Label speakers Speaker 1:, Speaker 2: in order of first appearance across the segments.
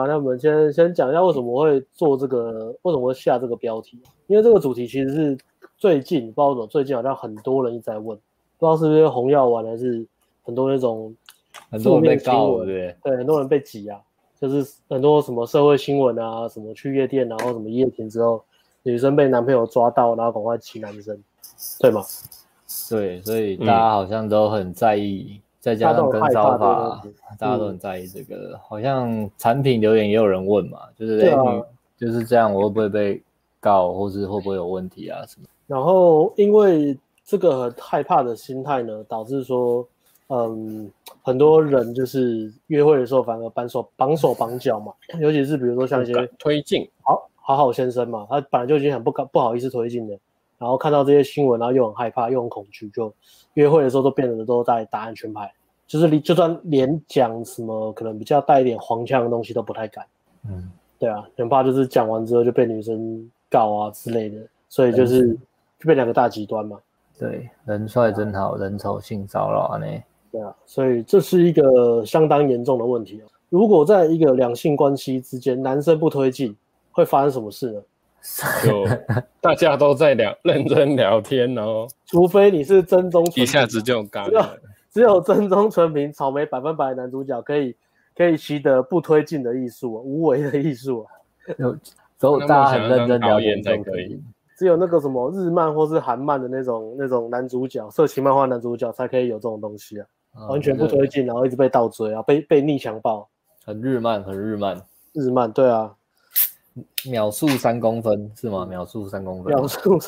Speaker 1: 那我们先讲一下为什么会做这个，为什么会下这个标题？因为这个主题其实是最近不知道为什么，最近好像很多人一直在问，不知道是不是红药丸还是很多那种负面新闻，对，很多人被挤啊，就是很多什么社会新闻啊，什么去夜店然后什么夜停之后，女生被男朋友抓到，然后赶快骑男生，对吗？
Speaker 2: 对，所以大家好像都很在意。再加上跟骚法，大家都很在意这个。好像产品留言也有人问嘛，就是就是这样，我会不会被告，或是会不会有问题啊什么？
Speaker 1: 然后因为这个很害怕的心态呢，导致说，很多人就是约会的时候反而绑手绑脚嘛，尤其是比如说像一些
Speaker 3: 推进
Speaker 1: 好先生嘛，他本来就已经很不好意思推进的，然后看到这些新闻，然后又很害怕，又很恐惧，就约会的时候都变得都在打安全牌。就算连讲什么可能比较带一点黄腔的东西都不太敢，对啊，很怕就是讲完之后就被女生告啊之类的，所以就变两个大极端嘛。
Speaker 2: 对，人帅真好，人丑性骚扰呢。
Speaker 1: 对啊，所以这是一个相当严重的问题。如果在一个两性关系之间，男生不推进，会发生什么事呢？
Speaker 3: 就大家都在认真聊天，然后
Speaker 1: 除非你是真宗纯平，
Speaker 3: 一下子就干了。
Speaker 1: 只有真宗纯平草莓100%的男主角可以习得不推进的艺术，无为的艺术。
Speaker 2: 大家很认真聊天
Speaker 3: 才可以。
Speaker 1: 只有那个什么日漫或是韩漫的那种男主角，色情漫画男主角才可以有这种东西啊，完全不推进，然后一直被倒追啊，被逆强暴。
Speaker 2: 很日漫。
Speaker 1: 日漫对啊。
Speaker 2: 秒速3公分是吗？秒速3公分。
Speaker 1: 秒速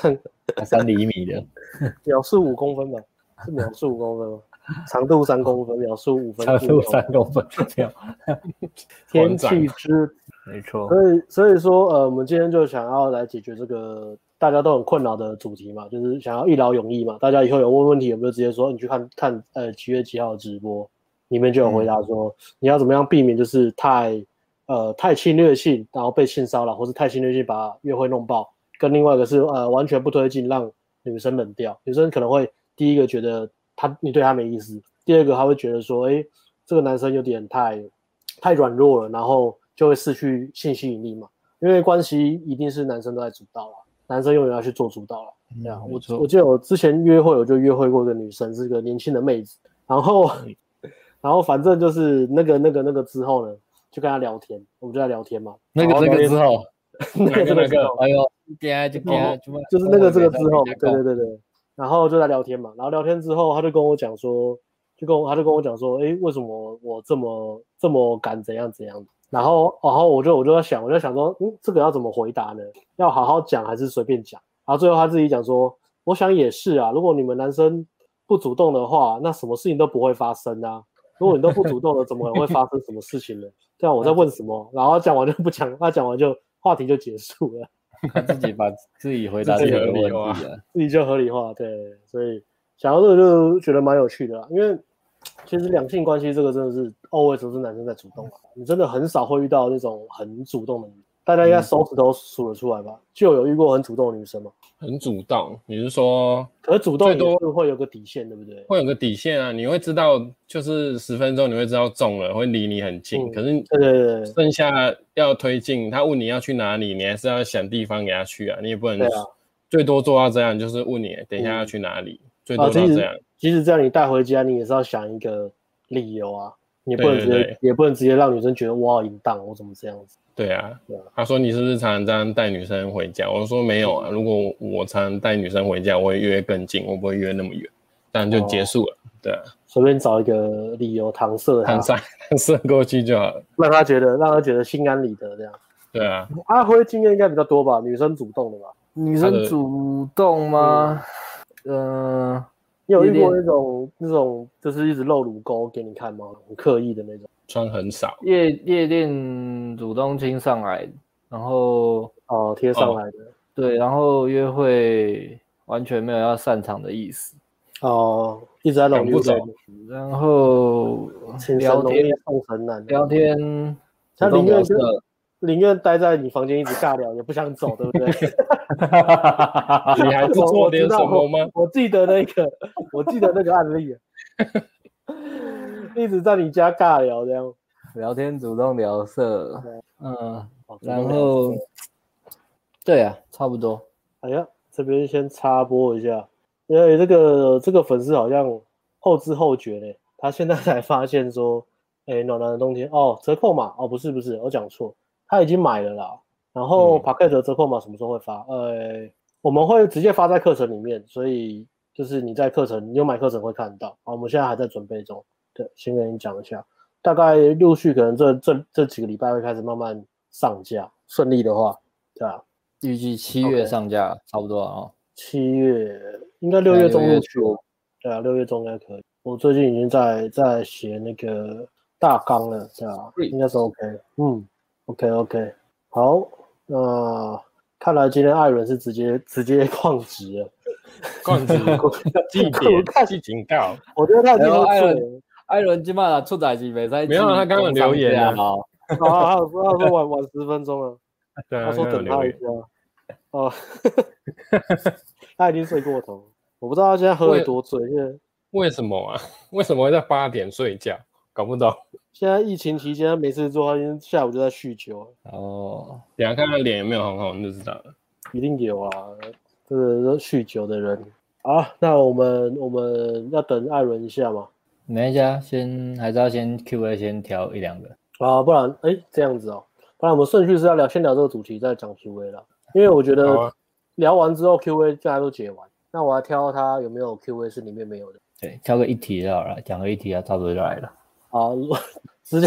Speaker 1: 3
Speaker 2: 厘米的。
Speaker 1: 秒速5公分吧？是秒速5公分吗？长度3公分，秒速5分。
Speaker 2: 长度3公分，
Speaker 1: 天气之，
Speaker 2: 没错。
Speaker 1: 所以说，我们今天就想要来解决这个大家都很困扰的主题嘛，就是想要一劳永逸嘛。大家以后有问问题，有没有直接说你去看几月几号的直播，里面就有回答说，你要怎么样避免就是太侵略性，然后被性骚扰，或是太侵略性把约会弄爆。跟另外一个是完全不推进，让女生冷掉。女生可能会第一个觉得你对她没意思，第二个她会觉得说，这个男生有点太软弱了，然后就会失去性吸引力嘛。因为关系一定是男生都在主导了，男生永远要去做主导了。对啊，我记得我之前我就约会过一个女生，是个年轻的妹子，然后反正就是那个之后呢，就跟她聊天，我们就在聊天嘛。
Speaker 2: 那个之后，
Speaker 1: 那个，
Speaker 2: 哎呦，
Speaker 1: 就是那个这个之后，对，然后就在聊天嘛，然后聊天之后，他就跟我讲说，为什么我这么敢怎样，然后我就在想说，这个要怎么回答呢？要好好讲还是随便讲？然后最后他自己讲说，我想也是啊，如果你们男生不主动的话，那什么事情都不会发生啊。如果你都不主动了，怎么可能会发生什么事情呢？这样我在问什么？然后讲完就不讲，他讲完就话题就结束了。
Speaker 2: 他自己把自己回答自己的问题了，
Speaker 1: 自己就合理化，对，所以想到这个就觉得蛮有趣的啦。因为其实两性关系这个真的是 always 都是男生在主动，你真的很少会遇到那种很主动的女生，大家应该手指头数得出来吧？就有遇过很主动的女生吗？
Speaker 3: 很主动，你是说？
Speaker 1: 可是主动也是会有个底线，对不对？
Speaker 3: 会有个底线啊，你会知道，就是10分钟你会知道中了，会离你很近。可是
Speaker 1: 对，
Speaker 3: 剩下要推进，他问你要去哪里，你还是要想地方给他去啊，你也不能最多做到这样，就是问你等一下要去哪里，最多到这样。
Speaker 1: 即使这样你带回家，你也是要想一个理由啊，你不能也不能直接让女生觉得我好淫荡，我怎么这样子？
Speaker 3: 对啊，他说你是不是常常这样带女生回家？我说没有啊，如果我常常带女生回家，我会约更近，我不会约那么远，这样就结束了。对啊，
Speaker 1: 随便找一个理由搪塞
Speaker 3: 过去就好了，
Speaker 1: 让他觉得心安理得这样。
Speaker 3: 对啊，
Speaker 1: 阿辉经验应该比较多吧，女生主动的吧？
Speaker 2: 女生主动吗？
Speaker 1: 你有遇过那种就是一直露乳沟给你看吗？很刻意的那种。
Speaker 3: 穿很少，
Speaker 2: 夜店主动亲上来，然后
Speaker 1: 贴上来的，
Speaker 2: 对，然后约会完全没有要散场的意思，
Speaker 1: 一直在搂不走，
Speaker 2: 然后聊天，
Speaker 1: 他宁愿待在你房间一直尬聊，也不想走，对不对？
Speaker 3: 你还是做点什么吗？
Speaker 1: 我记得那个案例。一直在你家尬聊这样，
Speaker 2: 聊天主动聊色，然后对啊，差不多。
Speaker 1: 哎呀，这边先插播一下，因为这个粉丝好像后知后觉嘞，他现在才发现说，哎，暖男的冬天哦，折扣码哦，不是，我讲错，他已经买了啦。然后 Pocket 的折扣码什么时候会发？我们会直接发在课程里面，所以就是你在课程，你有买课程会看到。好，我们现在还在准备中，对，先跟你讲一下，大概陆续可能这几个礼拜会开始慢慢上架，顺利的话，对啊。
Speaker 2: 预计7月上架，差不多啊。
Speaker 1: 7月应该6月中陆续，对啊，6月中应该可以。我最近已经在写那个大纲了，对啊，应该是 OK。OK， 好，那看来今天艾伦是直接旷职了，
Speaker 3: 旷职记警告。
Speaker 1: 我觉得他已经喝醉了。
Speaker 2: 艾伦今晚出代志没使，
Speaker 3: 没有他刚刚留言啊，
Speaker 1: 他说晚10分钟了，他说等他一下。哦，他已经睡过头，我不知道他现在喝了多醉。
Speaker 3: 为什么啊？为什么会在8点睡觉？搞不懂。现
Speaker 1: 在疫情期间他没事做，他下午就在酗酒。
Speaker 3: 哦，等下看他脸有没有很红就知道了。
Speaker 1: 一定有啊，这个酗酒的人。好，那我们要等艾伦一下嘛？
Speaker 2: 没一下，还是要先 Q&A 先挑1-2个
Speaker 1: 啊，不然这样子哦，不然我们顺序是要先聊这个主题，再讲 Q&A 啦。因为我觉得聊完之后 Q&A 大家都解完，那我要挑他有没有 Q&A 是里面没有的。
Speaker 2: 对，挑个1题就好了，讲个1题啊，差不多就来了。
Speaker 1: 好，直接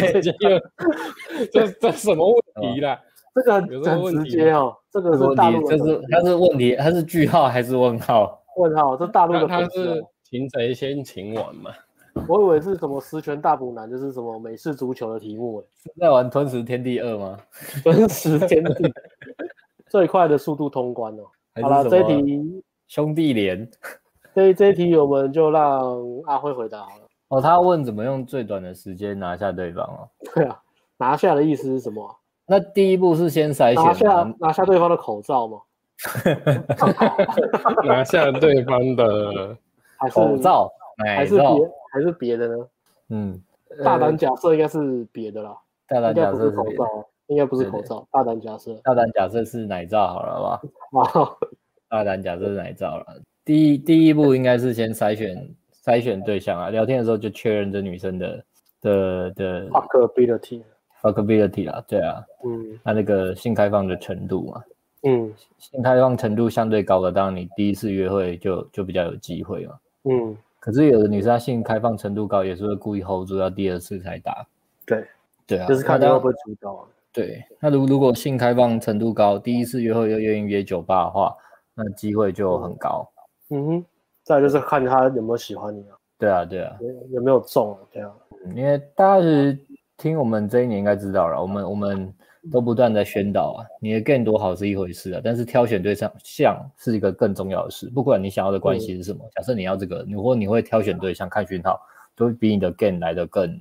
Speaker 3: 这什么问题啦？
Speaker 1: 这个很直接哦，这个是大陆的。
Speaker 2: 它是问题，它是句号还是问号？
Speaker 1: 问号，这大陆的。
Speaker 3: 他是擒贼先擒王嘛？
Speaker 1: 我以为是什么十全大补男，就是什么美式足球的题目。
Speaker 2: 是在玩吞食天地2吗？
Speaker 1: 吞食天地。最快的速度通关哦。好了，这一题
Speaker 2: 兄弟连，
Speaker 1: 这一题我们就让阿辉回答好了。
Speaker 2: 哦，他问怎么用最短的时间拿下对方哦。
Speaker 1: 对啊，拿下的意思是什么？
Speaker 2: 那第一步是先筛选
Speaker 1: 拿下对方的口罩吗？
Speaker 3: 拿下对方的
Speaker 2: 口罩，
Speaker 1: 还是别的呢？大胆假设应该是别的啦。
Speaker 2: 大胆假设是
Speaker 1: 口罩。应该不是口罩，大胆假设。
Speaker 2: 大胆假设是奶罩好了，好不好？大胆假设是奶罩了。第一步应该是先筛选对象啊，聊天的时候就确认这女生的
Speaker 1: fuckability
Speaker 2: 啦，对啊，那个性开放的程度嘛，性开放程度相对高的，当然你第一次约会就比较有机会嘛，可是有的女生她性开放程度高，也是会故意 hold 住到第2次才打，对啊，
Speaker 1: 就是看你会不会主导啊。
Speaker 2: 对，那如果性开放程度高，第一次约会又愿意约酒吧的话，那机会就很高。
Speaker 1: 再来就是看他有没有喜欢你啊。
Speaker 2: 对啊，
Speaker 1: 有没有中啊？对啊。
Speaker 2: 因为大家是听我们这一年应该知道了，我们都不断在宣导啊，你的 game 多好是一回事啊，但是挑选对象是一个更重要的事。不管你想要的关系是什么，假设你要这个，你会挑选对象看讯号，都会比你的 game 来得更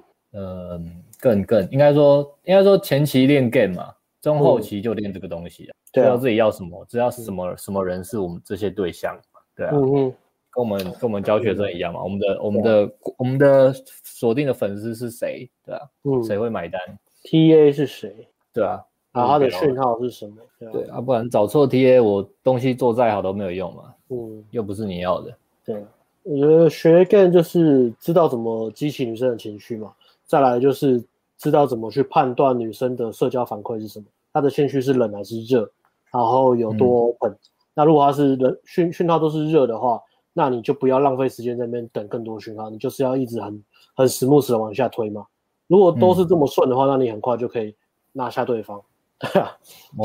Speaker 2: 应该说前期练 game 嘛，中后期就练这个东西啊，知道自己要什么，知道什么人是我们这些对象，对啊，跟我们教学生一样嘛，我们的锁定的粉丝是谁，对啊，谁会买单
Speaker 1: ，TA 是谁，对
Speaker 2: 啊，
Speaker 1: 他的讯号是什么，
Speaker 2: 对啊，不然找错 TA， 我东西做再好都没有用嘛，又不是你要的，
Speaker 1: 对，我觉得学 game 就是知道怎么激起女生的情绪嘛。再来就是知道怎么去判断女生的社交反馈是什么，她的兴趣是冷还是热，然后有多 open。那如果她是讯号都是热的话，那你就不要浪费时间在那边等更多讯号，你就是要一直很 smooth 的往下推嘛。如果都是这么顺的话，那你很快就可以拿下对方。对啊，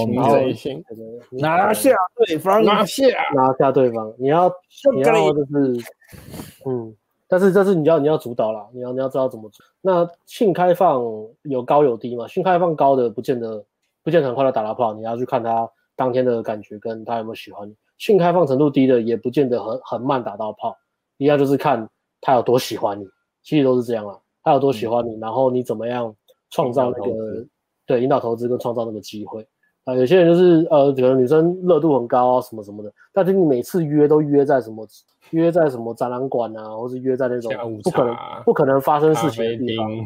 Speaker 2: 拿下对方，
Speaker 1: 拿下对方，你要就是但是你要主导啦，你要知道怎么做。那性开放有高有低嘛？性开放高的不见得很快就打到炮，你要去看他当天的感觉跟他有没有喜欢你。性开放程度低的也不见得很慢打到炮，一样就是看他有多喜欢你，其实都是这样啦。他有多喜欢你，然后你怎么样创造那个引导投资跟创造那个机会。有些人就是可能女生热度很高啊什么什么的，但是你每次约都约在什么展览馆啊，或是约在那种不可能发生事情的地方，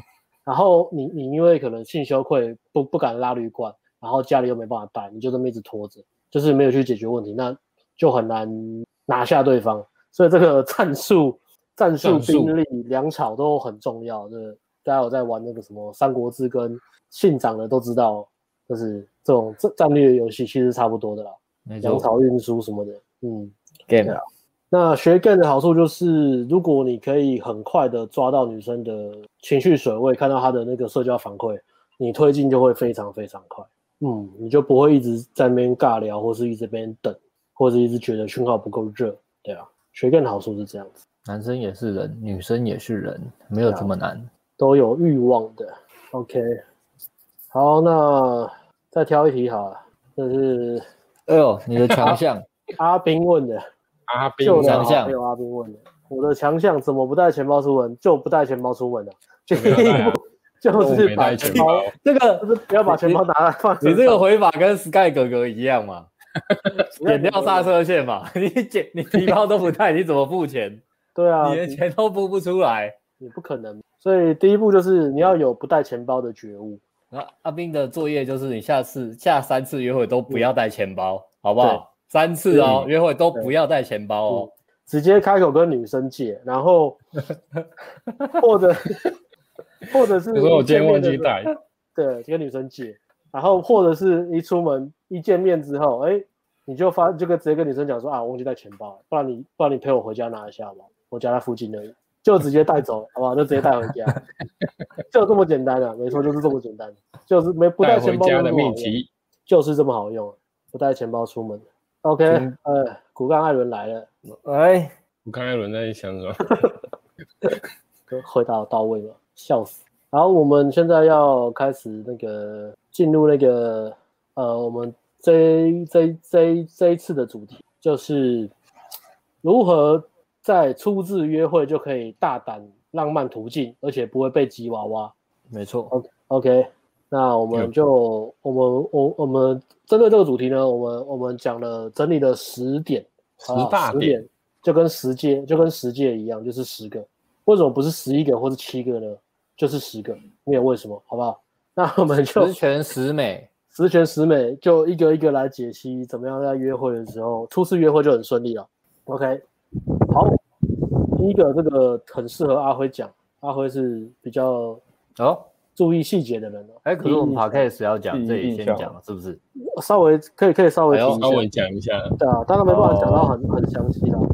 Speaker 1: 然后你因为可能性羞愧不敢拉铝管，然后家里又没办法带，你就这么一直拖着，就是没有去解决问题，那就很难拿下对方。所以这个战术、兵力、粮草都很重要。大家有在玩那个什么《三国志》跟信长的都知道，就是这种战略游戏其实差不多的啦。粮草运输什么的
Speaker 2: ，game
Speaker 1: 啊。那学 game 的好处就是，如果你可以很快的抓到女生的情绪水位，看到她的那个社交反馈，你推进就会非常非常快。你就不会一直在那边尬聊，或是一直在那边等，或者一直觉得讯号不够热。对啊，学 game 的好处是这样子。
Speaker 2: 男生也是人，女生也是人，没有这么难，
Speaker 1: 都有欲望的。OK， 好，那再挑一题好了，这是
Speaker 2: 你的强项。
Speaker 1: 阿斌问的。
Speaker 3: 阿斌
Speaker 1: 强项没有阿斌问的，我的强项怎么不带钱包出门？就不带钱包出门的。第一步就是把钱包，
Speaker 2: 这个
Speaker 1: 不要把钱包拿来放。
Speaker 2: 你这个回法跟 Sky 哥哥一样嘛？剪掉刹车线嘛？你皮包都不带，你怎么付钱？
Speaker 1: 对啊，
Speaker 2: 你连钱都付不出来，
Speaker 1: 你不可能。所以第一步就是你要有不带钱包的觉悟。
Speaker 2: 阿斌的作业就是你下3次约会都不要带钱包，好不好？3次哦，约会都不要带钱包哦，
Speaker 1: 直接开口跟女生借，然后或者是
Speaker 3: 我说我今天忘记带，
Speaker 1: 对，跟女生借，然后或者是一出门一见面之后，你就直接跟女生讲说我忘记带钱包，不然你陪我回家拿一下吧，我家在附近而已，就直接带走，好不好？就直接带回家，就这么简单啊，没错，就是这么简单，就是不带钱包
Speaker 3: 带回家的秘籍，
Speaker 1: 就是这么好用，不带钱包出门。OK， 骨干艾伦来了。
Speaker 3: 骨干艾伦在想什么？
Speaker 1: 回答到位了，笑死。然后我们现在要开始进入我们这一次的主题，就是如何在初次约会就可以大胆浪漫途径，而且不会被吉娃娃。
Speaker 2: 没错。
Speaker 1: OK， 那我们就我们针对这个主题呢，我们整理了10点
Speaker 3: ，10大点，
Speaker 1: 就跟十戒一样，就是10个。为什么不是11个或是7个呢？就是10个，没有为什么，好不好？那我们就
Speaker 2: 十全十美
Speaker 1: 就一个一个来解析，怎么样在约会的时候，初次约会就很顺利了。OK， 好，第一个这个很适合阿辉讲，阿辉是比较注意细节的人
Speaker 2: 可是我们 Podcast 要讲，这里先讲是不是？
Speaker 1: 稍微可以稍微提一下，
Speaker 3: 稍微讲一下。
Speaker 1: 对啊，当然没办法讲到很详细啦。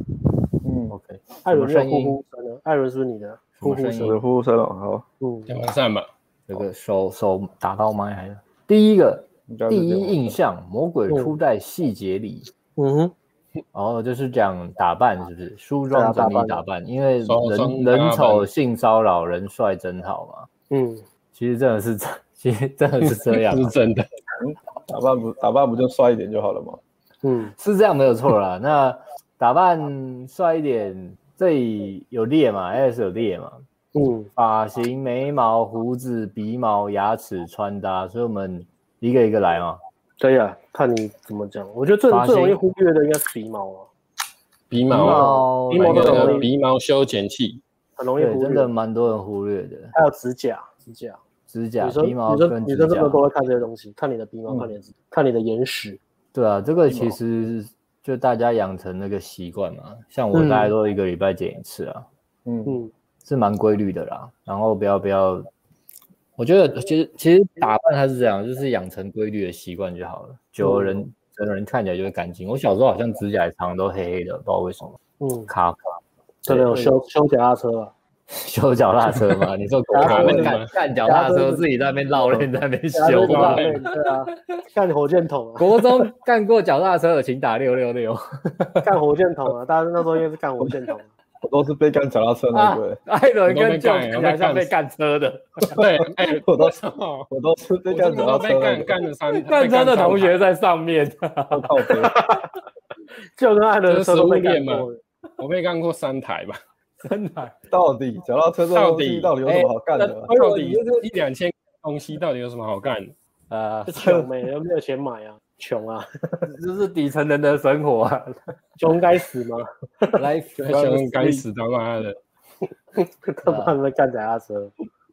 Speaker 2: OK。
Speaker 1: 艾伦有呼呼声呢？艾伦是不是你的呼呼声？
Speaker 4: 我的呼呼声了，好。
Speaker 3: 讲完散吧。
Speaker 2: 这个手打到麦还是？第一印象，魔鬼出在细节里。就是讲打扮，是不是？梳妆整理打扮，因为人丑性骚扰，人帅真好嘛。其实真的是这样，
Speaker 3: 是真的。
Speaker 4: 打扮不就帅一点就好了吗？
Speaker 2: 是这样没有错啦。那打扮帅一点，这里有列嘛 ？S 有列嘛？发型、眉毛、胡子、鼻毛、牙齿、穿搭，所以我们一个一个来嘛。
Speaker 1: 可以啊，看你怎么讲。我觉得最容易忽略的应该是鼻毛啊。
Speaker 3: 鼻毛修剪器
Speaker 1: 很容易忽略，
Speaker 2: 真的蛮多人忽略的。
Speaker 1: 还有指甲，
Speaker 2: 鼻毛跟指甲，
Speaker 1: 女生真的都会看这些东西，看你的鼻毛，看你的眼屎。
Speaker 2: 对啊，这个其实就大家养成那个习惯嘛。像我大概都1个礼拜剪1次啊。是蛮规律的啦。然后不要，我觉得其实打扮它是这样，就是养成规律的习惯就好了。久了整个人看起来就会干净。我小时候好像指甲常常都黑黑的，不知道为什么。卡。
Speaker 1: 真的有修脚踏车啊？
Speaker 2: 修脚踏车吗？你说干脚踏车，自己在那边绕链，在那边修
Speaker 1: 吗？对啊，干火箭筒啊！
Speaker 2: 国中干过脚踏车的，请打666。
Speaker 1: 干火箭筒啊！大家那时候应该是干火箭筒。
Speaker 4: 我都是被干脚踏车那个。
Speaker 2: 艾伦跟舅好像被干车的。
Speaker 3: 对，
Speaker 4: 我都是被干脚踏车。
Speaker 3: 干了
Speaker 2: 干车的同学在上面。
Speaker 4: 靠北。
Speaker 1: 就跟艾伦的车都被干过。
Speaker 3: 我被干过3台吧。
Speaker 2: 3台。
Speaker 4: 到底脚踏车这东西到底有什么好干的？
Speaker 3: 到底1-2千东西到底有什么好干
Speaker 1: 的？穷没有钱买啊，穷啊，
Speaker 2: 这是底层人的生活啊，
Speaker 1: 穷该死吗？
Speaker 3: 穷该死他妈的，
Speaker 1: 他妈的干脚踏车。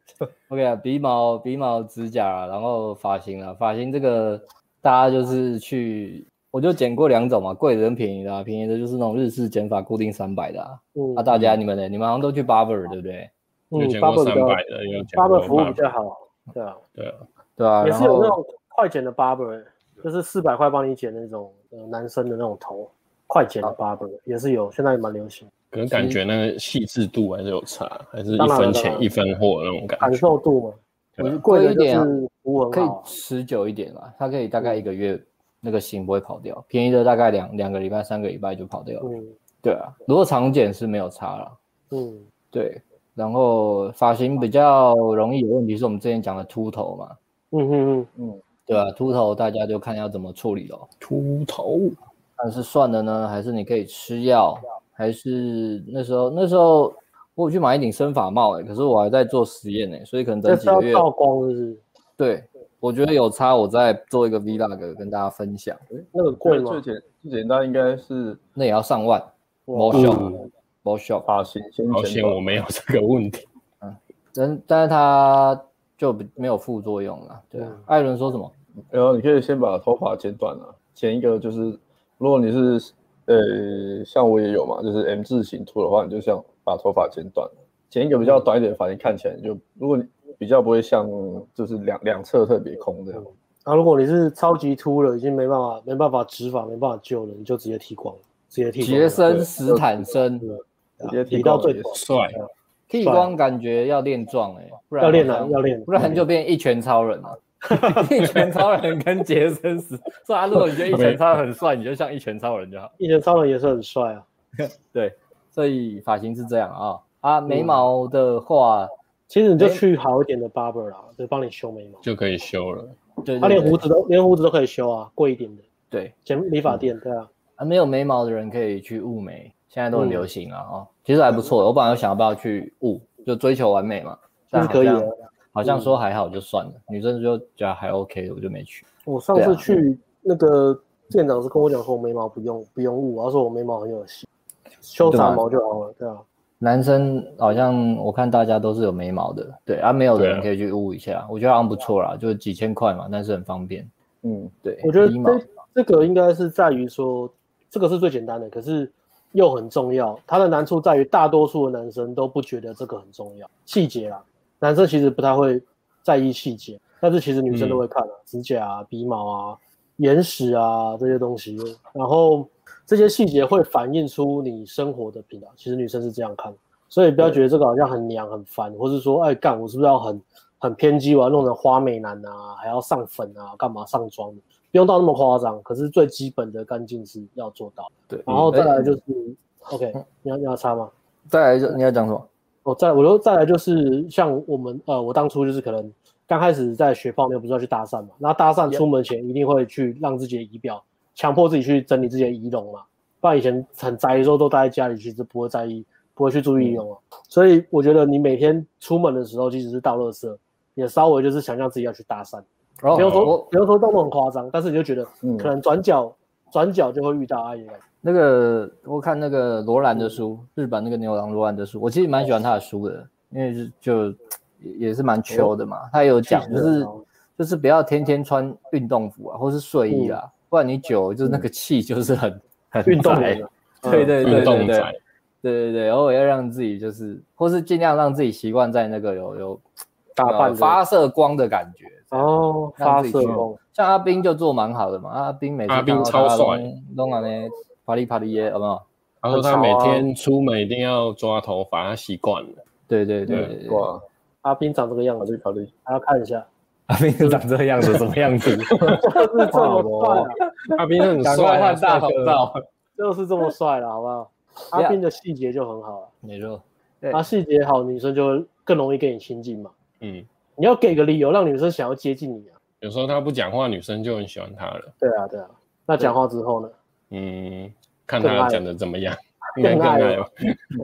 Speaker 2: OK 啊，鼻毛、指甲啊，然后发型啊，发型这个大家就是去，我就剪过2种嘛，贵的跟便宜的啊，便宜的就是那种日式剪法，固定300的啊。大家你们呢？你们好像都去 barber 对不对？
Speaker 3: 有剪过300的，有剪过
Speaker 1: barber 服务比较好，对啊，
Speaker 2: 对啊，
Speaker 1: 也是有那种快剪的 barber， 就是400块帮你剪那种男生的那种头，快剪的 barber 也是有，现在也蛮流行。
Speaker 3: 可是感觉那个细致度还是有差，还是1分钱1分货那种感觉。
Speaker 1: 感受度嘛，贵一点就是服务很好，
Speaker 2: 可以持久一点嘛，它可以大概1个月那个型不会跑掉，便宜的大概2个礼拜、3个礼拜就跑掉了。对啊，如果长剪是没有差啦。对。然后发型比较容易有问题，是我们之前讲的秃头嘛。对吧？秃头大家就看要怎么处理咯。
Speaker 3: 秃头，
Speaker 2: 但是算了呢，还是你可以吃药，还是那时候我有去买一顶生发帽可是我还在做实验所以可能等几个月。
Speaker 1: 照光是不是？
Speaker 2: 对，我觉得有差，我再做一个 vlog 跟大家分享。
Speaker 4: 那个贵吗？最简单应该是
Speaker 2: 那也要上万。没效，
Speaker 4: 发型
Speaker 3: 好险我没有这个问题。
Speaker 2: 但是它就没有副作用了。对啊，艾伦说什么？
Speaker 4: 然后你可以先把头发剪短了，剪一个就是，如果你是像我也有嘛，就是 M 字形秃的话，你就像把头发剪短，剪一个比较短一点的发型，看起来就如果你比较不会像就是两侧特别空这样。
Speaker 1: 如果你是超级秃了，已经没办法植发，没办法救了，你就直接剃光了，杰
Speaker 2: 森斯坦森
Speaker 4: 直接
Speaker 1: 剃到最短，
Speaker 3: 帅。
Speaker 2: 剃光感觉要练壮不然
Speaker 1: 要练，
Speaker 2: 不然就变一拳超人了。一拳超人跟杰森斯，所以如果你觉得一拳超人很帅，你就像一拳超人就好。
Speaker 1: 一拳超人也是很帅啊。
Speaker 2: 对，所以发型是这样眉毛的话，
Speaker 1: 其实你就去好一点的 barber 啦，就帮你修眉毛就
Speaker 3: 可以修了。
Speaker 2: 对，
Speaker 1: 连胡子都可以修啊，贵一点的。
Speaker 2: 对，
Speaker 1: 剪理发店对啊。
Speaker 2: 没有眉毛的人可以去雾眉，现在都很流行啊其实还不错。我本来有想要不要去雾，就追求完美嘛，
Speaker 1: 但是可以的。
Speaker 2: 好像说还好就算了，女生就觉得还 OK， 我就没去。
Speaker 1: 我上次去那个店长是跟我讲说，我眉毛不用雾，他说我眉毛很有型，修杂毛就好了，对啊。
Speaker 2: 男生好像我看大家都是有眉毛的，对没有的人可以去雾一下，我觉得好像不错啦，就是几千块嘛，但是很方便。对，
Speaker 1: 我觉得这个应该是在于说，这个是最简单的，可是又很重要。它的难处在于，大多数的男生都不觉得这个很重要，细节啦。男生其实不太会在意细节，但是其实女生都会看指甲鼻毛眼屎这些东西，然后这些细节会反映出你生活的品质。其实女生是这样看，所以不要觉得这个好像很娘很烦，或是说我是不是要很偏激，我要弄成花美男还要上粉干嘛上妆的，不用到那么夸张。可是最基本的干净是要做到。
Speaker 2: 对，
Speaker 1: 然后再来就是OK， 你要插吗？
Speaker 2: 再来就你要讲什么？
Speaker 1: 我说再来就是像我当初就是可能刚开始在学泡妞，不是要去搭讪嘛？那搭讪出门前一定会去让自己的仪表，强迫自己去整理自己的仪容嘛。不然以前很宅的时候都待在家里，其实不会在意，不会去注意仪容所以我觉得你每天出门的时候，即使是倒垃圾，也稍微就是想象自己要去搭讪。不用说动作很夸张，但是你就觉得可能转角就会遇到阿姨。
Speaker 2: 那个我看那个罗兰的书，日本那个牛郎罗兰的书，我其实蛮喜欢他的书的，因为就也是蛮 chill 的嘛。他有讲就是不要天天穿运动服或是睡衣啦，不然你久就是那个气就是很
Speaker 1: 运动的。
Speaker 2: 对，
Speaker 3: 运动仔。
Speaker 2: 对，然后要让自己就是或是尽量让自己习惯在那个有
Speaker 1: 打扮
Speaker 2: 发射光的感觉
Speaker 1: 发射光。
Speaker 2: 像阿兵就做蛮好的嘛，阿兵每次看到他
Speaker 3: 超帅，
Speaker 2: 弄啪哩啪哩耶，有没有？
Speaker 3: 他说他每天出门一定要抓头发，他习惯了。
Speaker 2: 对，
Speaker 4: 哇，
Speaker 1: 阿兵长这个样子，还要看一下。
Speaker 2: 阿兵长这个样子，什么样子？
Speaker 1: 就是这么帅
Speaker 3: 阿兵很帅，
Speaker 2: 赶快换大口罩，
Speaker 1: 就是这么帅了，好不好？阿兵的细节就很好了，
Speaker 2: 没错。
Speaker 1: 他细节好，女生就会更容易跟你亲近嘛。
Speaker 3: 你
Speaker 1: 要给个理由让女生想要接近你
Speaker 3: 有时候他不讲话，女生就很喜欢他了。
Speaker 1: 对啊。那讲话之后呢？
Speaker 3: 看他讲的怎么样，应该更爱吧。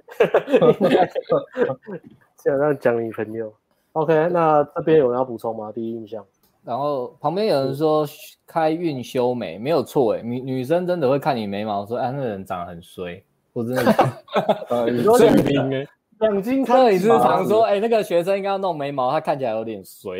Speaker 1: 想让讲女朋友。OK， 那这边有人要补充吗？第一印象。
Speaker 2: 然后旁边有人说开运修眉，没有错女生真的会看你眉毛说，那个人长得很衰，或者那个
Speaker 3: 水平
Speaker 1: 2斤看
Speaker 2: 摄影师常说，那个学生应该要弄眉毛，他看起来有点衰。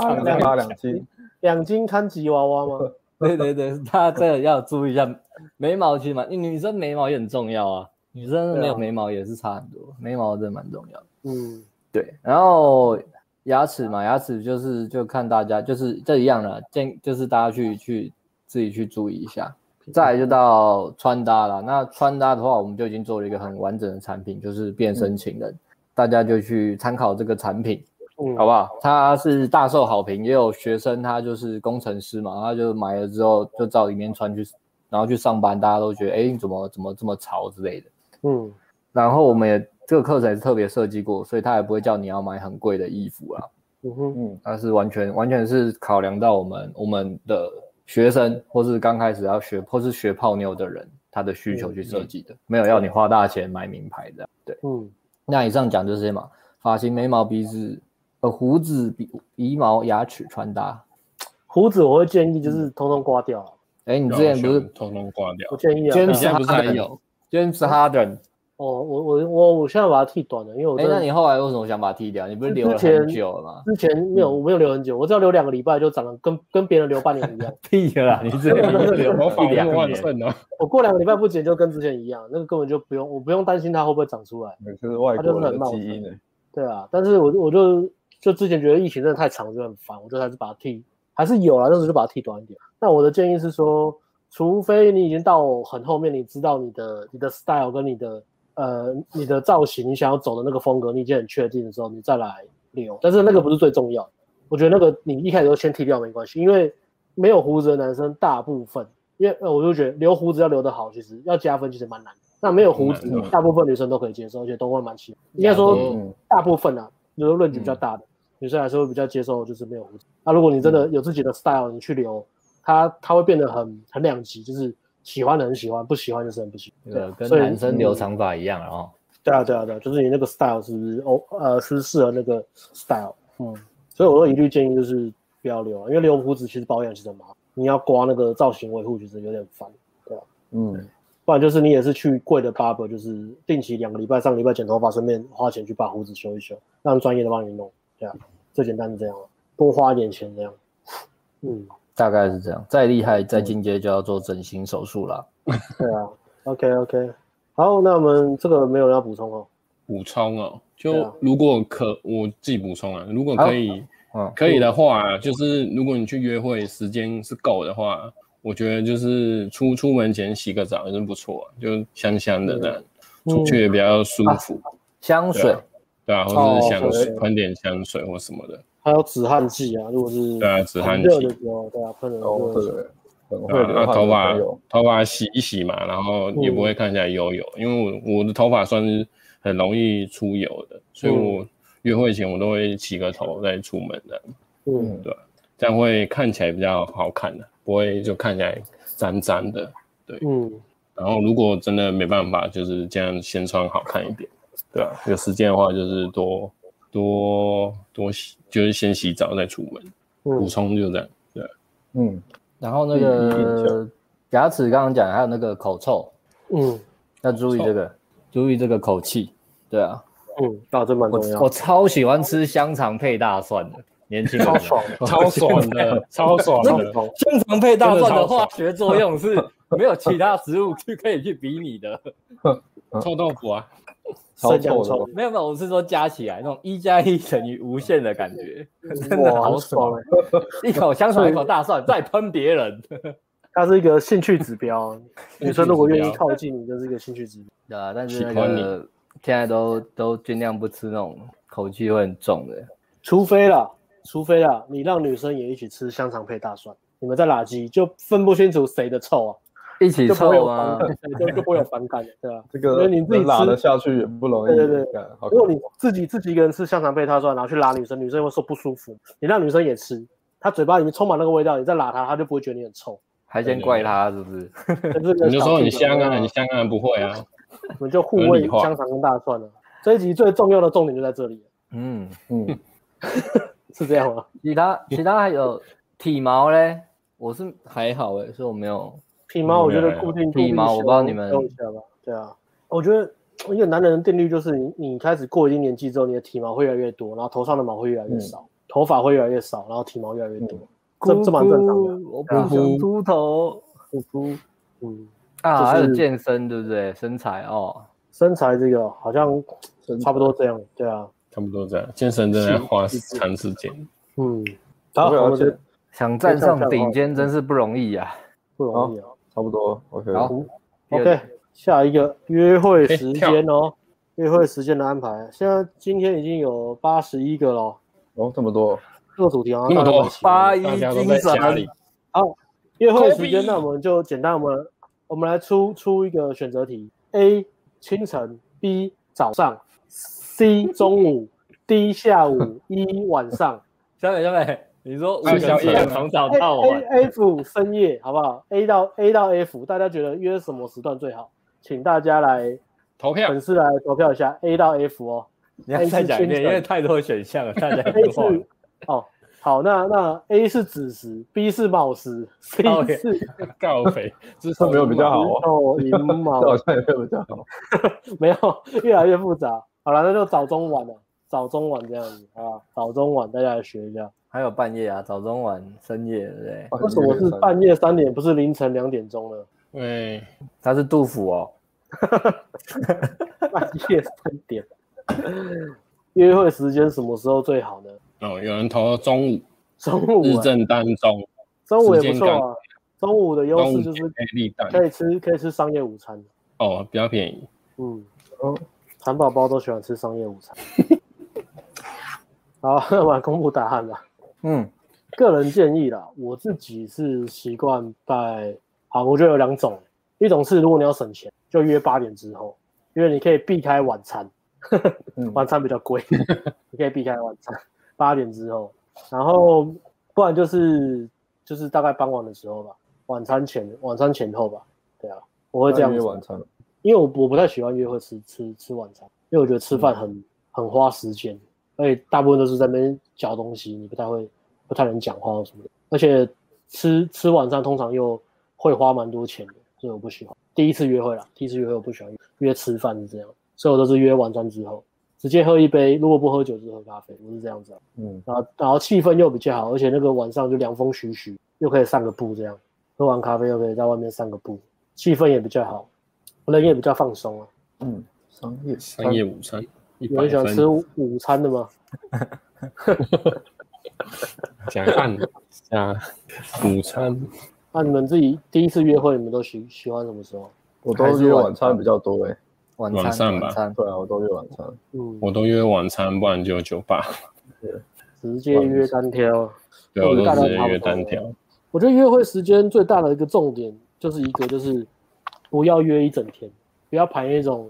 Speaker 4: 2
Speaker 1: 斤看吉娃娃吗？
Speaker 2: 对，他这个要注意一下眉毛，其实女生眉毛也很重要啊，女生没有眉毛也是差很多，眉毛真的蛮重要的。对，然后牙齿嘛，牙齿就看大家就是这一样了，就是大家去自己去注意一下。再来就到穿搭啦，那穿搭的话，我们就已经做了一个很完整的产品，就是变身情人，大家就去参考这个产品。好不好？他是大受好评，也有学生他就是工程师嘛，他就买了之后就照里面穿去，然后去上班，大家都觉得你怎么这么潮之类的。然后我们也这个课程也是特别设计过，所以他也不会叫你要买很贵的衣服啦。他是完全是考量到我们的学生或是刚开始要学或是学泡妞的人他的需求去设计的，没有要你花大钱买名牌的。对，那以上讲这些嘛，发型、眉毛、鼻子。胡子、鼻毛、牙齿、穿搭。胡子我会建议就是通通刮掉。 你之前不是
Speaker 3: 通通刮掉？
Speaker 1: 我建议
Speaker 2: James Harden。
Speaker 1: 我现在把它剃短了，因为我
Speaker 2: 那你后来为什么想把它剃掉？你不是留了很久了吗？
Speaker 1: 之前没有，我没有留很久，我只要留2个礼拜就长得跟别人留半年一样。
Speaker 2: 屁啦，你之前是留1-2年。
Speaker 1: 我过2个礼拜不剪就跟之前一样，那个根本就我不用担心它会不会长出来。
Speaker 4: 就是外国人的基因呢。
Speaker 1: 对啊，但是我就之前觉得疫情真的太长，就很烦，我就还是把它剃，还是有啦，但是就把它剃短一点。那我的建议是说，除非你已经到很后面，你知道你的 style 跟你的造型，你想要走的那个风格，你已经很确定的时候，你再来留。但是那个不是最重要的，我觉得那个你一开始就先剃掉没关系，因为没有胡子的男生大部分，因为我就觉得留胡子要留得好，其实要加分其实蛮难的。那没有胡子，大部分女生都可以接受，而且都会蛮喜欢。应该说大部分啊，就是论据比较大的。女生还是会比较接受，就是没有胡子。那如果你真的有自己的 style，你去留，它会变得很两极，就是喜欢的很喜欢，不喜欢就是很不喜欢。
Speaker 2: 对，跟男生留长发一样哦。
Speaker 1: 对啊，就是你那个 style 是不是适合那个 style？所以我都一律建议就是不要留，因为留胡子其实保养其实很麻烦，你要刮那个造型维护，其实有点烦，对吧？不然就是你也是去贵的 barber， 就是定期2个礼拜、3个礼拜剪头发，顺便花钱去把胡子修一修，让专业的帮你弄，对啊。最简单是这样，多花一点钱这样。
Speaker 2: 大概是这样。再厉害、再进阶就要做整形手术啦。
Speaker 1: 对啊 ，OK， 好，那我们这个没有人要补充哦。
Speaker 3: 补充哦，就如果我自己补充啊，如果可以的话，就是如果你去约会时间是够的话，我觉得就是出门前洗个澡也是不错，就香香的这样，出去也比较舒服。
Speaker 2: 香水。
Speaker 3: 对啊，或是香水，喷点香水或什么的。
Speaker 1: 还有止汗剂啊，如果是
Speaker 3: 对啊，止汗剂。
Speaker 1: 热的时候，对啊，喷的
Speaker 3: 头发洗一洗嘛，然后也不会看起来油油，因为我的头发算是很容易出油的，所以我约会前我都会洗个头再出门的。对，这样会看起来比较好看的，不会就看起来脏脏的。对，然后如果真的没办法，就是这样先穿好看一点。对啊，有时间的话就是多洗，就是先洗澡再出门。补充就这样，对。
Speaker 2: 然后那个牙齿刚刚讲，还有那个口臭，要注意这个口气，对啊，
Speaker 1: 这蛮重要。
Speaker 2: 我超喜欢吃香肠配大蒜的，年轻人
Speaker 3: 超爽的。
Speaker 2: 香肠配大蒜的化学作用是没有其他食物可以去比拟的。
Speaker 3: 臭豆腐啊。
Speaker 1: 超臭
Speaker 2: 没有，我是说加起来那种1+1等于无限的感觉，真的好爽！一口香肠，一口大蒜，再喷别人。
Speaker 1: 它是一个兴趣指标，女生如果愿意靠近你，就是一个兴趣指标。
Speaker 2: 对啊，但是那个现在都尽量不吃那种口气会很重的，
Speaker 1: 除非啦，你让女生也一起吃香肠配大蒜，你们在垃圾就分不清楚谁的臭啊。
Speaker 2: 一起臭吗？
Speaker 1: 就不会有反感的，对吧？
Speaker 4: 这个你自己拉得下去也不容易。
Speaker 1: 对。如果你自己一个人吃香肠配大蒜，然后去拉女生会说不舒服。你让女生也吃，她嘴巴里面充满那个味道，你再拉她，她就不会觉得你很臭。
Speaker 2: 还先怪她是不是？
Speaker 3: 你就说很香啊，很香啊，不会啊。
Speaker 1: 我们就互喂香肠跟大蒜了。这一集最重要的重点就在这里。是这样吗？
Speaker 2: 其他还有体毛嘞，我是还好所以我没有。
Speaker 1: 体毛我觉得固定
Speaker 2: 体毛，我不知道你们
Speaker 1: 修一下吧。对啊，我觉得一个男人的定律就是你开始过一定年纪之后，你的体毛会越来越多，然后头上的毛会越来越少，头发会越来越少，然后体毛越来越多，这蛮正常的。
Speaker 2: 我不想秃头，还有健身对不对？身材
Speaker 1: 身材这个好像差不多这样，对啊，
Speaker 3: 差不多这样。健身真的要花长时间。
Speaker 1: 好，我们
Speaker 2: 想站上顶尖真是不容易啊，
Speaker 1: 不容易啊。
Speaker 4: 差不多 ，OK。
Speaker 2: 好
Speaker 1: ，OK， 下一个约会时间哦，约会时间的安排，现在今天已经有81个了。
Speaker 4: 这么多，
Speaker 1: 这个主题好像
Speaker 3: 那么多
Speaker 2: 81精神。
Speaker 1: 好，约会时间，那我们就简单，我们来出一个选择题 ：A 清晨 ，B 早上 ，C 中午，D 下午，E 晚上。
Speaker 2: 小美，你说5个字从早到晚
Speaker 1: ，F 深夜好不好 ？A 到 F， 大家觉得约什么时段最好？请大家来
Speaker 3: 投票，
Speaker 1: 粉丝来投票一下 A 到 F 哦。
Speaker 2: 你要再讲一遍，因为太多选项了，大家
Speaker 1: A 是好，那 A 是子时 ，B 是卯时 ，C 是
Speaker 3: 告肥，
Speaker 4: 这没有比较好
Speaker 1: 寅卯，
Speaker 4: 好像也没有比较好，
Speaker 1: 没有，越来越复杂。好了，那就早中晚了，早中晚这样子啊，早中晚大家来学一下。
Speaker 2: 还有半夜啊，早中晚深夜，对不对？
Speaker 1: 为什么是半夜3点，不是凌晨2点钟呢？
Speaker 3: 对，
Speaker 2: 他是杜甫哦。
Speaker 1: 半夜3点，约会时间什么时候最好呢？
Speaker 3: 有人投中午，
Speaker 1: 日
Speaker 3: 正当中，
Speaker 1: 中午也不错啊。中午的优势就是可以吃商业午餐，
Speaker 3: 比较便宜。
Speaker 1: 蚕宝宝都喜欢吃商业午餐。好，那我来公布答案了。个人建议啦，我自己是习惯我觉得有2种，一种是如果你要省钱，就约8点之后，因为你可以避开晚餐，晚餐比较贵，你可以避开晚餐8点之后，然后不然就是大概傍晚的时候吧，晚餐前后吧，对啊，我会这样子。
Speaker 4: 约晚餐，
Speaker 1: 因为我不太喜欢约会吃晚餐，因为我觉得吃饭很花时间，而且大部分都是在那边嚼东西，你不太能讲话或什么的，而且吃晚餐通常又会花蛮多钱的，所以我不喜欢。第一次约会我不喜欢约吃饭是这样，所以我都是约晚餐之后直接喝一杯，如果不喝酒就喝咖啡，我是这样子。然后气氛又比较好，而且那个晚上就凉风徐徐，又可以散个步，这样喝完咖啡又可以在外面散个步，气氛也比较好，人也比较放松啊。
Speaker 3: 商业午餐，
Speaker 1: 有人喜欢吃午餐的吗？
Speaker 3: 想看午餐。
Speaker 1: 那你们自己第一次约会，你们都喜欢什么时候？
Speaker 4: 我都约晚餐比较多
Speaker 2: 晚
Speaker 3: 上吧。
Speaker 4: 对啊，我都约晚餐。
Speaker 3: 我都约晚餐，不然就酒吧。
Speaker 1: 直接约单挑。
Speaker 3: 对，我都直接约单挑。
Speaker 1: 我觉得约会时间最大的一个重点就是不要约一整天，不要排那种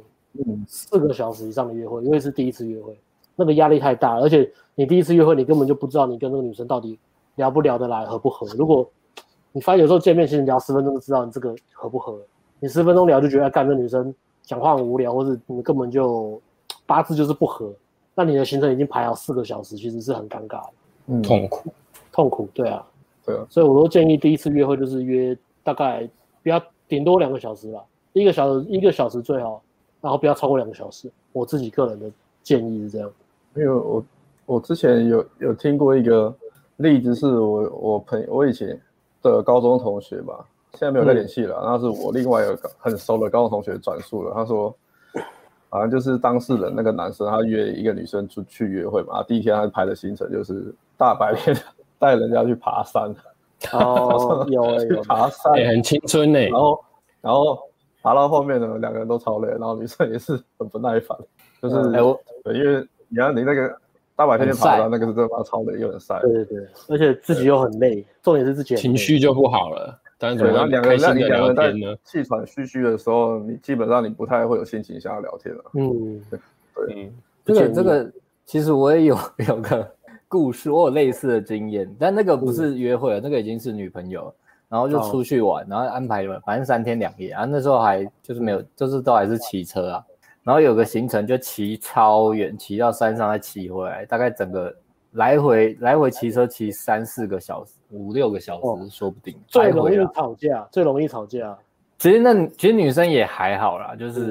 Speaker 1: 4个小时以上的约会，因为是第一次约会，那个压力太大了，而且你第一次约会，你根本就不知道你跟那个女生到底聊不聊得来，合不合。如果你发现有时候见面，其实你聊10分钟就知道你这个合不合了。你10分钟聊就觉得干这女生讲话很无聊，或是你根本就八字就是不合，那你的行程已经排好4个小时，其实是很尴尬的，痛苦，对啊，所以我都建议第一次约会就是约大概不要顶多2个小时吧，1个小时最好，然后不要超过2个小时。我自己个人的建议是这样。
Speaker 4: 因为我之前有听过一个例子，是我以前的高中同学吧，现在没有在联系了。那是我另外一个很熟的高中同学转述了，他说，好像就是当事人那个男生，他约一个女生出去约会嘛，第一天他排的行程就是大白天带人家去爬山。
Speaker 1: 有
Speaker 4: 爬山，
Speaker 3: 很青春
Speaker 4: 然后爬到后面呢，2个人都超累，然后女生也是很不耐烦，就是对，因为你那个大白天就爬山，那个是真的超累又很晒，
Speaker 1: 对，而且自己又很累，重点是自己
Speaker 3: 情绪就不好了。但是
Speaker 4: 然后两个人在
Speaker 3: 呢，
Speaker 4: 气喘吁吁的时候，你基本上你不太会有心情想要聊天了。
Speaker 2: 对，这个其实我也有个故事，我有类似的经验，但那个不是约会了，那个已经是女朋友，然后就出去玩，然后安排了反正3天2夜，然后那时候还就是没有，就是都还是骑车啊，然后有个行程就骑超远，骑到山上再骑回来，大概整个来回骑车骑3-4个小时，5-6个小时说不定。最容易
Speaker 1: 吵架。
Speaker 2: 其实女生也还好啦，就是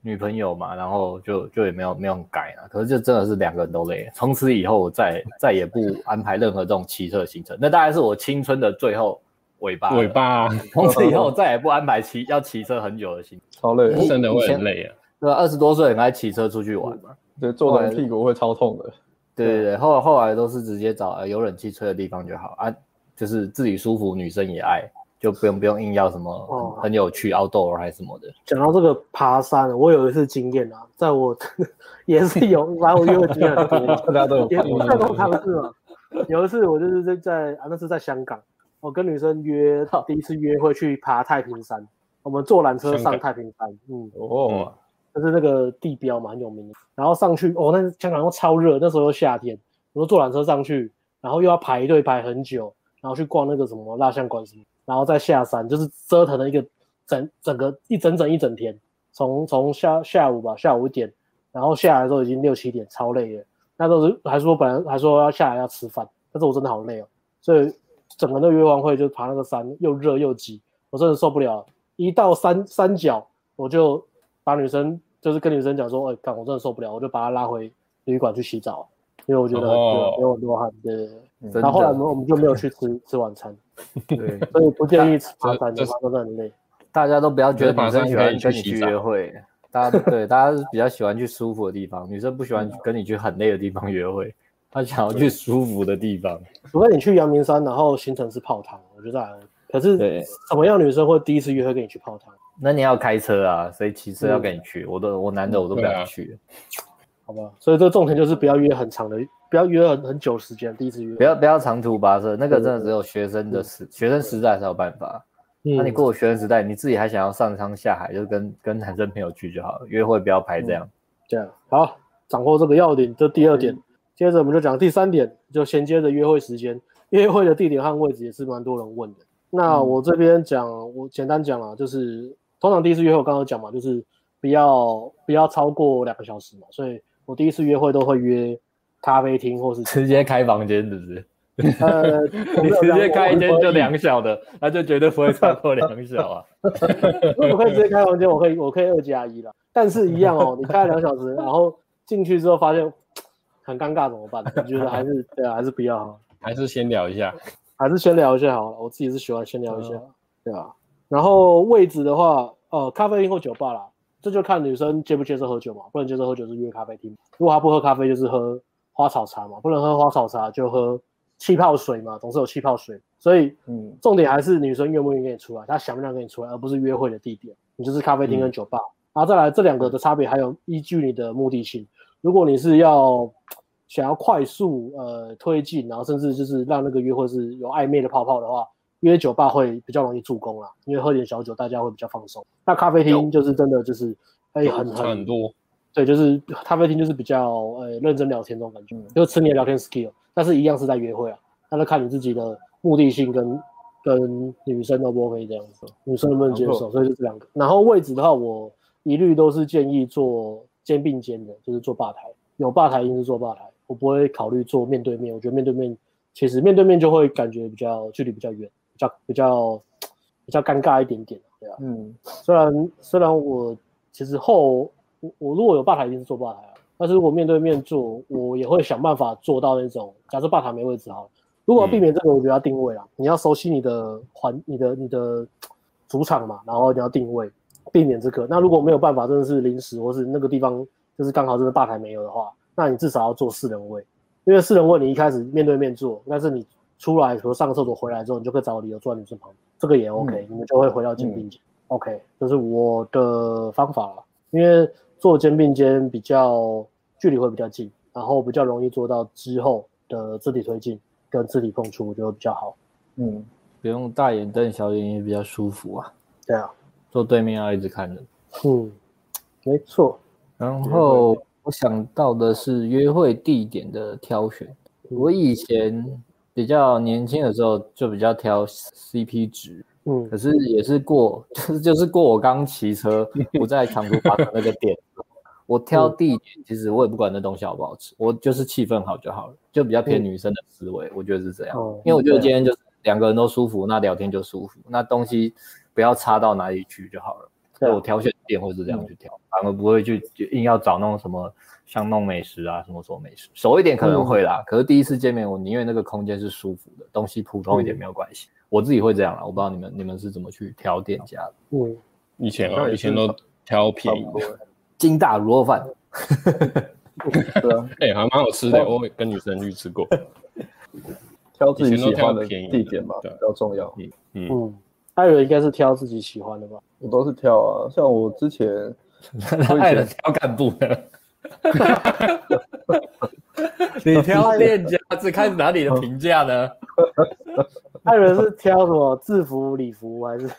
Speaker 2: 女朋友嘛，然后就也没有很改啊。可是就真的是两个人都累了，从此以后我再也不安排任何这种骑车的行程。那大概是我青春的最后尾巴。从此以后我再也不安排要骑车很久的行程，
Speaker 4: 超累，
Speaker 3: 真的会很累啊。
Speaker 2: 对啊，20多岁很爱骑车出去玩嘛。
Speaker 4: 对，坐的屁股会超痛的。
Speaker 2: 对，后来都是直接找有冷气吹的地方就好啊，就是自己舒服，女生也爱。就不用硬要什么很有趣 outdoor 还是什么的。
Speaker 1: 讲到这个爬山，我有一次经验啊，在我也是有，反正我约会经验很多，
Speaker 4: 大家都有，
Speaker 1: 也不算都尝试嘛。有一次我就是那是在香港，我跟女生第一次约会去爬太平山，我们坐缆车上太平山，就是那个地标嘛，很有名。然后上去，那香港又超热，那时候又夏天，我就坐缆车上去，然后又要排队排很久，然后去逛那个什么蜡像馆什么。然后再下山，就是折腾了一整天，从下午1点，然后下来的时候已经6、7点，超累了。那时候本来还说要下来要吃饭，但是我真的好累哦，所以整个那个约完会就爬那个山，又热又挤，我真的受不了了。一到山脚，我就把就是跟女生讲说，我真的受不了，我就把她拉回旅馆去洗澡，因为我觉得有很多汗，对。然后后来我们就没有去吃晚餐，对，所以不建议爬山的话，真的很累。
Speaker 2: 大家都不要觉得女生喜欢跟你去约会，大家比较喜欢去舒服的地方，女生不喜欢跟你去很累的地方约会，她想要去舒服的地方。
Speaker 1: 除非你去阳明山，然后行程是泡汤，我觉得还 OK。可是什么样女生会第一次约会跟你去泡汤？
Speaker 2: 那你要开车啊，所以骑车要跟你去，我男的我都不想去。
Speaker 1: 好吧，所以这重点就是不要约很长的，不要约很久时间，第一次约
Speaker 2: 不要长途跋涉，那个真的只有学生时代才有办法。那你过了学生时代，你自己还想要上山下海，就是跟男生朋友去就好了，约会不要排这样。
Speaker 1: 这样好，掌握这个要点，这第2点。接着我们就讲第3点，就衔接着约会时间，约会的地点和位置也是蛮多人问的。那我这边我简单讲啦，就是通常第一次约会我刚刚讲嘛，就是不要超过2个小时嘛，所以我第一次约会都会约咖啡厅或是
Speaker 2: 直接开房间，是不是？你直接开一间就2小的，那就绝对不会超过2小啊。
Speaker 1: 我可以直接开房间，我可以2+1啦。但是一样你开了2小时，然后进去之后发现很尴尬怎么办？我觉得还是不要好，
Speaker 3: 还是先聊一下，
Speaker 1: 还是先聊一下好了。我自己是喜欢先聊一下，对吧？然后位置的话，咖啡厅或酒吧啦。这就看女生接不接受喝酒嘛，不能接受喝酒是约咖啡厅。如果她不喝咖啡，就是喝花草茶嘛，不能喝花草茶就喝气泡水嘛，总是有气泡水。所以，重点还是女生愿不愿意跟你出来，她想不想跟你出来，而不是约会的地点。你就是咖啡厅跟酒吧，然后再来这2个的差别还有依据你的目的性。如果你是想要快速推进，然后甚至就是让那个约会是有暧昧的泡泡的话，约酒吧会比较容易助攻啦，因为喝点小酒大家会比较放松。那咖啡厅就是真的就是很多，对，就是咖啡厅就是比较认真聊天这种感觉，就是吃你的聊天 skill， 但是一样是在约会啊，那就看你自己的目的性跟女生都不可以这样子，女生能不能接受，所以就这2个。然后位置的话，我一律都是建议做肩并肩的，就是坐吧台，有吧台一定是坐吧台，我不会考虑坐面对面，我觉得面对面其实面对面就会感觉距离比较远，比较尴尬一点点，对啊，虽然我其实我如果有吧台一定是坐吧台啊，但是如果面对面坐，我也会想办法做到那种，假设吧台没位置好了，如果要避免这个，我觉得要定位啦，你要熟悉你的主场嘛，然后你要定位，避免这个。那如果没有办法，真的是临时或是那个地方就是刚好这个吧台没有的话，那你至少要坐4人位，因为4人位你一开始面对面坐，但是你出来，比如上个厕所回来之后，你就可以找个理由坐在女生旁边，这个也 OK，你们就会回到肩并肩。OK， 这是我的方法啦，因为做肩并肩比较距离会比较近，然后比较容易做到之后的肢体推进跟肢体碰触，我觉得比较好。
Speaker 2: 不用大眼瞪小眼也比较舒服啊。
Speaker 1: 对啊，
Speaker 2: 坐对面要一直看人。
Speaker 1: 没错。
Speaker 2: 然后我想到的是约会地点的挑选。我以前比较年轻的时候就比较挑 CP 值，可是也是就是过我刚骑车不在长途跋涉那个点，我挑地点其实我也不管那东西好不好吃，我就是气氛好就好了，就比较偏女生的思维，我觉得是这样，因为我觉得今天就是2个人都舒服，那聊天就舒服，那东西不要差到哪里去就好了。 所以我挑选店会是这样去挑，反而不会去硬要找那种什么香弄美食啊，什么美食，熟一点可能会啦，可是第一次见面，我宁愿那个空间是舒服的，东西普通一点没有关系，我自己会这样啦，我不知道你们是怎么去挑店家的。
Speaker 3: 以前都挑便宜的，
Speaker 2: 金大卤肉饭，
Speaker 4: 对啊，
Speaker 3: 还蛮好吃的，我跟女生去吃过。
Speaker 4: 挑自己喜欢的地点吧，比较重要。
Speaker 1: 艾伦应该是挑自己喜欢的吧？
Speaker 4: 我都是挑啊，像我之前
Speaker 2: 艾伦挑干部的，你挑店家是看哪里的评价呢？
Speaker 1: 艾伦是挑什么制服、礼服还是？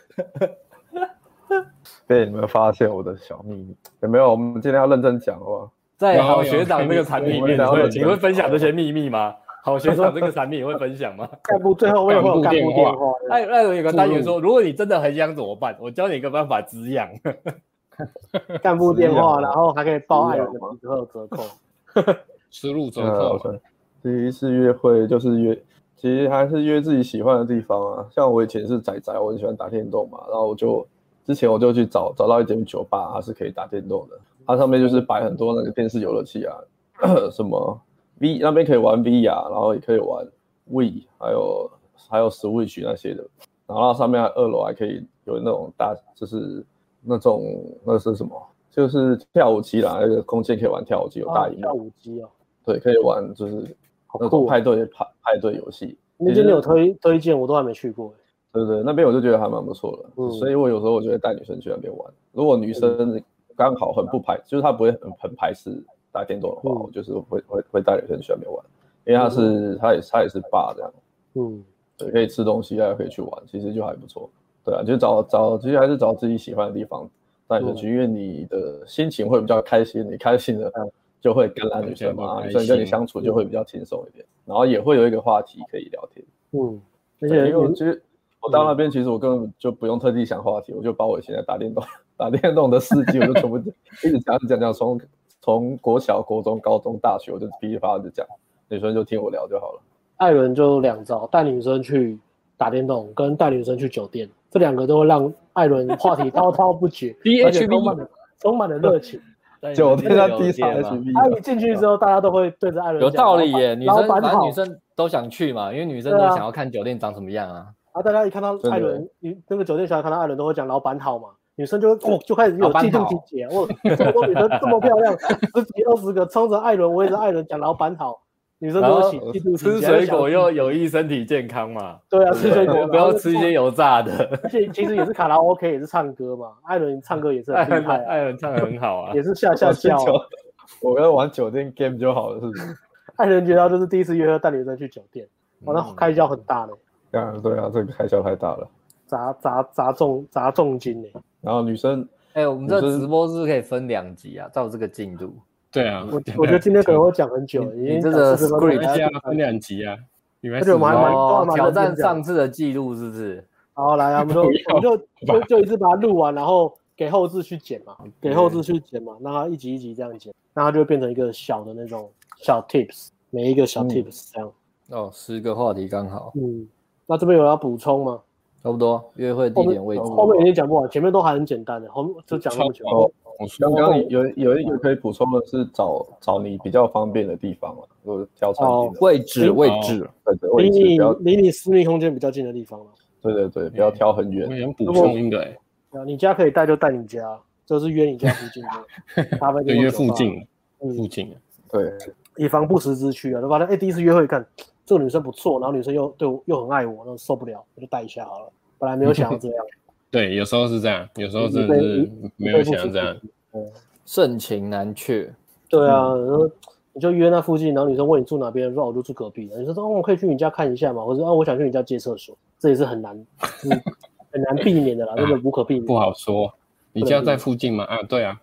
Speaker 4: 被你们发现我的小秘密有没有？我们今天要认真讲好不好？
Speaker 2: 在好学长这个产品里面，你会分享这些秘密吗？好学长这个产品你会分享吗？
Speaker 1: 干部最后会有干部电话。
Speaker 2: 艾伦有个单元说，如果你真的很想怎么办，我教你一个办法滋养。
Speaker 1: 干部电话，然后还可以报艾伦的皮特折扣，
Speaker 3: 吃入折扣。
Speaker 4: 第一次约会就是约，其实还是约自己喜欢的地方啊。像我以前是宅宅，我很喜欢打电动嘛，然后之前我就去找到一间酒吧，它是可以打电动的，它上面就是摆很多那个电视游乐器啊，什么 V 那边可以玩 VR， 然后也可以玩 Wii， 还有 Switch 那些的，然后上面2楼还可以有那种就是那是什么？就是跳舞机啦，那个空间可以玩跳舞机，有大荧幕。
Speaker 1: 跳舞机啊，
Speaker 4: 对，可以玩就是那种派对游戏。
Speaker 1: 那间你有推荐，我都还没去过。
Speaker 4: 对，那边我就觉得还蛮不错的，所以我有时候我就会带女生去那边玩。如果女生刚好很不排，就是她不会很排斥打电动的话，我就是会带女生去那边玩，因为她也是bar这样。对，可以吃东西，还可以去玩，其实就还不错。对啊，就其实还是找自己喜欢的地方带女生去，因为你的心情会比较开心，你开心了就会感染女生嘛，女生跟你相处就会比较轻松一点，然后也会有一个话题可以聊天。而且因为我觉得我到那边，其实我根本就不用特地想话题，我就把我现在打电动的事迹，我就全部一直讲，从国小、国中、高中、大学，我就噼里啪啦的讲，女生就听我聊就好了。
Speaker 1: 艾伦就2招，带女生去打电动，跟带女生去酒店，这2个都会让艾伦话题滔滔不绝，而且充满了热情。
Speaker 4: 酒店他第3 HB，
Speaker 1: 他一进去之后，大家都会对着艾伦
Speaker 2: 有道理耶，反正女生都想去嘛，因为女生都想要看酒店长什么样啊。
Speaker 1: 然后大家一看到艾伦，那个酒店小孩看到艾伦都会讲老板好嘛，女生就开始有嫉妒情节，这么多女生这么漂亮，10几20个冲着艾伦围着艾伦讲老板好，女生都起嫉妒情节。
Speaker 2: 吃水果又有益身体健康嘛。
Speaker 1: 对啊，吃水果
Speaker 2: 不要吃一些油炸的。
Speaker 1: 而且其实也是卡拉 OK， 也是唱歌嘛，艾伦唱歌也是很厉害，
Speaker 2: 艾伦唱得很好啊，
Speaker 1: 也是下叫。
Speaker 4: 我跟他玩酒店 game 就好了，是不是？
Speaker 1: 艾伦觉得就是第一次约会带女生去酒店，那开销很大嘞。
Speaker 4: 对啊，这个开销太大了，
Speaker 1: 砸重金呢。
Speaker 4: 然后女生，
Speaker 2: 我们这直播是可以分2集啊，照这个进度。
Speaker 3: 对啊，
Speaker 1: 我觉得今天可能会讲很久，
Speaker 2: 你这个
Speaker 3: script 分2集啊，
Speaker 1: 而且我们还
Speaker 2: 挑战上次的记录，是不是？
Speaker 1: 好，来啊，我们就一次把它录完，然后给后置去剪嘛，让它一集一集这样剪，那它就会变成一个小的那种小 tips， 每一个小 tips 这样。
Speaker 2: 10个话题刚好。
Speaker 1: 那这边有要补充吗？
Speaker 2: 差不多，约会地点位置。
Speaker 1: 后面已经讲不完，前面都还很简单的，后面就讲那么久。
Speaker 4: 刚刚有一个可以补充的是找你比较方便的地方嘛，就是挑餐厅的
Speaker 2: 位置，
Speaker 4: 对，位置
Speaker 1: 离你私密空间比较近的地方了。
Speaker 4: 对，不要挑很远。
Speaker 3: 我想补充一个，
Speaker 1: 你家可以带就带你家，就是约你家附近的咖啡店，
Speaker 3: 约附近，
Speaker 4: 对，
Speaker 1: 以防不时之需啊，就发现第一次约会看这个女生不错，然后女生又对我又很爱我，那受不了，我就带一下好了。本来没有想要这样。
Speaker 3: 对，有时候是这样，有时候真的是没有想要这样。
Speaker 2: 盛情难却。
Speaker 1: 对啊，然后你就约那附近，然后女生问你住哪边，说我就住隔壁。你说我可以去你家看一下嘛，或者我想去你家借厕所，这也是很难避免的啦，这个无可避免。
Speaker 3: 不好说，你家在附近吗？对啊。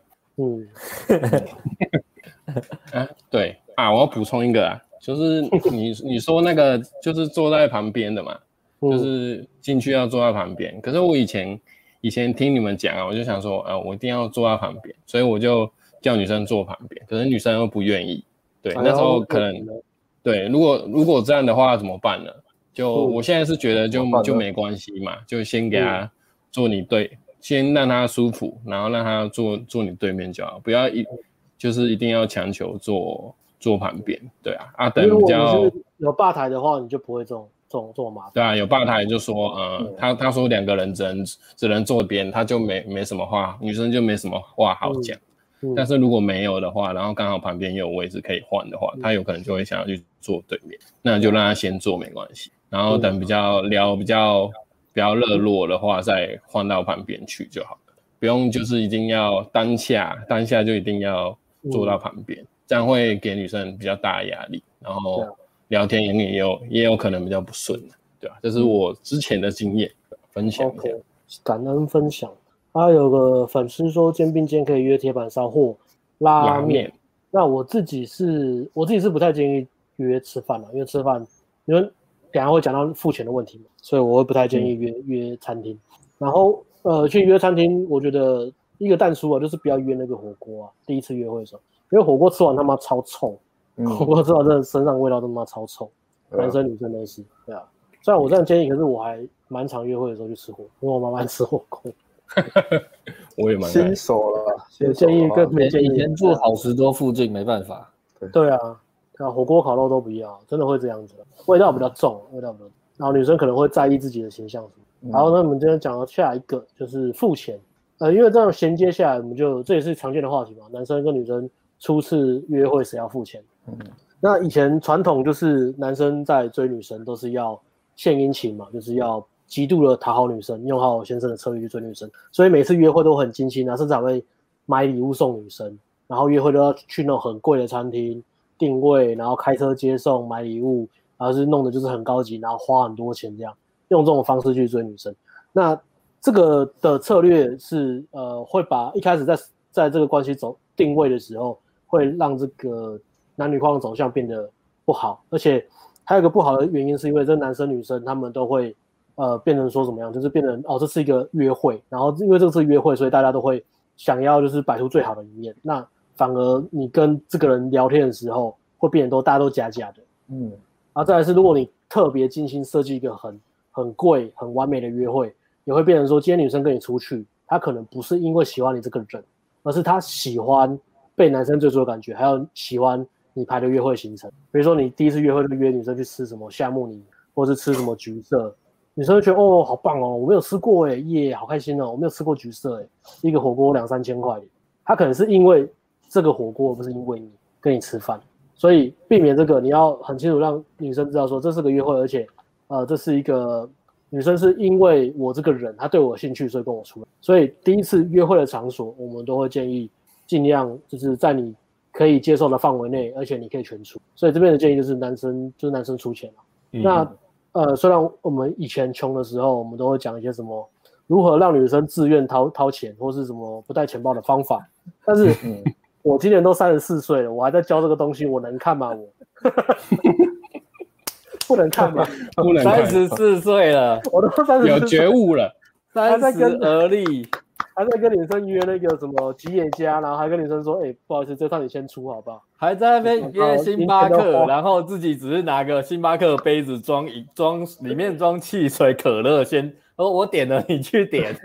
Speaker 3: 对啊，我要补充一个啊，就是你说那个就是坐在旁边的嘛，就是进去要坐在旁边。可是我以前听你们讲啊，我就想说，我一定要坐在旁边，所以我就叫女生坐旁边，可是女生又不愿意。对，那时候可能对，如果这样的话怎么办呢？就我现在是觉得就没关系嘛，就先给她坐你先让他舒服，然后让他坐你对面就好，不要就是一定要强求坐旁边，对啊，等比较
Speaker 1: 如果你是有吧台的话，你就不会这么麻烦。
Speaker 3: 对啊，有吧台就说他说2个人只能坐边，他就没什么话，女生就没什么话好讲。但是如果没有的话，然后刚好旁边也有位置可以换的话，他有可能就会想要去坐对面，那就让他先坐没关系，然后等比较热络的话，再换到旁边去就好了，不用就是一定要当下就一定要坐到旁边，这样会给女生比较大的压力，然后聊天也有可能比较不顺，对吧？这是我之前的经验分享一下。
Speaker 1: Okay, 感恩分享。还有个粉丝说肩并肩可以约铁板烧或拉面，那我自己是不太建议约吃饭了，因为吃饭因为等一下会讲到付钱的问题嘛，所以我会不太建议约餐厅。然后去约餐厅，我觉得一个但书啊，就是不要约那个火锅啊。第一次约会的时候，因为火锅吃完他妈超臭，火锅吃完真的身上味道他妈超臭，男生女生都是，对啊。虽然我这样建议，可是我还蛮常约会的时候去吃火锅，因为我蛮爱吃火锅。
Speaker 3: 我也蛮
Speaker 4: 新手了，
Speaker 1: 建议跟没建议。
Speaker 2: 以前住好食多附近没办法。
Speaker 1: 对啊，火锅烤肉都不要，真的会这样子，味道比较重，然后女生可能会在意自己的形象。然后呢，我们今天讲到下一个就是付钱，因为这样衔接下来，这也是常见的话题嘛，男生跟女生初次约会谁要付钱？那以前传统就是男生在追女生都是要献殷勤嘛，就是要极度的讨好女生，用好先生的策略去追女生，所以每次约会都很精心啊，甚至还会买礼物送女生，然后约会都要去那种很贵的餐厅定位，然后开车接送买礼物，然后是弄的就是很高级，然后花很多钱这样，用这种方式去追女生。那这个的策略是会把一开始在这个关系定位的时候，会让这个男女框的走向变得不好，而且还有一个不好的原因是因为这男生女生他们都会变成说怎么样，就是变成这是一个约会，然后因为这是约会，所以大家都会想要就是摆出最好的一面，那反而你跟这个人聊天的时候会变得大家都假假的，然后再来是如果你特别精心设计一个很贵很完美的约会，也会变成说今天女生跟你出去，她可能不是因为喜欢你这个人，而是她喜欢被男生追逐的感觉，还有喜欢你排的约会行程。比如说你第一次约会就约女生去吃什么夏目尼，或是吃什么橘色，女生会觉得好棒哦，我没有吃过耶，好开心哦，我没有吃过橘色一个火锅2-3千块，她可能是因为这个火锅，而不是因为你跟你吃饭，所以避免这个你要很清楚让女生知道说这是个约会，而且这是一个女生是因为我这个人她对我有兴趣所以跟我出来，所以第一次约会的场所我们都会建议尽量就是在你可以接受的范围内，而且你可以全出，所以这边的建议就是男生出钱那虽然我们以前穷的时候我们都会讲一些什么如何让女生自愿掏钱或是什么不带钱包的方法，但是我今年都34岁了，我还在教这个东西，我能看吗？我不能看吗？
Speaker 3: 不能看
Speaker 2: 34岁了，
Speaker 1: 我都34岁
Speaker 3: 有觉悟了
Speaker 2: ，30而立，
Speaker 1: 还在跟女生约那个什么吉野家，然后还跟女生说，不好意思，这趟你先出好不好？
Speaker 2: 还在那边约星巴克，然后自己只是拿个星巴克杯子装里面装汽水、可乐，先我点了，你去点，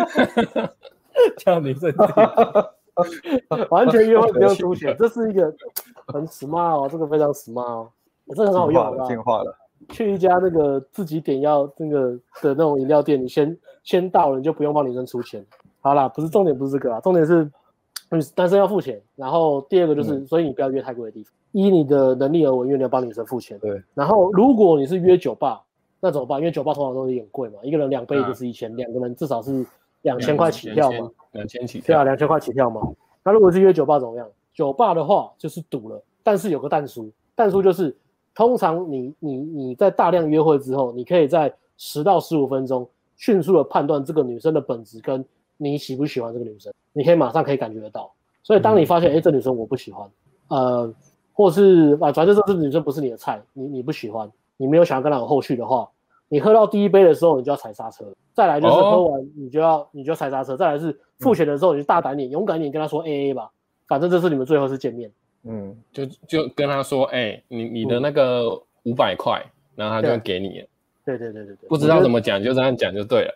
Speaker 2: 叫女生
Speaker 1: 完全约会不用出钱，这是一个很 smart 这个非常 smart这很好用
Speaker 4: 进化了。
Speaker 1: 去一家那个自己点要那个的那种饮料店，你先到了，你就不用帮女生出钱。好啦，重点不是这个重点是男生要付钱，然后第二个就是，所以你不要约太贵的地方，依你的能力而为，因为你要帮女生付钱。
Speaker 4: 对。然
Speaker 1: 后如果你是约酒吧，那怎么办？因为酒吧通常都有点贵嘛，一个人2杯就是1000，两个人至少是2000块起跳嘛。
Speaker 3: 2000起跳。
Speaker 1: 对啊，2000块起跳嘛。那如果是约酒吧怎么样？酒吧的话就是赌了，但是有个但书就是，通常你在大量约会之后，你可以在10到15分钟迅速的判断这个女生的本质跟你喜不喜欢这个女生，你可以马上可以感觉得到。所以当你发现这女生我不喜欢，或是反正这女生不是你的菜，你不喜欢，你没有想要跟她有后续的话，你喝到第一杯的时候你就要踩刹车，再来就是喝完你就要踩刹车，再来是付钱的时候你就大胆点勇敢一点跟她说 AA 吧，反正这是你们最后是见面。
Speaker 3: 就跟他说你的那个500块，然后他就会给你了。
Speaker 1: 对，
Speaker 3: 不知道怎么讲就这样讲就对了。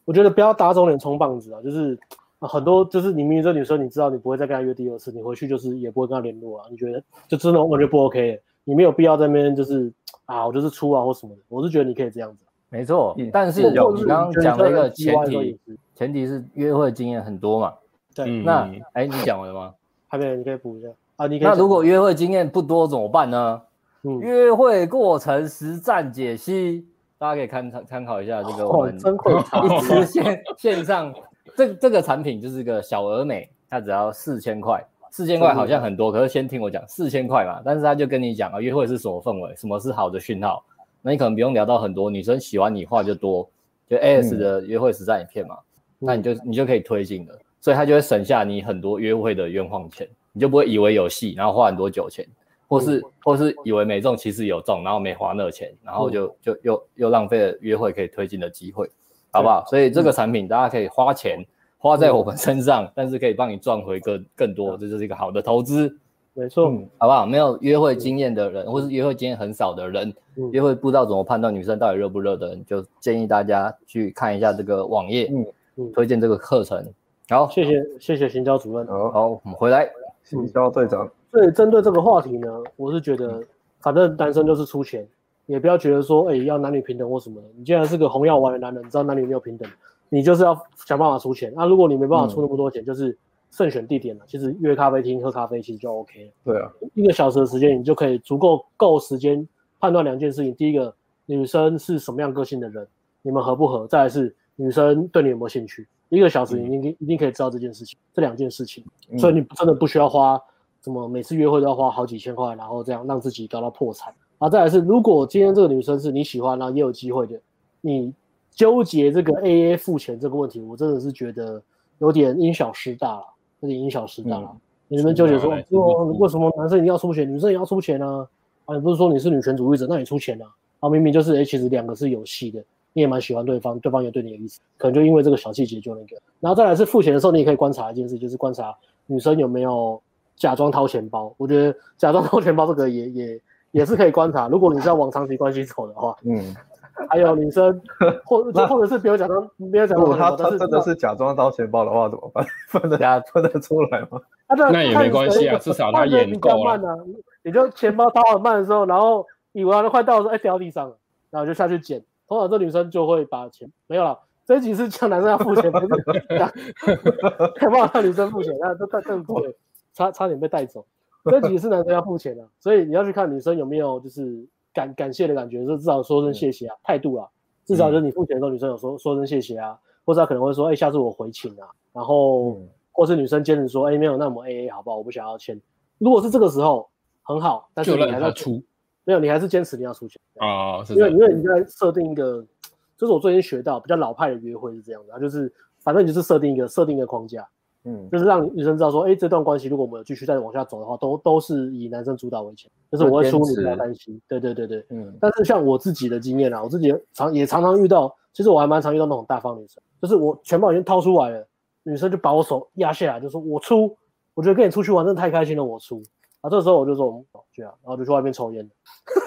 Speaker 1: 我觉得不要打肿脸充胖子啊，就是很多就是你明明这女生你知道你不会再跟她约第二次，你回去就是也不会跟她联络啊，你觉得就真的完全不 OK， 你没有必要在那边就是我就是出啊或什么的，我是觉得你可以这样子。
Speaker 2: 没错，但是你刚刚讲了一个前提是约会经验很多嘛。
Speaker 1: 对，
Speaker 2: 那你讲完了吗？
Speaker 1: 还没有，你可以补一下啊。
Speaker 2: 那如果约会经验不多怎么办呢？约会过程实战解析，大家可以参考一下这个我们一支线上这个产品就是个小而美，它只要4000块，4000块好像很多，可是先听我讲4000块嘛，但是他就跟你讲约会是什么氛围，什么是好的讯号。那你可能不用聊到很多，女生喜欢你话就多，就 AS 的约会实战影片嘛，那你就可以推进了，所以他就会省下你很多约会的冤枉钱，你就不会以为有戏，然后花很多酒钱，或是以为没中，其实有中，然后没花那钱，然后就又浪费了约会可以推进的机会，好不好？所以这个产品大家可以花钱花在我们身上，但是可以帮你赚回更多，这就是一个好的投资。
Speaker 1: 没错，
Speaker 2: 好不好？没有约会经验的人，或是约会经验很少的人，约会不知道怎么判断女生到底热不热的人，就建议大家去看一下这个网页，推荐这个课程。好，
Speaker 1: 谢谢行销主任。
Speaker 2: 好，我们回来，
Speaker 4: 行销队长。
Speaker 1: 所以针对这个话题呢，我是觉得，反正男生就是出钱，也不要觉得说，要男女平等或什么的。你既然是个红药丸的男人，你知道男女没有平等，你就是要想办法出钱。那如果你没办法出那么多钱，就是慎选地点了，其实约咖啡厅喝咖啡其实就 OK 了。
Speaker 4: 对啊
Speaker 1: ，1个小时的时间你就可以够时间判断2件事情。第一个，女生是什么样个性的人，你们合不合？再来是女生对你有没有兴趣。1个小时你一定可以知道这件事情，这2件事情。所以你真的不需要花什么每次约会都要花好几千块，然后这样让自己搞到破产。然后再来是，如果今天这个女生是你喜欢，然后也有机会的，你纠结这个 AA 付钱这个问题，我真的是觉得有点因小失大了。你们纠结说，为什么男生一定要出钱，女生也要出钱啊？你不是说你是女权主义者，那你出钱啊？明明就是其实2个是有戏的，你也蛮喜欢对方，对方也对你有意思，可能就因为这个小细节就那个。然后再来是付钱的时候，你也可以观察一件事，就是观察女生有没有假装掏钱包。我觉得假装掏钱包这个也是可以观察，如果你是要往长期关系走的话。还有女生，或者是没有假装
Speaker 4: 如果他真的是假装掏钱包的话，怎么办？分得出来吗？
Speaker 3: 那也没关系啊，至少他演够了。
Speaker 1: 你就钱包掏很慢的时候，然后以为快到的时候，掉地上了，然后就下去捡。通常这女生就会把钱没有了。这一集是叫男生要付钱，不是想办法让女生付钱，那这更不对，差点被带走。这一集是男生要付钱的，所以你要去看女生有没有就是感谢的感觉，就至少说声谢谢啊，态度啊，至少就是你付钱的时候，女生有说声谢谢啊，或者她可能会说，下次我回请啊，然后或是女生坚持说，没有，那我们 AA 好不好？我不想要钱。如果是这个时候很好，但是你还是要出，没有，你还是坚持你要出钱啊，因为你在设定一个，就是我最近学到比较老派的约会是这样的，就是反正你就是设定一个框架。就是让女生知道说，这段关系如果我们有继续再往下走的话，都是以男生主导为前，就是我会出，你不要担心。对。但是像我自己的经验我自己也常常遇到，其实我还蛮常遇到那种大方女生，就是我钱包已经掏出来了，女生就把我手压下来，就说我出，我觉得跟你出去玩真的太开心了，我出。这时候我就说去啊，然后就去外面抽烟。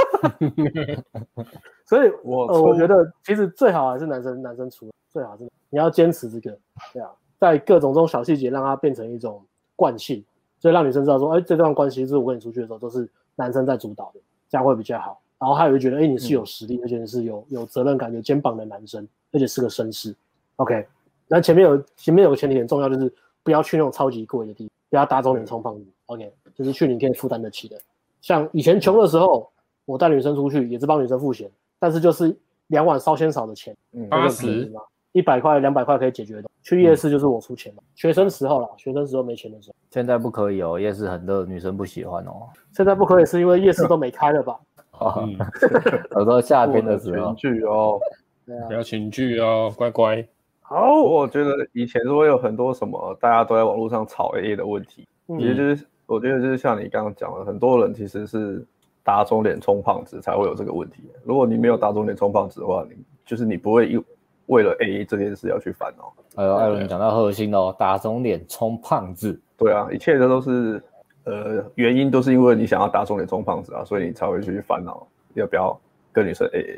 Speaker 1: 所以我觉得其实最好还是男生出，最好是你要坚持这个，对啊。在各种这种小细节让它变成一种惯性，所以让女生知道说，这段关系是我跟你出去的时候都是男生在主导的，这样会比较好。然后他也会觉得，你是有实力，而且是有责任感、有肩膀的男生，而且是个绅士。OK， 那前面有个前提很重要，就是不要去那种超级贵的地方，不要打肿脸充胖子。OK， 就是去你可以负担得起的。像以前穷的时候，我带女生出去也是帮女生付钱，但是就是2碗烧仙草的钱，80。100块、200块可以解决的。去夜市就是我出钱嘛。学生时候没钱的时候。
Speaker 2: 现在不可以哦，夜市很热，女生不喜欢哦。
Speaker 1: 现在不可以是因为夜市都没开了吧？
Speaker 2: 我说夏天的时候。
Speaker 4: 群聚哦，
Speaker 3: 不要群聚哦，乖乖。
Speaker 4: 好，我觉得以前会有很多什么大家都在网络上吵 AA 的问题，也就是我觉得就是像你刚刚讲的，很多人其实是打肿脸充胖子才会有这个问题。如果你没有打肿脸充胖子的话，你不会为了 AA 这件事要去烦恼。
Speaker 2: 艾伦讲到核心哦，打肿脸充胖子。
Speaker 4: 对啊，一切的都是原因都是因为你想要打肿脸充胖子啊，所以你才会去烦恼要不要跟女生 AA。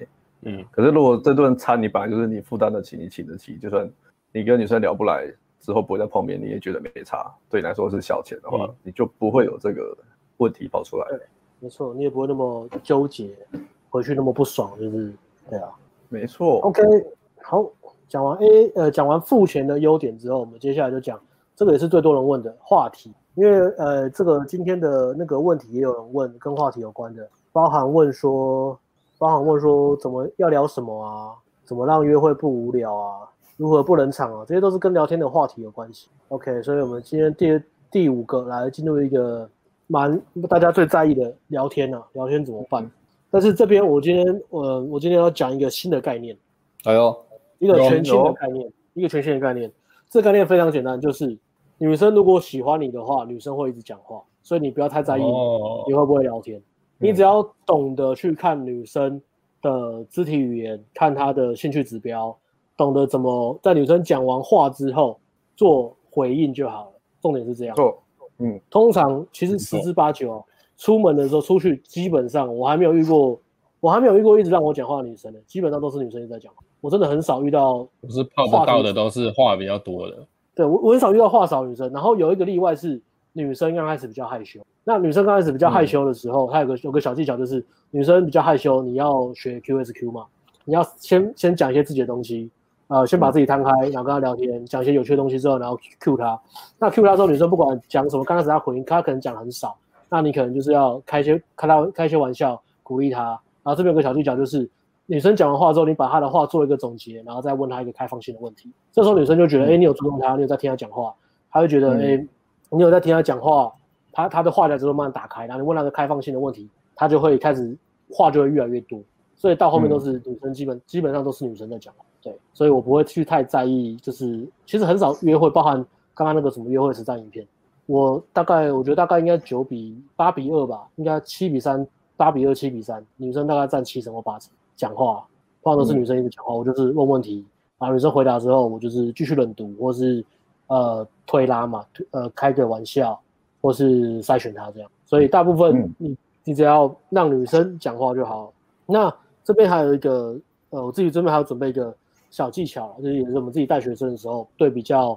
Speaker 4: 可是如果这顿餐你本来就是你负担得起，你请得起，就算你跟女生聊不来之后不会再碰面，你也觉得没差，对你来说是小钱的话，你就不会有这个问题跑出来。
Speaker 1: 对，没错，你也不会那么纠结，回去那么不爽，就是对啊，
Speaker 4: 没错。
Speaker 1: OK， 好，讲完付钱的优点之后，我们接下来就讲这个也是最多人问的话题，因为这个今天的那个问题也有人问跟话题有关的，包含问说怎么要聊什么啊，怎么让约会不无聊啊，如何不冷场啊，这些都是跟聊天的话题有关系。OK， 所以我们今天第5个来进入一个大家最在意的聊天啊，聊天怎么办？但是这边我今天要讲一个新的概念，一个全新的概念，这个概念非常简单，就是女生如果喜欢你的话，女生会一直讲话，所以你不要太在意你会不会聊天，你只要懂得去看女生的肢体语言，看她的兴趣指标，懂得怎么在女生讲完话之后做回应就好了。重点是这样。通常其实10之8九出门的时候出去，基本上我还没有遇过一直让我讲话的女生，基本上都是女生一直在讲话。我真的很少遇到，
Speaker 3: 不是泡得到的都是话比较多的。
Speaker 1: 对，我很少遇到话少的女生。然后有一个例外是女生刚开始比较害羞。那女生刚开始比较害羞的时候，她有个小技巧，就是女生比较害羞，你要学 QSQ 嘛，你要先讲一些自己的东西，先把自己摊开，然后跟她聊天，讲一些有趣的东西之后，然后 Q 她。那 Q 她之后，女生不管讲什么，刚开始她回应，她可能讲很少，那你可能就是要开一些玩笑鼓励她。然后这边有个小技巧就是。女生讲完话之后，你把她的话做一个总结，然后再问她一个开放性的问题。这时候女生就觉得，你有尊重她，你有在听她讲话，她会觉得，你有在听她讲话，她的话匣子都慢慢打开，然后你问她个开放性的问题，她就会开始话就会越来越多。所以到后面都是女生基本上都是女生在讲话。对，所以我不会去太在意，就是其实很少约会，包含刚刚那个什么约会实战影片，我觉得大概应该8比2吧，应该7比3、8比2、7比3，女生大概占7成或8成。讲话，通常都是女生一直讲话，我就是问问题，然后女生回答之后，我就是继续冷读，或是推拉嘛，开个玩笑，或是筛选她这样。所以大部分你只要让女生讲话就好。那这边还有一个我自己这边还有准备一个小技巧，就是也是我们自己带学生的时候，对比较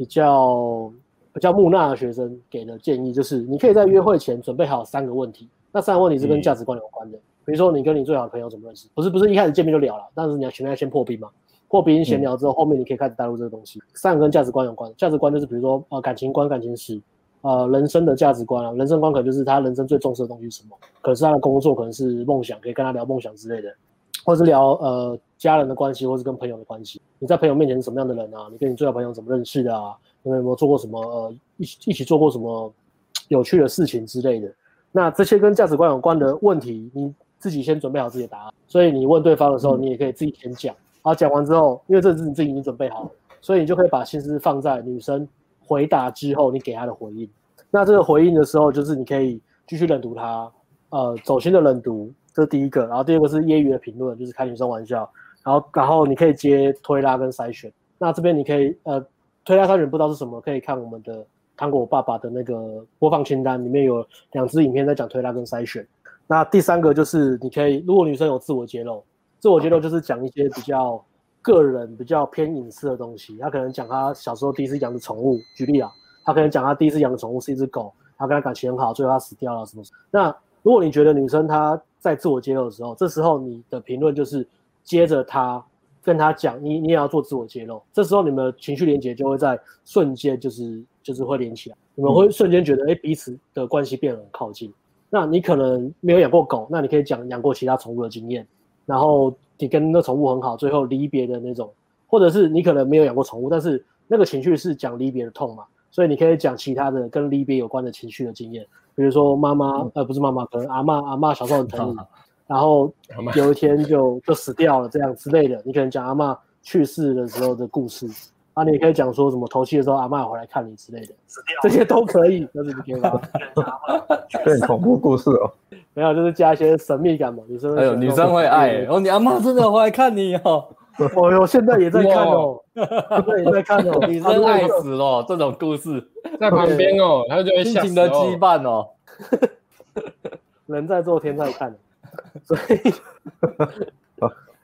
Speaker 1: 木讷的学生给的建议，就是你可以在约会前准备好3个问题，那3个问题是跟价值观有关的。比如说你跟你最好的朋友怎么认识，不是一开始见面就聊了，但是你要前面先破冰嘛，破冰闲聊之后，后面你可以开始带入这个东西。3个跟价值观有关，价值观就是比如说感情观、感情史，人生的价值观啊，人生观可能就是他人生最重视的东西是什么，可能是他的工作，可能是梦想，可以跟他聊梦想之类的，或是聊家人的关系，或是跟朋友的关系。你在朋友面前是什么样的人啊？你跟你最好朋友怎么认识的啊？你们有没有做过什么一起做过什么有趣的事情之类的？那这些跟价值观有关的问题，你自己先准备好自己的答案，所以你问对方的时候，你也可以自己先讲。然后讲完之后，因为这是你自己已经准备好了，所以你就可以把心思放在女生回答之后你给她的回应。那这个回应的时候，就是你可以继续冷读她，走心的冷读，这是第一个。然后第二个是揶揄的评论，就是开女生玩笑。然后你可以接推拉跟筛选。那这边你可以推拉筛选不知道是什么，可以看我们的糖果爸爸的那个播放清单，里面有2支影片在讲推拉跟筛选。那第3个就是你可以，如果女生有自我揭露就是讲一些比较个人、比较偏隐私的东西。她可能讲她小时候第一次养的宠物，举例啊，她可能讲她第一次养的宠物是一只狗，她跟她感情很好，最后她死掉了什么。那如果你觉得女生她在自我揭露的时候，这时候你的评论就是接着她跟她讲，你也要做自我揭露。这时候你们的情绪连结就会在瞬间就是会连起来，你们会瞬间觉得彼此的关系变得很靠近。那你可能没有养过狗，那你可以讲养过其他宠物的经验，然后你跟那宠物很好，最后离别的那种，或者是你可能没有养过宠物，但是那个情绪是讲离别的痛嘛，所以你可以讲其他的跟离别有关的情绪的经验，比如说妈妈，不是妈妈，可能阿嬷小时候很疼你，然后有一天就死掉了这样之类的，你可能讲阿嬷去世的时候的故事。你也可以讲说什么头七的时候阿嬷回来看你之类的，这些都可以，就是你可以吧？
Speaker 4: 对，恐怖故事哦，
Speaker 1: 没有，就是加一些神秘感嘛。女
Speaker 2: 生会爱你阿嬷真的回来看你哦。
Speaker 1: 我现在也在看哦，现在也在看哦。
Speaker 2: 女生爱死了，这种故事
Speaker 3: 在旁边哦，他就会
Speaker 2: 亲情的羁绊哦。
Speaker 1: 人在做天在看，所以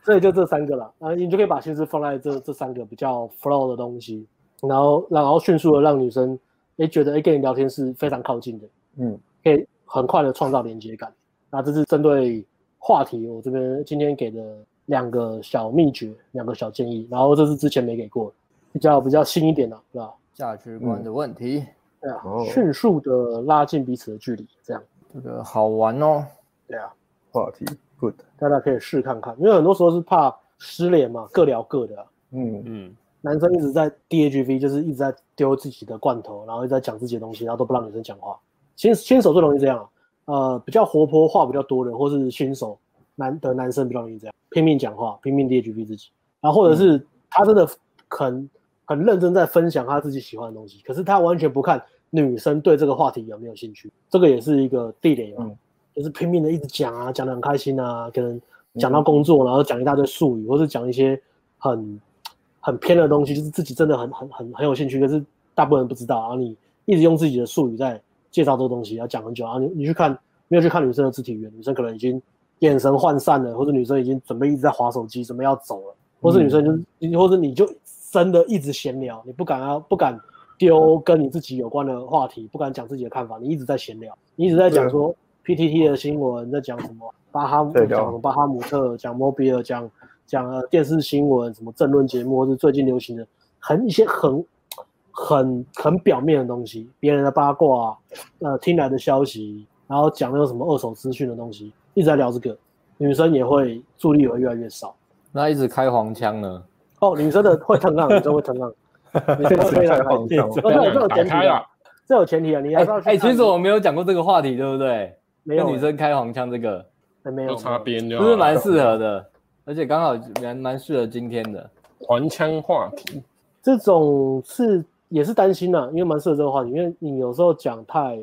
Speaker 1: 所以就这3个啦，你就可以把心思放在这3个比较 flow 的东西，然后迅速的让女生觉得跟你聊天是非常靠近的，可以很快的创造连接感。那这是针对话题，我这边今天给的2个小秘诀，2个小建议，然后这是之前没给过的，比较新一点的，对吧？
Speaker 2: 价值观的问题，
Speaker 1: 对啊，迅速的拉近彼此的距离，这样
Speaker 2: 这个好玩哦。
Speaker 1: 对啊，
Speaker 4: 话题 good，
Speaker 1: 大家可以试看看，因为很多时候是怕失联嘛，各聊各的。男生一直在 DHV， 就是一直在丢自己的罐头，然后一直在讲自己的东西，然后都不让女生讲话。新手最容易这样，比较活泼、话比较多的，或是新手男生比较容易这样，拼命讲话，拼命 DHV 自己，然后或者是他真的很认真在分享他自己喜欢的东西，可是他完全不看女生对这个话题有没有兴趣，这个也是一个地雷嘛。就是拼命的一直讲啊，讲得很开心啊，可能讲到工作，然后讲一大堆术语，或是讲一些很偏的东西，就是自己真的很有兴趣，可是大部分人不知道，然后你一直用自己的术语在介绍这个东西，要讲很久，然后你没有去看女生的肢体语言，女生可能已经眼神涣散了，或者女生已经准备一直在滑手机，准备要走了，或是女生或者你就真的一直闲聊，你不敢丢跟你自己有关的话题，不敢讲自己的看法，你一直在闲聊，你一直在讲说 PTT 的新闻，在讲什么巴哈姆特，讲 Mobile， 讲电视新闻，什么政论节目，或是最近流行的一些很表面的东西，别人的八卦听来的消息，然后讲那个什么二手资讯的东西，一直在聊这个，女生也会注意力会越来越少。
Speaker 2: 那一直开黄腔呢？
Speaker 1: 女生的会腾浪，女生会腾浪。女生会开黄腔，这有前提啊，你还是要去。
Speaker 2: 其实我没有讲过这个话题，对不对？
Speaker 1: 没有
Speaker 2: 女生开黄腔这个，
Speaker 1: 没有
Speaker 3: 擦边就
Speaker 2: 不是蛮适合的，而且刚好蛮适合今天的
Speaker 3: 黄腔话题。
Speaker 1: 这种也是担心啦，因为蛮适合这个话题，因为你有时候讲太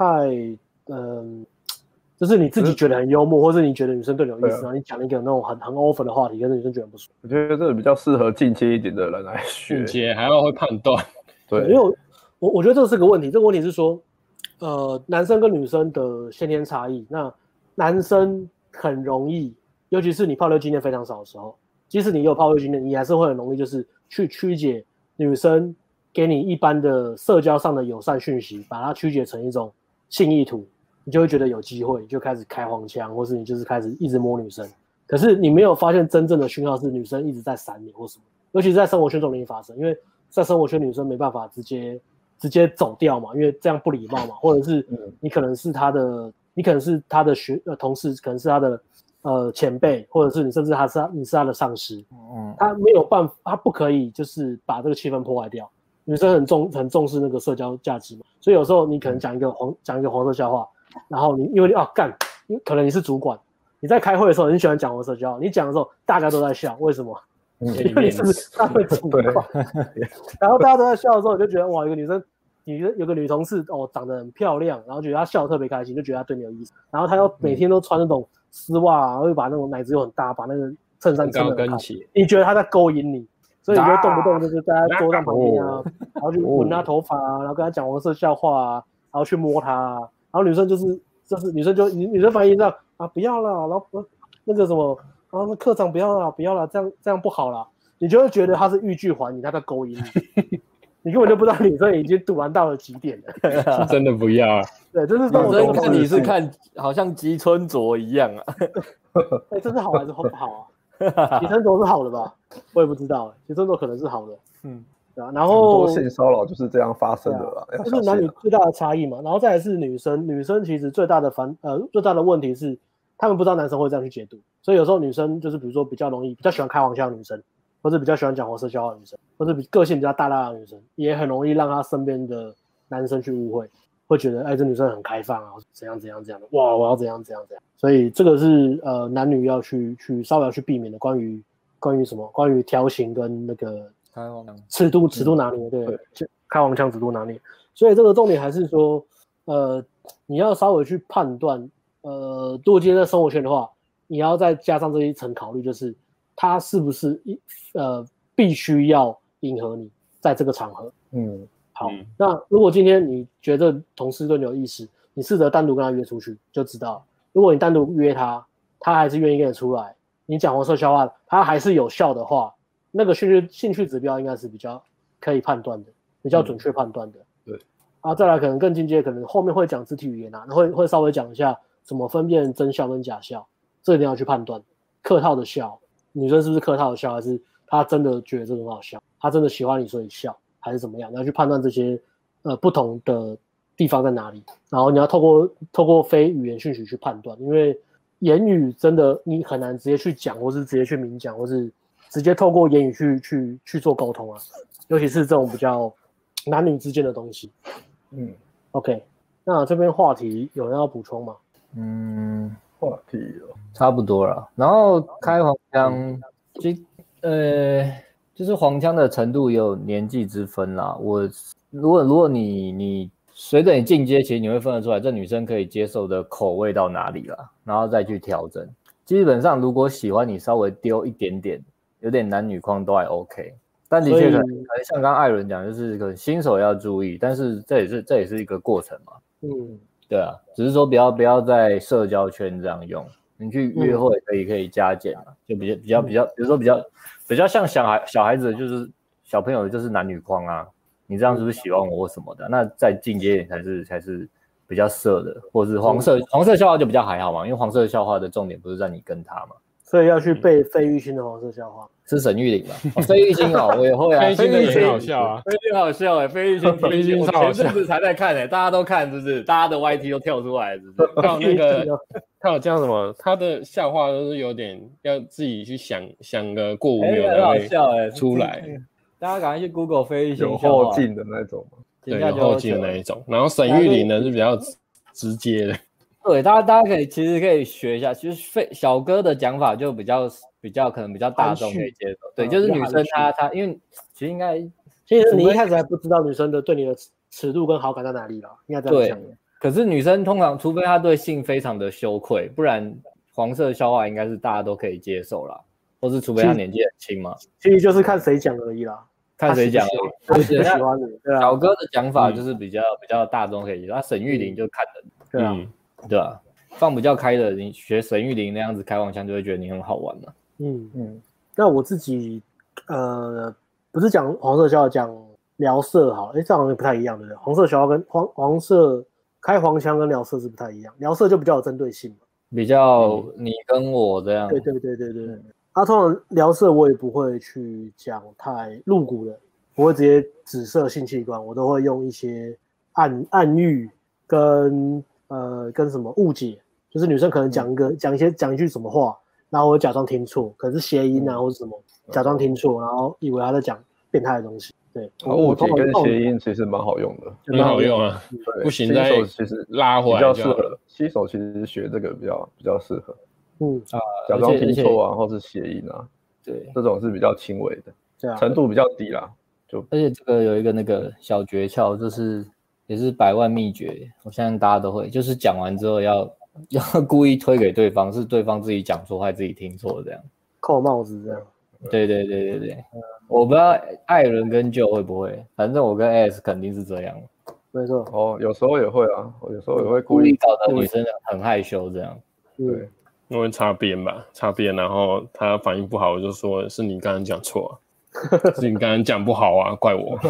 Speaker 1: 就是你自己觉得很幽默，或是你觉得女生对你有意思，然后你讲一个那种很 over 的话题，可是女生觉得不爽。
Speaker 4: 我觉得这个比较适合进阶一点的人来学，
Speaker 3: 进阶还要会判断。
Speaker 1: 对，因为我觉得这是个问题，这个问题是说，男生跟女生的先天差异，那男生很容易，尤其是你泡妞经验非常少的时候，即使你有泡妞经验，你还是会很容易就是去曲解女生给你一般的社交上的友善讯息，把它曲解成一种性意图，你就会觉得有机会，就开始开黄腔，或是你就是开始一直摸女生。可是你没有发现真正的讯号是女生一直在闪你或什么，尤其是在生活圈中容易发生，因为在生活圈女生没办法直接走掉嘛，因为这样不礼貌嘛，或者是你可能是他的同事，可能是他的前辈，或者是你甚至你是他的上司，他没有办法，他不可以就是把这个气氛破坏掉。女生很重视那个社交价值嘛，所以有时候你可能讲一个黄色笑话，然后因为可能你是主管，你在开会的时候很喜欢讲黄色笑话，你讲的时候大家都在笑，为什么？因为你是他会主管，然后大家都在笑的时候，你就觉得哇，有个女同事长得很漂亮，然后觉得她笑得特别开心，就觉得她对你有意思，然后她又每天都穿那种丝袜，然后又把那种奶子又很大，把那个衬衫撑得很开，你觉得她在勾引你，所以你就动不动就是在她桌上旁边啊，然后去闻她头发啊，然后跟她讲黄色笑话啊，然后去摸她啊，然后女生女生反应这样啊，不要啦，然后那个什么。然后课长不要啦，这样不好啦，你就会觉得他是欲拒还迎，他在勾引你，你根本就不知道女生已经堵完到了极点了，
Speaker 3: 是真的不要啊。
Speaker 1: 对，这是
Speaker 2: 女生看你是看好像吉村卓一样啊，
Speaker 1: 这是好还是不好啊？吉村卓是好的吧？我也不知道，吉村卓可能是好的，对啊，然后
Speaker 4: 性骚扰就是这样发生的啦，
Speaker 1: 这是男女最大的差异嘛，然后再来是女生其实最大的问题是。他们不知道男生会这样去解读，所以有时候女生就是比如说比较喜欢开黄腔的女生，或者比较喜欢讲黄色笑话的女生，或者个性比较大的女生，也很容易让她身边的男生去误会，会觉得这女生很开放啊，怎样的，哇，我要怎样，所以这个是男女要去稍微要去避免的，关于什么？关于调情跟那个尺度拿捏，对，开黄腔尺度拿捏，所以这个重点还是说，你要稍微去判断。如果今天在生活圈的话，你要再加上这一层考虑，就是他是不是必须要迎合你在这个场合。好，那如果今天你觉得同事对你有意思，你试着单独跟他约出去就知道。如果你单独约他，他还是愿意跟你出来， 你讲黄色笑话，它还是有效的话，那个兴趣指标应该是比较可以判断的，比较准确判断的。
Speaker 4: 对。
Speaker 1: 再来可能更进阶，可能后面会讲肢体语言会稍微讲一下怎么分辨真笑跟假笑，这一定要去判断。客套的笑，女生是不是客套的笑，还是她真的觉得这个很好笑，她真的喜欢你所以笑，还是怎么样？你要去判断这些不同的地方在哪里，然后你要透过非语言讯息去判断，因为言语真的你很难直接去讲，或是直接去明讲，或是直接透过言语去做沟通啊，尤其是这种比较男女之间的东西。OK， 那这边话题有人要补充吗？
Speaker 4: 话题
Speaker 2: 差不多了。然后开黄腔，就是黄腔的程度也有年纪之分啦。如果你随着你进阶，其实你会分得出来，这女生可以接受的口味到哪里了，然后再去调整。基本上，如果喜欢你稍微丢一点点，有点男女框都还 OK。但的确可能像刚刚艾伦讲，就是可能新手要注意，但是这也是一个过程嘛。对啊，只是说不要在社交圈这样用，你去约会可以加减嘛，就比较，比如说比较像小孩子，就是小朋友就是男女框啊。你这样是不是喜欢我或什么的？那再进阶一点才是比较色的，或是黄色笑话就比较还好嘛，因为黄色笑话的重点不是在你跟他嘛，
Speaker 1: 所以要去背费玉清的黄色笑话。
Speaker 2: 是沈玉琳嘛？费玉清我也会啊，
Speaker 3: 费玉清很好笑啊，
Speaker 2: 费玉清好笑费玉清我前阵子才在看大家都看，是不是？大家的 YT 都跳出来，是不是？
Speaker 3: 还有那个他有叫什么？他的笑话都是有点要自己去想个过5秒才会出来。
Speaker 2: 大家赶快去 Google 费玉清
Speaker 4: 有后劲的那种嘛，
Speaker 3: 对，有后劲的那一种。然后沈玉琳呢是比较直接的。
Speaker 2: 对，大家其实可以学一下，其实小哥的讲法就比较可能比较大众可以接受。对，就是女生她因为其
Speaker 1: 实你一开始还不知道女生的对你的尺度跟好感在哪里了，应该这样讲。
Speaker 2: 可是女生通常除非她对性非常的羞愧，不然黄色笑话应该是大家都可以接受啦，或是除非她年纪很轻嘛。
Speaker 1: 其实就是看谁讲而已啦。
Speaker 2: 看谁讲而已，
Speaker 1: 他喜欢你，对啊。
Speaker 2: 小哥的讲法就是比较大众可以接受，沈玉琳就看人，对啊，放比较开的，你学沈玉琳那样子开黄腔，就会觉得你很好玩嘛。
Speaker 1: 那我自己不是讲黄色笑话，讲聊色好了，这好像不太一样，对不对？黄色笑话跟黄色开黄腔跟聊色是不太一样，聊色就比较有针对性嘛，
Speaker 2: 比较你跟我这样。
Speaker 1: 对。通常聊色我也不会去讲太露骨的，不会直接指涉性器官，我都会用一些暗喻跟什么误解，就是女生可能讲一句什么话，然后我假装听错，可能是谐音啊或者什么，假装听错，然后以为她在讲变态的东西。对，
Speaker 4: 误解跟谐音其实蛮好用的，
Speaker 3: 很好用啊。不行，再其实拉回来
Speaker 4: 比较适合。新手其实学这个比较适合。假装听错啊，或是谐音啊，
Speaker 2: 对，
Speaker 4: 这种是比较轻微的，程度比较低啦。
Speaker 2: 而且这个有一个那个小诀窍，就是也是100万秘诀，我相信大家都会，就是讲完之后要故意推给对方，是对方自己讲错还自己听错这样，
Speaker 1: 扣帽子这样。
Speaker 2: 对，我不知道艾伦跟Joe会不会，反正我跟 AS 肯定是这样。
Speaker 1: 没错。
Speaker 4: 有时候也会啊，我有时候也会
Speaker 2: 故意搞得女生很害羞这样。
Speaker 4: 对。
Speaker 3: 因为擦边，然后他反应不好，我就说是你刚刚讲错是你刚刚讲不好啊，怪我。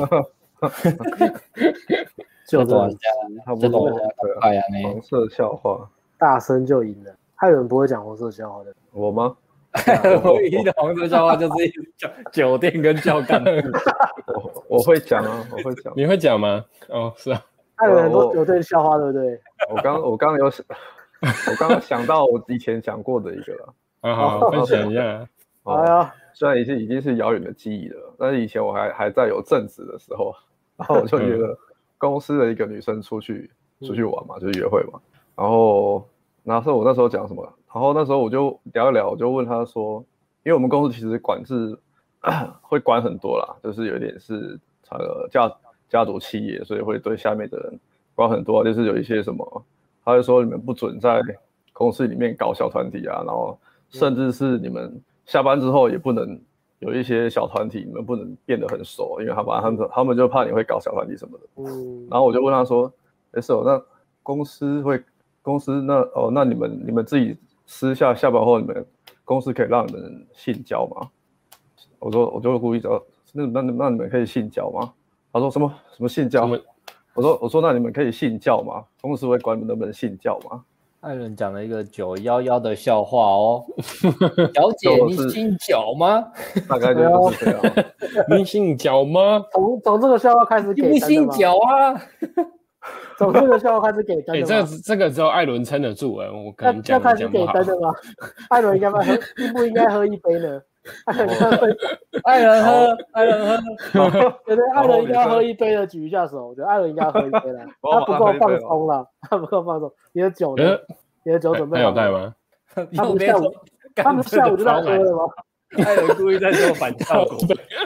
Speaker 1: 就这样，
Speaker 4: 差不多。黄色笑话，
Speaker 1: 大声就赢了。还有人不会讲黄色笑话的？
Speaker 4: 我吗？
Speaker 2: 唯一的黄色笑话就是酒店跟教干部。
Speaker 4: 我会讲啊，我会讲。
Speaker 3: 你会讲吗？哦，是啊。
Speaker 1: 还有很多酒店笑话，对不对？
Speaker 4: 我刚有我刚刚想到我以前讲过的一个了，
Speaker 3: 好，分享一下。
Speaker 4: 虽然已经是遥远的记忆了，但是以前我还在有正职的时候，然后我就约了公司的一个女生出去玩嘛，就是约会嘛。然后我那时候讲什么？然后那时候我就聊一聊，我就问她说，因为我们公司其实管制会管很多啦，就是有点是家族企业，所以会对下面的人管很多，就是有一些什么。他就说你们不准在公司里面搞小团体啊，然后甚至是你们下班之后也不能有一些小团体，你们不能变得很熟，因为他们就怕你会搞小团体什么的。然后我就问他说：“那公司那你们自己私下班后，你们公司可以让你们性交吗？我就故意找，那你们可以性交吗？他说什么性交？我说那你们可以性交吗？公司会管你们能不能性交吗？
Speaker 2: 艾伦讲了一个911的笑话哦，小姐你姓脚吗？
Speaker 4: 大概就是这样。
Speaker 3: 你姓脚吗？
Speaker 1: 从这个笑话开始给，
Speaker 2: 你不姓脚啊？
Speaker 1: 从这个笑话开始给灯的吗？
Speaker 3: 这个只有艾伦撑得住我可能讲
Speaker 1: 开始给灯的吗？艾伦应不应该喝一杯呢？艾伦喝，觉得艾伦应该喝一杯的，举一下手。我觉得艾伦应该喝一杯了，他不够放松了，他不够放松。你的酒呢？你的酒准备好了？
Speaker 3: 他有带吗？
Speaker 1: 他们下午就在喝了吗？
Speaker 2: 艾伦故意在做反效果。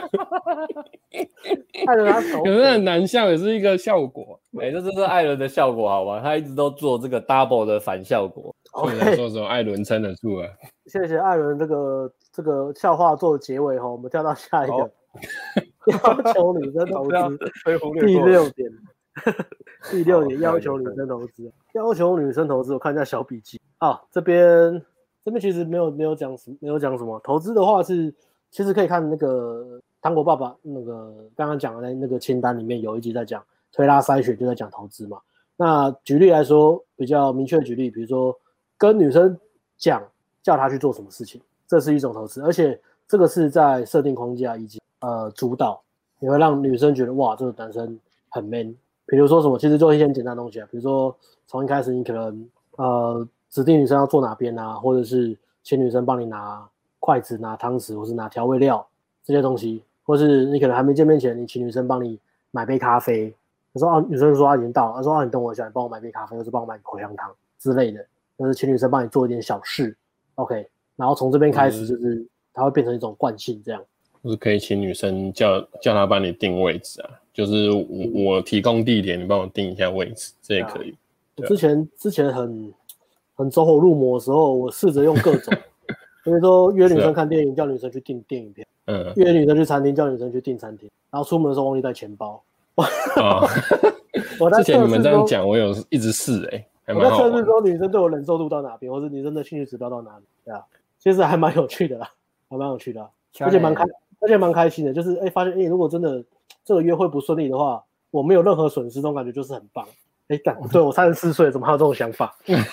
Speaker 1: 艾伦他手，
Speaker 3: 可是很难笑，也是一个效果。
Speaker 2: 这就是艾伦的效果，好吧？他一直都做这个 double 的反效果。
Speaker 3: 所以说什么艾伦撑得住啊？
Speaker 1: 谢谢艾伦这个笑话做结尾我们跳到下一个，要求女生投资第6点，第6点要求女生投资，我看一下小笔记啊，这边其实没有讲什么投资的话是，其实可以看那个糖果爸爸那个刚刚讲的那个清单里面有一集在讲推拉筛选，就在讲投资嘛。那举例来说，比较明确的举例，比如说跟女生叫她去做什么事情，这是一种投资，而且这个是在设定框架以及主导，你会让女生觉得哇，这个男生很 man。比如说什么，其实做一些简单的东西比如说从一开始你可能指定女生要坐哪边啊，或者是请女生帮你拿筷子、拿汤匙，或是拿调味料这些东西，或是你可能还没见面前，你请女生帮你买杯咖啡，他说女生说已经到了，他说你等我一下，你帮我买杯咖啡，或是帮我买口香糖之类的，就是请女生帮你做一点小事 ，OK， 然后从这边开始就是它会变成一种惯性这样。
Speaker 3: 就是可以请女生叫她帮你定位置啊，就是我提供地点，你帮我定一下位置，这也可以。
Speaker 1: 我之前很走火入魔的时候，我试着用各种，比如说约女生看电影，叫女生去订电影票，约女生去餐厅，叫女生去订餐厅，然后出门的时候忘记带钱包。
Speaker 3: 之前你们这样讲，我有一直试
Speaker 1: 我在测试说女生对我忍受度到哪边，或者女生的兴趣指标到哪里，对啊，其实还蛮有趣的啦，而且蛮开心的，就是发现如果真的这个约会不顺利的话，我没有任何损失，这种感觉就是很棒。对，我34岁怎么还有这种想法？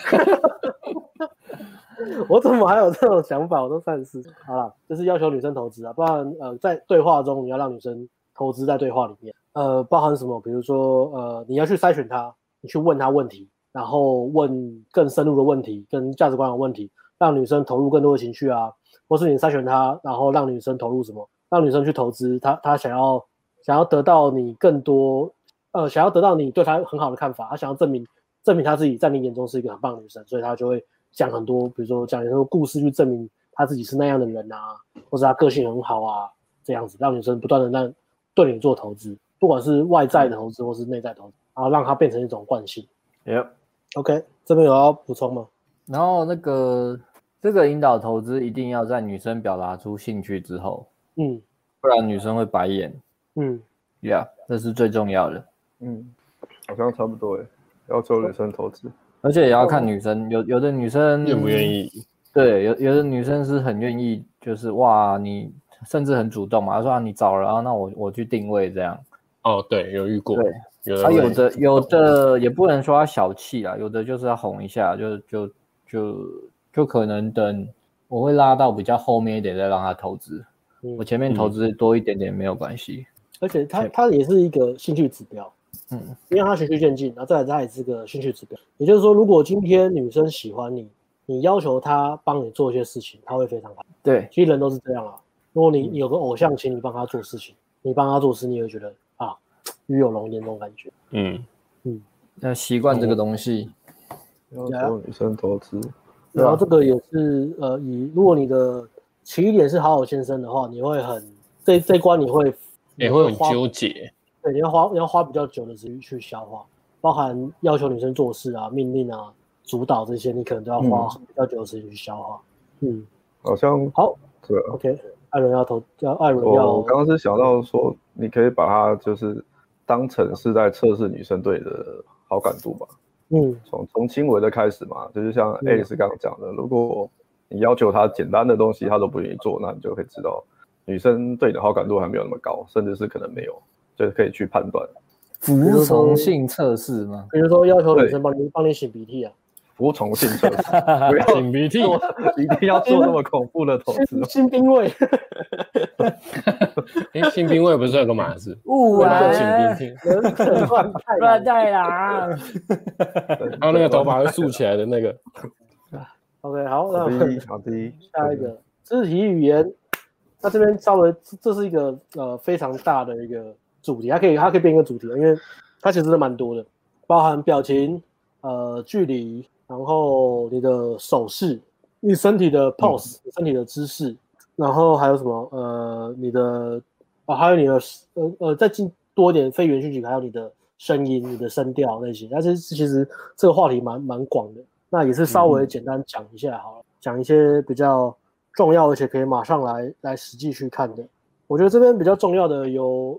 Speaker 1: 我怎么还有这种想法？我都34岁。好啦，就是要求女生投资啊，不然在对话中你要让女生投资在对话里面，包含什么？比如说你要去筛选她，你去问她问题，然后问更深入的问题，跟价值观的问题，让女生投入更多的情绪啊，或是你筛选她，然后让女生投入什么？让女生去投资，她想要得到你更多，想要得到你对她很好的看法，她想要证明她自己在你眼中是一个很棒的女生，所以她就会讲很多，比如说讲很多故事去证明她自己是那样的人啊，或者她个性很好啊，这样子让女生不断的对你做投资，不管是外在的投资或是内在投资，然后让它变成一种惯性。OK， 这边有要补充吗？
Speaker 2: 然后这个引导投资一定要在女生表达出兴趣之后，不然女生会白眼。这是最重要的。
Speaker 4: 好像差不多要求女生投资，
Speaker 2: 而且也要看女生，有的女生
Speaker 3: 愿不愿意。
Speaker 2: 对，有的女生是很愿意，就是哇，你甚至很主动嘛，她说你找了，然后那我去定位这样。
Speaker 3: 对，有遇过。
Speaker 2: 对，有的也不能说她小气啦，有的就是要哄一下，就可能等我会拉到比较后面一点再让她投资，我前面投资多一点点没有关系。
Speaker 1: 而且它也是一个兴趣指标，因为它循序渐进，然后再来它也是个兴趣指标。也就是说，如果今天女生喜欢你，你要求她帮你做一些事情，她会非常好。
Speaker 2: 对，
Speaker 1: 其实人都是这样啊。如果你有个偶像请你帮他做事情，你帮他做事，你会觉得与有荣焉那种感觉。
Speaker 2: 要习惯这个东西。
Speaker 4: 要求女生投资，
Speaker 1: 然后这个也是如果你的起点是好好先生的话，你会这一关你会
Speaker 3: 很纠结。
Speaker 1: 对，你要花比较久的时间去消化，包含要求女生做事啊、命令啊、主导这些，你可能都要花比较久的时间去消化。
Speaker 4: 好像
Speaker 1: 好，
Speaker 4: 对
Speaker 1: OK， 艾伦要。
Speaker 4: 我刚刚是想到说，你可以把它就是当成是在测试女生对你的好感度吧。从轻微的开始嘛，就是像 Alex 刚刚讲的，如果你要求他简单的东西他都不愿意做，那你就可以知道女生对你的好感度还没有那么高，甚至是可能没有，就可以去判断。
Speaker 2: 服从性测试吗？
Speaker 1: 比如说要求女生帮你擤鼻涕啊。
Speaker 4: 服从性测试，不要
Speaker 3: 擤鼻涕，
Speaker 4: 一定要做那么恐怖的投资。
Speaker 1: 新兵卫，
Speaker 3: 新兵卫不是有个马字？
Speaker 2: 雾啊，
Speaker 3: 擤鼻涕，
Speaker 2: 乱带啦。
Speaker 3: 还有那个头发会竖起来的那个。
Speaker 1: OK， 好，
Speaker 4: 好的，
Speaker 1: 下一个肢体语言。那这边稍微，这是一个非常大的一个主题，它可以变一个主题，因为它其实是蛮多的，包含表情、距离。然后你的手势，你身体的 pose，你身体的姿势，然后还有什么？你的还有你的再进多一点非语言讯息，还有你的声音、你的声调那些。但是其实这个话题蛮广的，那也是稍微简单讲一下好了，讲一些比较重要而且可以马上来实际去看的。我觉得这边比较重要的有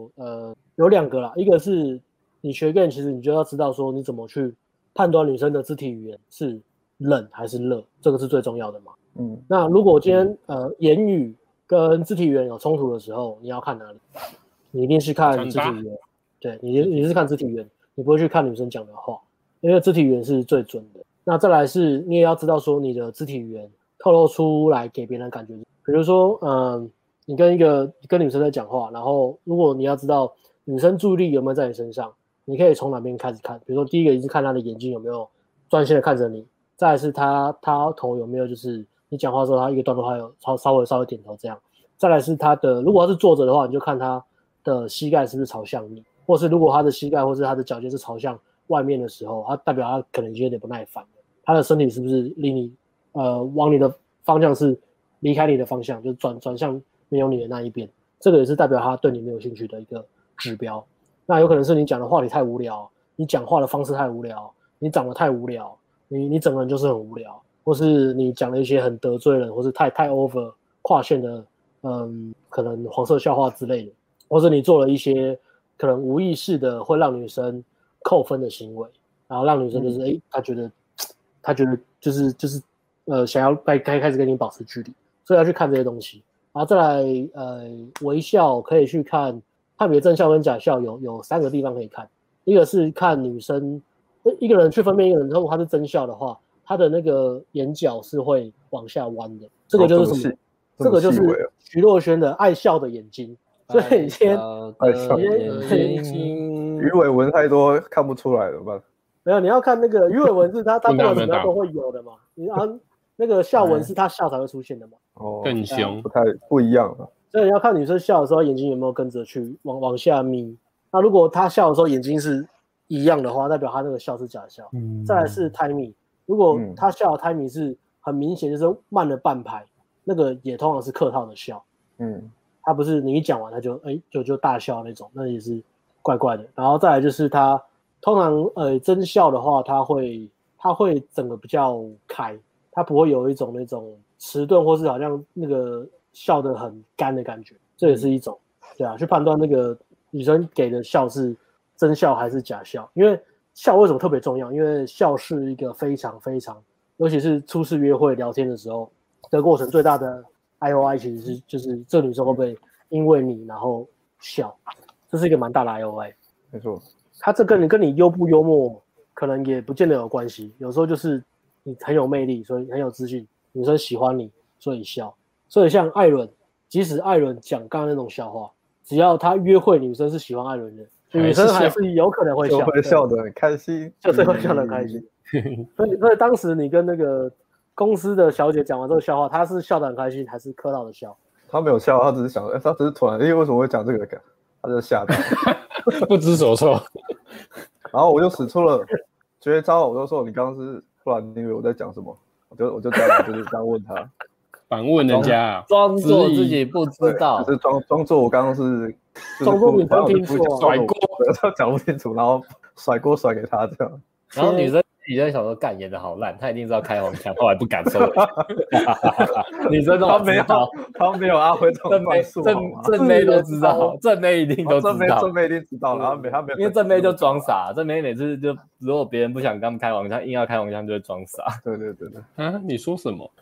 Speaker 1: 2个啦，一个是你学 game， 其实你就要知道说你怎么去判断女生的肢体语言是冷还是热，这个是最重要的嘛。那如果今天言语跟肢体语言有冲突的时候，你要看哪里？你一定是看肢体语言，对，你是看肢体语言，你不会去看女生讲的话，因为肢体语言是最准的。那再来是你也要知道说你的肢体语言透露出来给别人的感觉，比如说你跟女生在讲话，然后如果你要知道女生注意力有没有在你身上。你可以从哪边开始看？比如说，第一个是看他的眼睛有没有专心的看着你，再来是他头有没有就是你讲话的时候，他一个段落他有稍微点头这样。再来是他的，如果他是坐着的话，你就看他的膝盖是不是朝向你，或是如果他的膝盖或是他的脚尖是朝向外面的时候，他代表他可能已经有点不耐烦了。他的身体是不是离你往你的方向是离开你的方向，就转向没有你的那一边，这个也是代表他对你没有兴趣的一个指标。那有可能是你讲的话题太无聊，你讲话的方式太无聊，你长得太无聊，你整个人就是很无聊，或是你讲了一些很得罪人，或是太 over 跨线的，可能黄色笑话之类的，或者你做了一些可能无意识的会让女生扣分的行为，然后让女生就是他觉得就是想要开始跟你保持距离，所以要去看这些东西，然后再来微笑可以去看。判别真笑跟假笑有3个地方可以看，一个是看女生，一个人去分辨一个人，如果他是真笑的话，他的那个眼角是会往下弯的，这个就是什么？这个就是徐若瑄的爱笑的眼睛。所以先
Speaker 4: 爱笑的眼睛，鱼尾纹太多看不出来了吧？
Speaker 1: 没有，你要看那个鱼尾纹是他不管怎么样都会有的嘛，那个笑纹是他笑才会出现的嘛。
Speaker 3: 更凶，
Speaker 4: 不一样了。
Speaker 1: 所以你要看女生笑的时候，眼睛有没有跟着去往下眯。那如果她笑的时候眼睛是一样的话，代表她那个笑是假笑。再来是 timing， 如果她笑的 timing 是很明显，就是慢了半拍，那个也通常是客套的笑。她不是你一讲完她就大笑那种，那也是怪怪的。然后再来就是她通常真笑的话，她会整个比较开，她不会有一种那种迟钝或是好像那个。笑得很干的感觉，这也是一种，对啊，去判断那个女生给的笑是真笑还是假笑。因为笑为什么特别重要？因为笑是一个非常非常，尤其是初次约会聊天的时候的过程，最大的 IOI 其实是就是这女生会不会因为你然后笑，这是一个蛮大的 IOI。
Speaker 4: 没错，
Speaker 1: 他这跟你幽不幽默可能也不见得有关系，有时候就是你很有魅力，所以很有自信，女生喜欢你，所以笑。所以像艾伦，即使艾伦讲刚刚那种笑话，只要他约会女生是喜欢艾伦的，女生还是有可能会笑，
Speaker 4: 就会笑得很开心，
Speaker 1: 就是会笑得很开心。所以当时你跟那个公司的小姐讲完这个笑话，她是笑得很开心，还是客套的笑？
Speaker 4: 她没有笑，她只是想，她只是突然，为什么会讲这个？她就吓到，
Speaker 3: 不知所措。
Speaker 4: 然后我就使出了绝招，我就说你刚刚是，不然你以为我在讲什么？我就这样，就是这样问她。
Speaker 3: 反问人家，
Speaker 2: 装作自己不知道，
Speaker 4: 就是装作我刚刚是
Speaker 1: 装作你不清楚，
Speaker 3: 甩锅，
Speaker 4: 讲不清楚，然后甩锅甩给他这样。
Speaker 2: 然后女生自己在想说，干演的好烂，他一定知道开黄腔，后来不敢收。女生都
Speaker 4: 他没有阿辉这种段数，
Speaker 2: 正妹都知道，正妹一定都知道，
Speaker 4: 正妹一定知道，然后他没有，
Speaker 2: 因为正妹就装傻，正妹每次就如果别人不想跟他们开黄腔，硬要开黄腔就会装傻。
Speaker 4: 对。
Speaker 3: 啊，你说什么？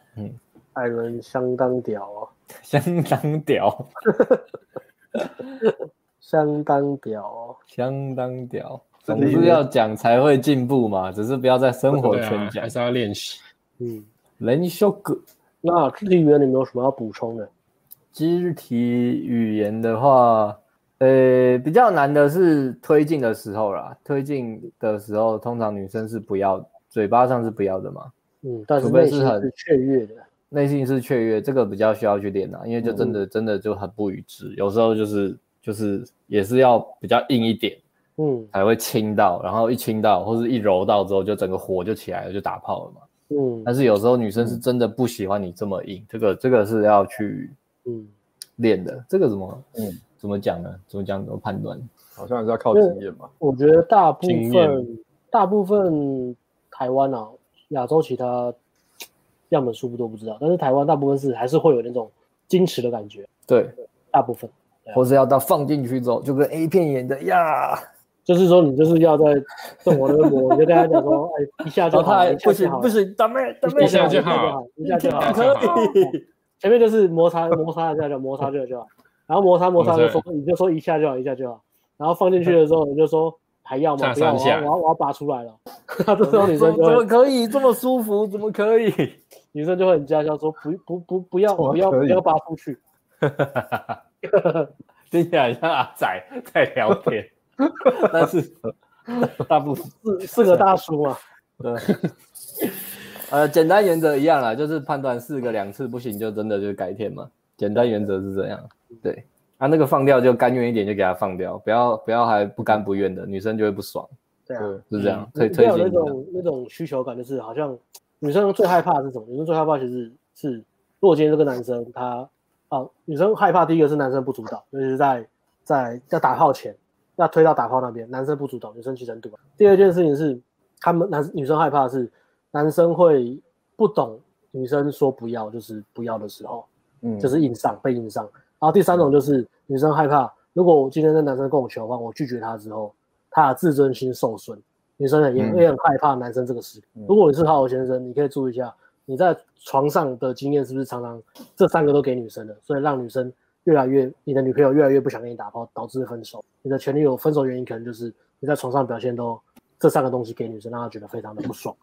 Speaker 1: 艾伦相当屌哦，
Speaker 2: 相当屌，
Speaker 1: 相当屌哦，
Speaker 2: 相当屌。总是要讲才会进步嘛，只是不要在生活圈讲，
Speaker 3: 还是要练习。
Speaker 2: 人修个。
Speaker 1: 那肢体语言你们有什么要补充的？
Speaker 2: 肢体语言的话，比较难的是推进的时候啦。推进的时候，通常女生是不要，嘴巴上是不要的嘛。
Speaker 1: 但是内心是雀跃的。
Speaker 2: 内心是雀跃，这个比较需要去练啦，因为就真的就很不一致，有时候就是也是要比较硬一点，才会亲到，然后一亲到或是一揉到之后，就整个火就起来了，就打炮了嘛。但是有时候女生是真的不喜欢你这么硬，这个是要去练的。这个怎么讲呢？怎么判断？
Speaker 4: 好像还是要靠经验嘛。
Speaker 1: 我觉得大部分台湾啊，亚洲其他样本数不多不知道，但是台湾大部分还是会有那种矜持的感觉。
Speaker 2: 对，
Speaker 1: 大部分。
Speaker 2: 或是要到放进去之后，就跟 A 片演的呀。
Speaker 1: 就是说，你就是要在动我那个膜，你就跟他讲说，一下就好，
Speaker 2: 不行，ダメ，
Speaker 3: 一下就好，
Speaker 1: 一下就好，
Speaker 2: 可以。
Speaker 1: 前面就是摩擦一下就摩擦就好，然后摩擦就说，你就说一下就好，然后放进去的时候你就说还要吗？不要，我要拔出来了。这时候女生就
Speaker 2: 怎么可以这么舒服？怎么可以？
Speaker 1: 女生就会很家教说不要拔出去。
Speaker 2: 听起来像阿仔在聊天。但是大部分
Speaker 1: 是个大叔嘛，
Speaker 2: 对，简单原则一样啦，就是判断4个2次不行，就真的就改天嘛。简单原则是这样，对。那个放掉就甘愿一点就给他放掉，不要还不甘不愿的，女生就会不爽。
Speaker 1: 对啊，
Speaker 2: 是这样。
Speaker 1: 推荐那种需求感，就是好像女生最害怕的是什么？女生最害怕其实是，如果今天这个男生女生害怕第一个是男生不主导，尤其是在打炮前。要推到打炮那边，男生不主动，女生起程度。第二件事情是，女生害怕的是男生会不懂女生说不要就是不要的时候，就是被硬上。然后第三种就是女生害怕，如果我今天的男生跟我求欢，我拒绝他之后，他的自尊心受损。女生也很害怕男生这个事。如果你是好好先生，你可以注意一下你在床上的经验是不是常常这3个都给女生的，所以让女生。你的女朋友越来越不想跟你打炮，导致分手。你的前女友分手原因可能就是你在床上表现都这3个东西给女生，让她觉得非常的不爽。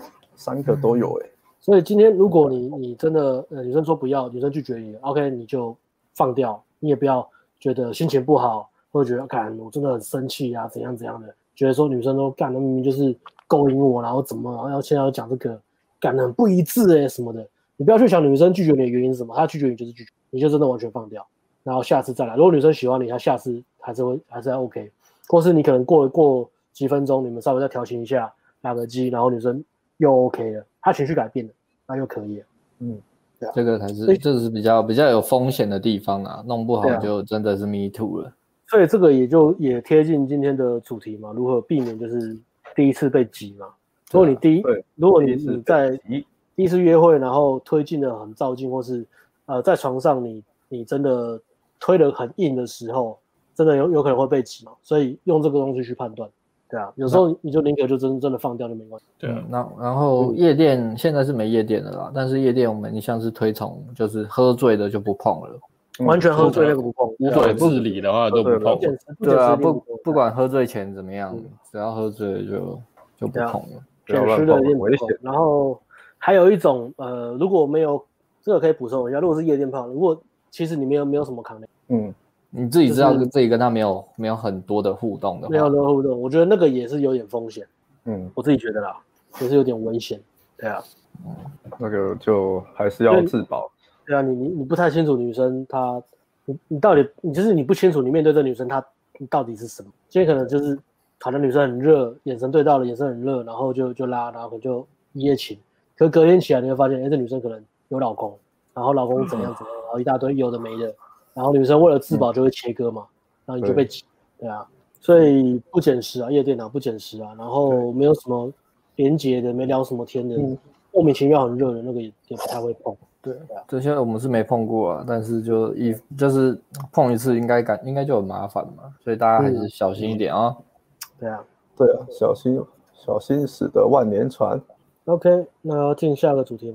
Speaker 4: 3个都有
Speaker 1: 所以今天如果你真的女生说不要，女生拒绝你 ，OK 你就放掉，你也不要觉得心情不好，或者觉得我真的很生气啊怎样的，觉得说女生都明明就是勾引我，然后怎么然后现在要讲这个很不一致什么的，你不要去想女生拒绝你的原因是什么，她拒绝你就是拒绝。你就真的完全放掉，然后下次再来。如果女生喜欢你，她下次还是 OK， 或是你可能过几分钟，你们稍微再调情一下，打个机，然后女生又 OK 了，她情绪改变了，那又可以了。
Speaker 2: 对啊，这个是比较有风险的地方啊，弄不好就真的是 me too 了。
Speaker 1: 所以这个也贴近今天的主题嘛，如何避免就是第一次被挤嘛。如果你在第一次约会，然后推进的很照进，或是在床上你真的推得很硬的时候，真的有可能会被挤嘛，所以用这个东西去判断，对啊，有时候你就宁可就真的放掉就没关系。
Speaker 3: 对啊，
Speaker 2: 然后夜店现在是没夜店的啦，但是夜店我们一向是推崇，就是喝醉的就不碰了，
Speaker 1: 完全喝醉那个不碰，
Speaker 3: 无法自理的话都不碰。
Speaker 2: 对啊，不管喝醉前怎么样，只要喝醉了就不碰了，
Speaker 1: 捡尸的一定危险。然后还有一种如果没有。这个可以补充一下，如果是夜店炮，如果其实你没有什么扛的，
Speaker 2: 你自己知道自己跟他没有很多的互动的话，
Speaker 1: 没有很多互动，我觉得那个也是有点风险，我自己觉得啦，也是有点危险，对啊，
Speaker 4: 那个就还是要自保，
Speaker 1: 对啊，你不太清楚女生她，你到底就是你不清楚你面对这女生她到底是什么，今天可能就是可能女生很热，眼神对到了，眼神很热，然后就拉，然后可能就一夜情，可隔天起来你会发现，这女生可能有老公，然后老公怎样，然后一大堆有的没的，然后女生为了自保就会切割嘛，然后你就被挤，对啊，所以不捡拾啊，夜店不捡拾啊，然后没有什么连结的，没聊什么天的，莫名其妙很热的那个也不太会碰，对啊，
Speaker 2: 这些我们是没碰过啊，但是就是碰一次应该就很麻烦嘛，所以大家还是小心一点啊。
Speaker 1: 对啊，
Speaker 4: 小心驶得万年船。
Speaker 1: OK， 那要进下个主题吗？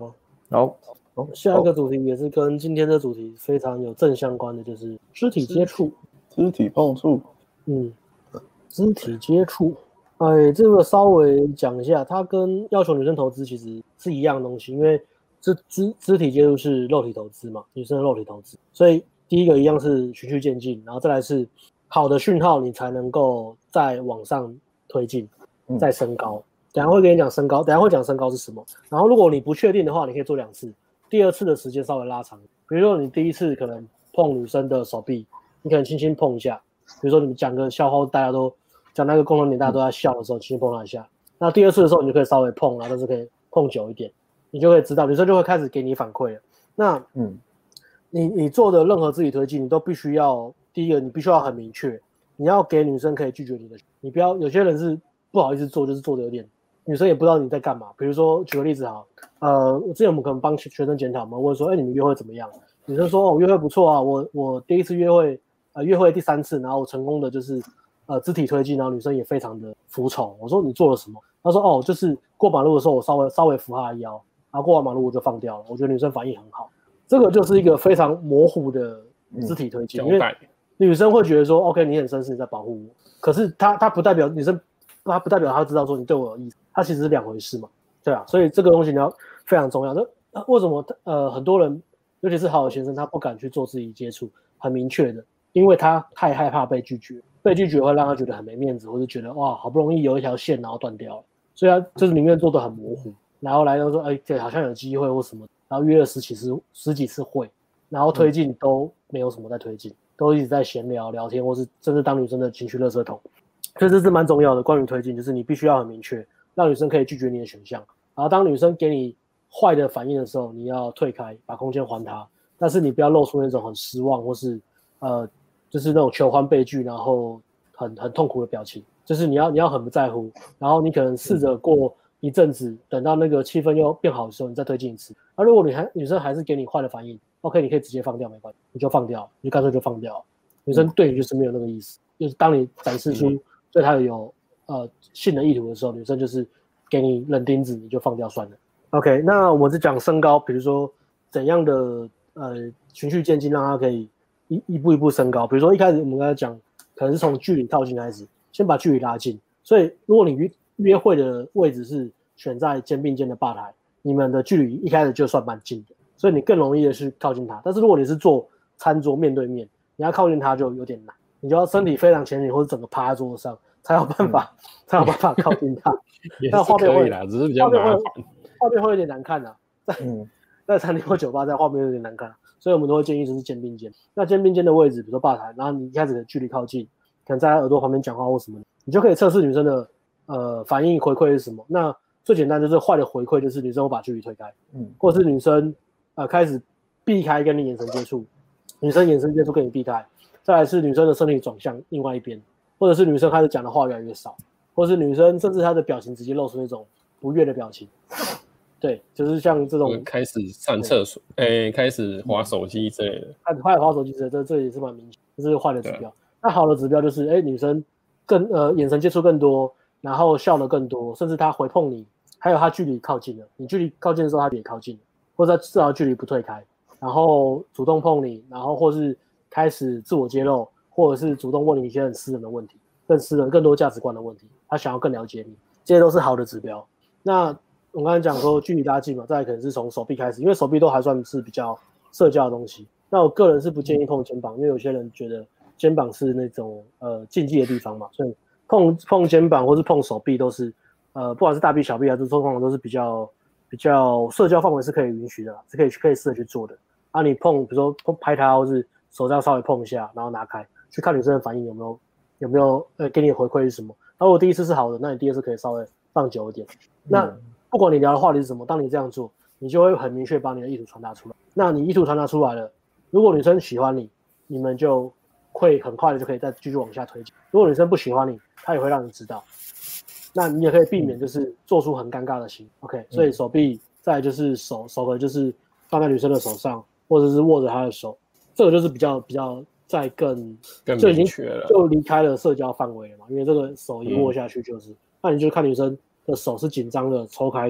Speaker 2: 好，
Speaker 1: 下一个主题也是跟今天的主题非常有正相关的，就是肢体接触、
Speaker 4: 肢体碰触。
Speaker 1: 肢体接触。这个稍微讲一下，它跟要求女生投资其实是一样的东西，因为肢体接触是肉体投资嘛，女生的肉体投资，所以第一个一样是循序渐进，然后再来是好的讯号，你才能够再往上推进，再升高。等一下会跟你讲升高，等一下会讲升高是什么。然后如果你不确定的话，你可以做2次，第2次的时间稍微拉长。比如说你第1次可能碰女生的手臂，你可能轻轻碰一下。比如说你们讲个笑话，大家都讲那个共同点，大家都在笑的时候，轻轻碰她一下。那第2次的时候，你就可以稍微碰，然后但是可以碰久一点，你就会知道女生就会开始给你反馈了。那你做的任何肢体推进，你都必须要第一个，你必须要很明确，你要给女生可以拒绝你的，你不要有些人是不好意思做，就是做的有点。女生也不知道你在干嘛，比如说举个例子好，之前我们可能帮学生检讨，我们问说，你们约会怎么样？女生说，约会不错啊，我第1次约会，约会第3次，然后我成功的就是肢体推进，然后女生也非常的服从。我说你做了什么？她说就是过马路的时候我稍微扶她的腰，然后过完马路我就放掉了。我觉得女生反应很好，这个就是一个非常模糊的肢体推进，因为女生会觉得说 ，OK， 你很绅士，你在保护我，可是她不代表女生。它不代表他知道说你对我有意思，它其实是2回事嘛，对啊，所以这个东西你要非常重要。那为什么很多人，尤其是好的学生，他不敢去做肢体接触，很明确的，因为他太害怕被拒绝，被拒绝会让他觉得很没面子，或是觉得哇好不容易有一条线然后断掉了，所以他就是宁愿做得很模糊，然后来到说对，好像有机会或什么，然后约了十几次会，然后推进都没有什么在推进，都一直在闲聊聊天，或是甚至当女生的情绪垃圾桶。所以这是蛮重要的，关于推进，就是你必须要很明确，让女生可以拒绝你的选项。然后当女生给你坏的反应的时候，你要退开，把空间还她。但是你不要露出那种很失望或是就是那种求欢被拒，然后很痛苦的表情。就是你要很不在乎，然后你可能试着过一阵子，等到那个气氛又变好的时候，你再推进一次。如果女生还是给你坏的反应 ，OK， 你可以直接放掉，没关系，你就放掉，你干脆就放掉。女生对你就是没有那个意思，就是当你展示出对他有性的意图的时候，女生就是给你冷钉子，你就放掉算了。OK， 那我们是讲升高，比如说怎样的循序渐进，让他可以一步一步升高。比如说一开始我们刚才讲，可能是从距离靠近开始，先把距离拉近。所以如果你约会的位置是选在肩并肩的吧台，你们的距离一开始就算蛮近的，所以你更容易的去靠近他。但是如果你是坐餐桌面对面，你要靠近他就有点难。你就要身体非常前倾，或者整个趴在桌子上，才有办法靠近他。
Speaker 3: 那画面会啦，只是比较麻烦。
Speaker 1: 画面会有点难看啊，在餐厅或酒吧，在画面有点难看，所以我们都会建议就是肩并肩。那肩并肩的位置，比如说吧台，然后你一开始的距离靠近，可能在耳朵旁边讲话或什么，你就可以测试女生的反应回馈是什么。那最简单就是坏的回馈就是女生会把距离推开，或者是女生开始避开跟你眼神接触，女生眼神接触跟你避开。再来是女生的身体转向另外一边，或者是女生开始讲的话越来越少，或者是女生甚至她的表情直接露出那种不悦的表情。对，就是像这种
Speaker 3: 开始上厕所，开始滑手机之类的，
Speaker 1: 开始滑手机之类的，这也是蛮明显，这是坏的指标。那好的指标就是女生更眼神接触更多，然后笑得更多，甚至她回碰你，还有她距离靠近了，你距离靠近的时候她也靠近了，或者至少距离不退开，然后主动碰你，然后或是开始自我揭露，或者是主动问你一些很私人的问题，更多价值观的问题，他想要更了解你，这些都是好的指标。那我刚才讲说距离拉近嘛，再来可能是从手臂开始，因为手臂都还算是比较社交的东西。那我个人是不建议碰肩膀，因为有些人觉得肩膀是那种禁忌的地方嘛，所以碰肩膀或是碰手臂都是不管是大臂小臂还是通常都是比较社交范围是可以允许的，是可以试着去做的。啊，你比如说拍他或是手这样稍微碰一下，然后拿开，去看女生的反应有没有给你的回馈是什么。如果第一次是好的，那你第二次可以稍微放久一点。那不管你聊的话题是什么，当你这样做，你就会很明确把你的意图传达出来。那你意图传达出来了，如果女生喜欢你，你们就会很快的就可以再继续往下推进。如果女生不喜欢你，她也会让你知道。那你也可以避免就是做出很尴尬的行为。OK， 所以手臂，再来就是手可能就是放在女生的手上，或者是握着她的手，这个就是比较再更
Speaker 3: 就已经
Speaker 1: 就离开了社交范围了嘛，因为这个手一握下去就是，那你就看女生的手是紧张的、抽开的，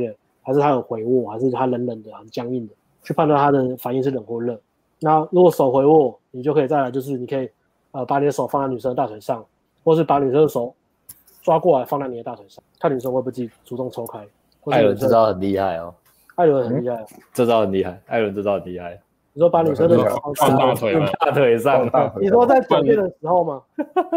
Speaker 1: 还是他有回握，还是他冷冷的，很僵硬的，去判断他的反应是冷或热。那如果手回握，你就可以再来，就是你可以把你的手放在女生的大腿上，或是把女生的手抓过来放在你的大腿上，看女生会不会自己主动抽开。
Speaker 2: 艾伦这招很厉害哦，
Speaker 1: 艾伦很厉害，
Speaker 2: 这招很厉害，艾伦这招很厉害。
Speaker 1: 你说把女生的手
Speaker 3: 放大腿吗？
Speaker 2: 大腿上，
Speaker 1: 你说在酒店的时候吗？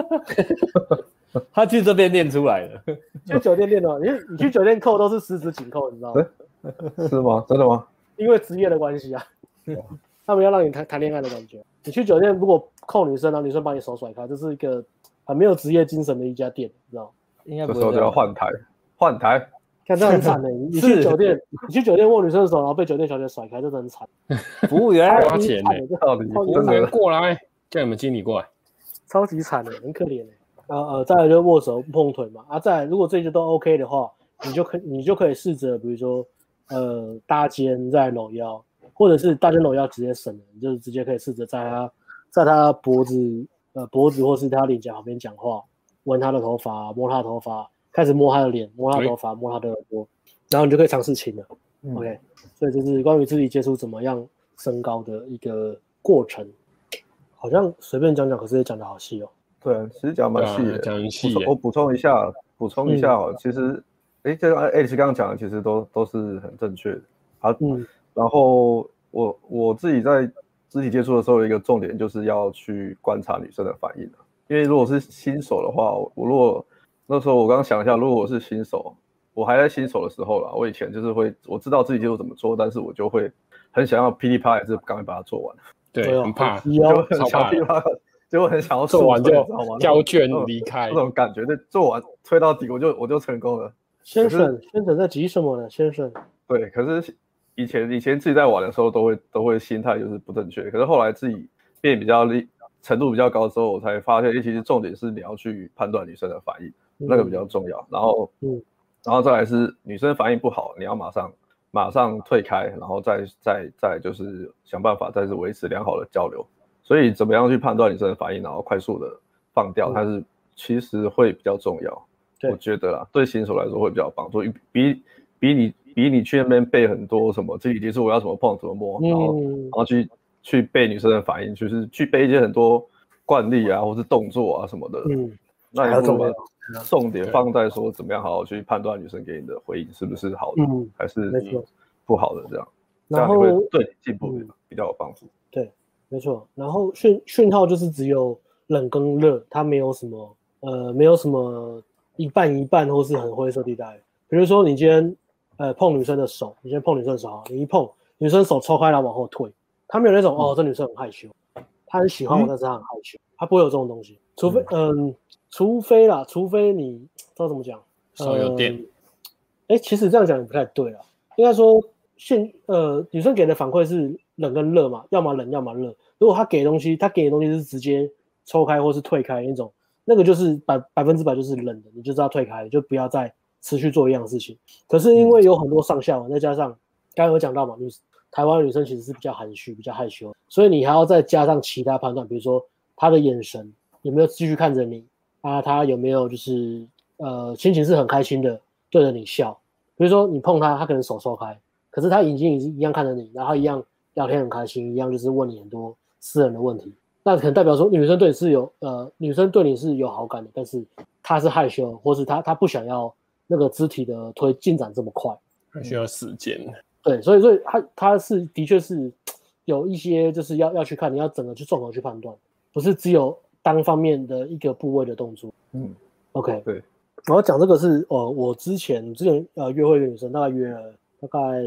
Speaker 2: 他去这边练出来的，
Speaker 1: 去酒店练的，你去酒店扣都是十指紧扣，你知道吗？
Speaker 4: 是吗？真的吗？
Speaker 1: 因为职业的关系啊，他们要让你谈恋爱的感觉。你去酒店如果扣女生，然后女生把你手甩开，这是一个很没有职业精神的一家店，你知道吗？
Speaker 2: 应该不
Speaker 4: 这时候就要换台。
Speaker 1: 看这很惨的，你去酒店握女生的手，然后被酒店小姐甩开，这很惨。
Speaker 2: 服务员
Speaker 3: 花钱呢，服务员过来，叫你们经理过来，
Speaker 1: 超级惨的，很可怜的。再来就握手碰腿嘛，再来如果这些都 OK 的话，你就可以试着，比如说搭肩再搂腰，或者是搭肩搂腰直接省了，你就直接可以试着在他脖子或是他脸颊旁边讲话，闻他的头发，摸他的头发。开始摸他的脸，摸他的头发，摸他的耳朵，然后你就可以尝试亲了。OK， 所以这是关于肢体接触怎么样升高的一个过程。好像随便讲讲，可是也讲得好细哦。
Speaker 4: 对，其实讲蛮细的。
Speaker 3: 讲很细。
Speaker 4: 我补充一下其实，这个Alex刚刚讲的其实都是很正确的。好，然后我自己在肢体接触的时候，有一个重点就是要去观察女生的反应，因为如果是新手的话，那时候我刚刚想一下，如果我是新手，我还在新手的时候啦，我以前就是我知道自己接触怎么做，但是我就会很想要噼里啪啦，还是赶快把它做完。
Speaker 3: 对，很怕，
Speaker 1: 就
Speaker 4: 很想噼里啪啦，就很想要
Speaker 3: 做完就交卷离开，
Speaker 4: 那种感觉，就做完推到底，我就成功了。
Speaker 1: 先生在急什么呢？先生。
Speaker 4: 对，可是以前自己在玩的时候，都会心态就是不正确，可是后来自己变比较程度比较高之后，我才发现，其实重点是你要去判断女生的反应。那个比较重要，然后再来是女生反应不好，你要马上退开，然后再就是想办法再是维持良好的交流。所以怎么样去判断女生的反应，然后快速的放掉，它是其实会比较重要。我觉得啦，对新手来说会比较有帮助，比你去那边背很多什么肢体接触，我要怎么碰怎么摸，然后去背女生的反应，就是去背一些很多惯例啊，或是动作啊什么的。那你不如把重点放在说怎么样好好去判断女生给你的回应是不是好的，还是不好的，这样你会对你进步比较有帮助。
Speaker 1: 对，没错。然后讯号就是只有冷跟热，它没有什么一半一半或是很灰色地带。比如说你今天碰女生的手，你先碰女生的手好，你一碰女生手抽开然后往后退，她没有那种这女生很害羞，她很喜欢我，但是她很害羞，她不会有这种东西，除非你知道怎么讲，
Speaker 3: 手有电。
Speaker 1: 其实这样讲也不太对啦，应该说女生给的反馈是冷跟热嘛，要么冷要么热。如果她给的东西是直接抽开或是退开那种，那个就是100%就是冷的，你就知道退开，你就不要再持续做一样的事情。可是因为有很多上下文，再加上刚刚有讲到嘛，台湾女生其实是比较含蓄、比较害羞，所以你还要再加上其他判断，比如说她的眼神有没有继续看着你啊，她有没有就是心情是很开心的对着你笑。比如说你碰她，她可能手抽开，可是她眼睛一样看着你，然后一样聊天很开心，一样就是问你很多私人的问题。那可能代表说女生对你是有好感的，但是她是害羞，或是她不想要那个肢体的进展这么快，
Speaker 3: 还需要时间。
Speaker 1: 对，所以他是的确是有一些就是要去看，你要整个去综合去判断，不是只有单方面的一个部位的动作。OK，
Speaker 4: 对。
Speaker 1: 然后讲这个是我之前约会一个女生，大概约了大概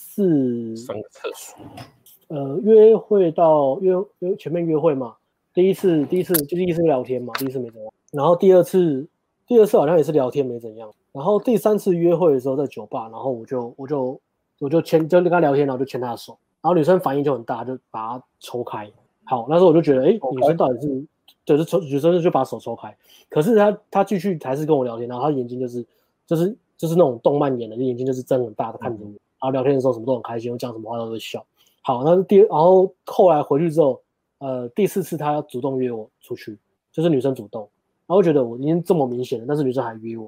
Speaker 1: 3
Speaker 3: 个厕所。
Speaker 1: 约会到前面约会嘛，第一次聊天嘛，第一次没怎样，然后第二次好像也是聊天没怎样，然后第3次约会的时候在酒吧，然后我就跟他聊天，然后就牵他的手，然后女生反应就很大，就把他抽开。好，那时候我就觉得，女生到底是对，女生就把手抽开，可是她继续还是跟我聊天，然后她眼睛就是那种动漫眼的眼睛，就是睁很大的看着我，然后聊天的时候什么都很开心，我讲什么话都会笑。好，然后后来回去之后，第4次她主动约我出去，就是女生主动，然后我觉得我已经这么明显了，但是女生还约我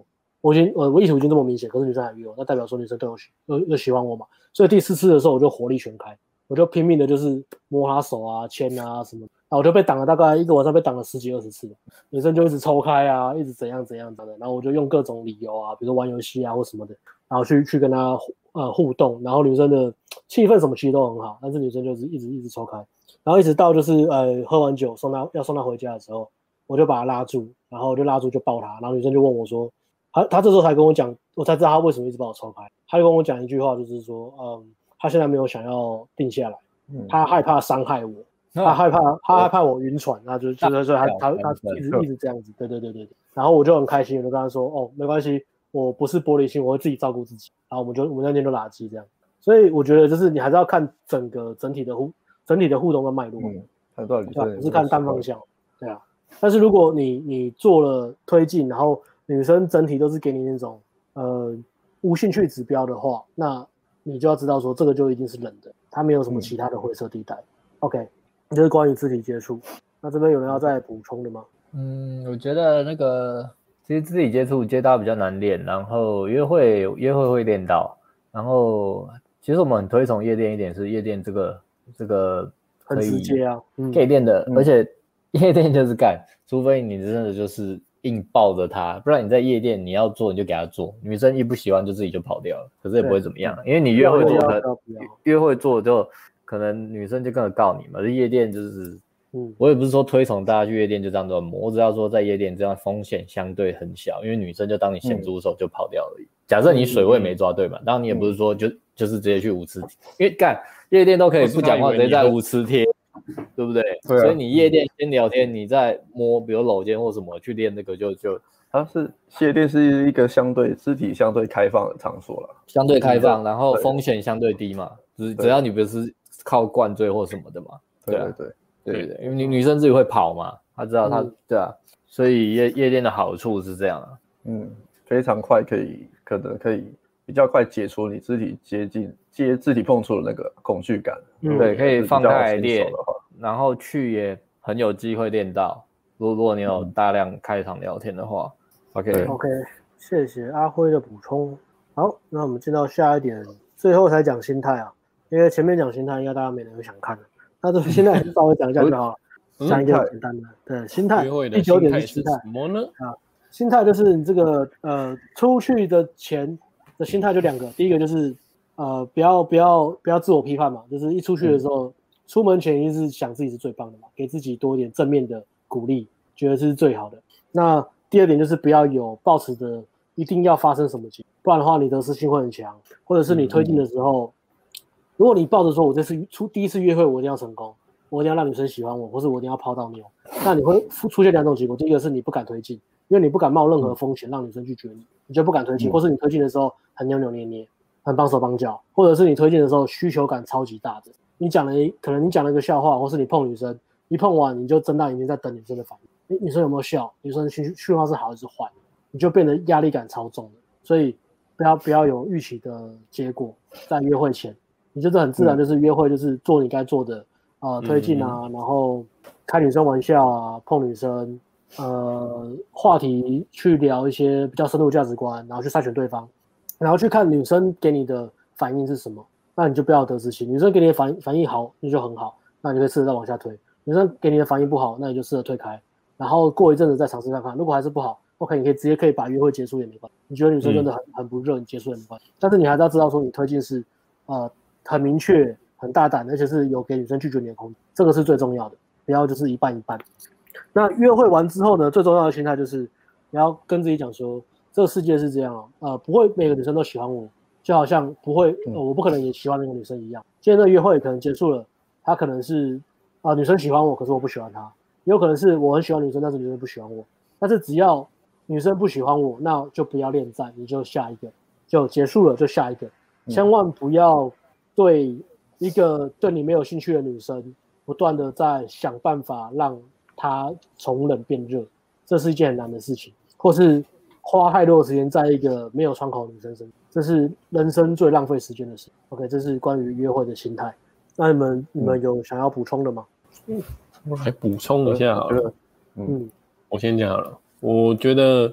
Speaker 1: 我意图已经这么明显，可是女生还约我，那代表说女生对我有喜欢我嘛。所以第4次的时候我就火力全开，我就拼命的就是摸她手啊、牵啊什么，然后我就被挡了大概一个晚上，被挡了10几20次，女生就一直抽开啊，一直怎样的，然后我就用各种理由啊，比如说玩游戏啊或什么的，然后去跟她互动，然后女生的气氛什么其实都很好，但是女生就是一直抽开，然后一直到就是喝完酒要送她回家的时候，我就把她拉住，然后我就拉住就抱她，然后女生就问我说，她这时候才跟我讲，我才知道她为什么一直把我抽开，她就跟我讲一句话，就是说她现在没有想要定下来，她害怕伤害我。他害怕我晕船，那所以他一直这样子，对，然后我就很开心，我就跟他说，哦，没关系，我不是玻璃心，我会自己照顾自己，然后我们那天就拉鸡这样，所以我觉得就是你还是要看整体的互动跟脉络，不是看单方向，对啊，但是如果你做了推进，然后女生整体都是给你那种无兴趣指标的话，那你就要知道说这个就一定是冷的，它没有什么其他的灰色地带。OK， 这是关于肢体接触。那这边有人要再补充的吗？
Speaker 2: 我觉得那个其实肢体接触街道比较难练，然后约会会练到，然后其实我们很推崇夜店一点是夜店这个
Speaker 1: 很直接啊，
Speaker 2: 可以练的，而且夜店就是干，除非你真的就是硬抱着他，不然你在夜店你要做你就给他做，女生一不喜欢就自己就跑掉了，可是也不会怎么样，因为你约会做就可能女生就跟着告你嘛，这夜店就是我也不是说推崇大家去夜店就这样乱摸，我只要说在夜店这样风险相对很小，因为女生就当你咸猪手就跑掉而已。假设你水位没抓对嘛，当然你也不是说就是直接去舞池，因为干夜店都可以不讲话直接在舞池贴，对不对？
Speaker 4: 对啊，
Speaker 2: 所以你夜店先聊天，你再摸，比如搂肩或什么去练那个就
Speaker 4: 它是夜店是一个肢体相对开放的场所了，
Speaker 2: 相对开放，然后风险相对低嘛，只要你不是靠灌醉或什么的嘛，对啊。对，因为女生自己会跑嘛，她知道她对啊，所以夜店的好处是这样啊，
Speaker 4: 非常快可能可以比较快解除你肢体肢体碰触的那个恐惧感，
Speaker 2: 对，可以放开来练，然后去也很有机会练到，如果你有大量开场聊天的话 ，OK，
Speaker 1: 谢谢阿辉的补充。好，那我们进到下一点，最后才讲心态啊，因为前面讲心态应该大家没人会想看的。那这现在稍微讲一下就好了，讲一个简单的。对，心态。第9点是心态。
Speaker 3: 什么呢？
Speaker 1: 心态就是你这个出去的前的心态就2个，第一个就是不要自我批判嘛，就是一出去的时候，出门前一定是想自己是最棒的嘛，给自己多一点正面的鼓励，觉得是最好的。那第2点就是不要有抱持的一定要发生什么情，不然的话你得失心会很强，或者是你推进的时候。如果你抱着说，我这次第一次约会我一定要成功，我一定要让女生喜欢我，或是我一定要抛到妞，那你会出现2种结果。第一个是你不敢推进，因为你不敢冒任何风险让女生拒绝你就不敢推进，或是你推进的时候很扭扭捏捏，很绑手绑脚，或者是你推进的时候需求感超级大的。可能你讲了一个笑话，或是你碰女生，一碰完你就睁大眼睛在等女生的反应，女生有没有笑，女生讯号是好还是坏，你就变得压力感超重的。所以不要有预期的结果在约会前。你就是很自然，就是约会，就是做你该做的，推进啊，然后开女生玩笑啊，碰女生，话题去聊一些比较深入价值观，然后去筛选对方，然后去看女生给你的反应是什么，那你就不要得失心。女生给你的反应好，那就很好，那你可以试着再往下推。女生给你的反应不好，那你就试着退开，然后过一阵子再尝试看看，如果还是不好 ，OK， 你可以直接把约会结束也没关系。你觉得女生真的很不热，你结束也没关系。但是你还是要知道说你推进是很明确、很大胆，而且是有给女生拒绝你的空间，这个是最重要的，不要就是一半一半。那约会完之后呢，最重要的心态就是你要跟自己讲说，这个世界是这样不会每个女生都喜欢我，就好像不会我不可能也喜欢那个女生一样。今天的约会可能结束了，她可能是女生喜欢我，可是我不喜欢她，也有可能是我很喜欢女生，但是女生不喜欢我。但是只要女生不喜欢我，那就不要恋战，你就下一个，就结束了就下一个，千万不要对一个对你没有兴趣的女生不断的在想办法让她从冷变热，这是一件很难的事情，或是花太多的时间在一个没有窗口的女生身上，这是人生最浪费时间的事。OK， 这是关于约会的心态。那你们有想要补充的吗？
Speaker 3: 我来补充一下好了。我先讲好了。我觉得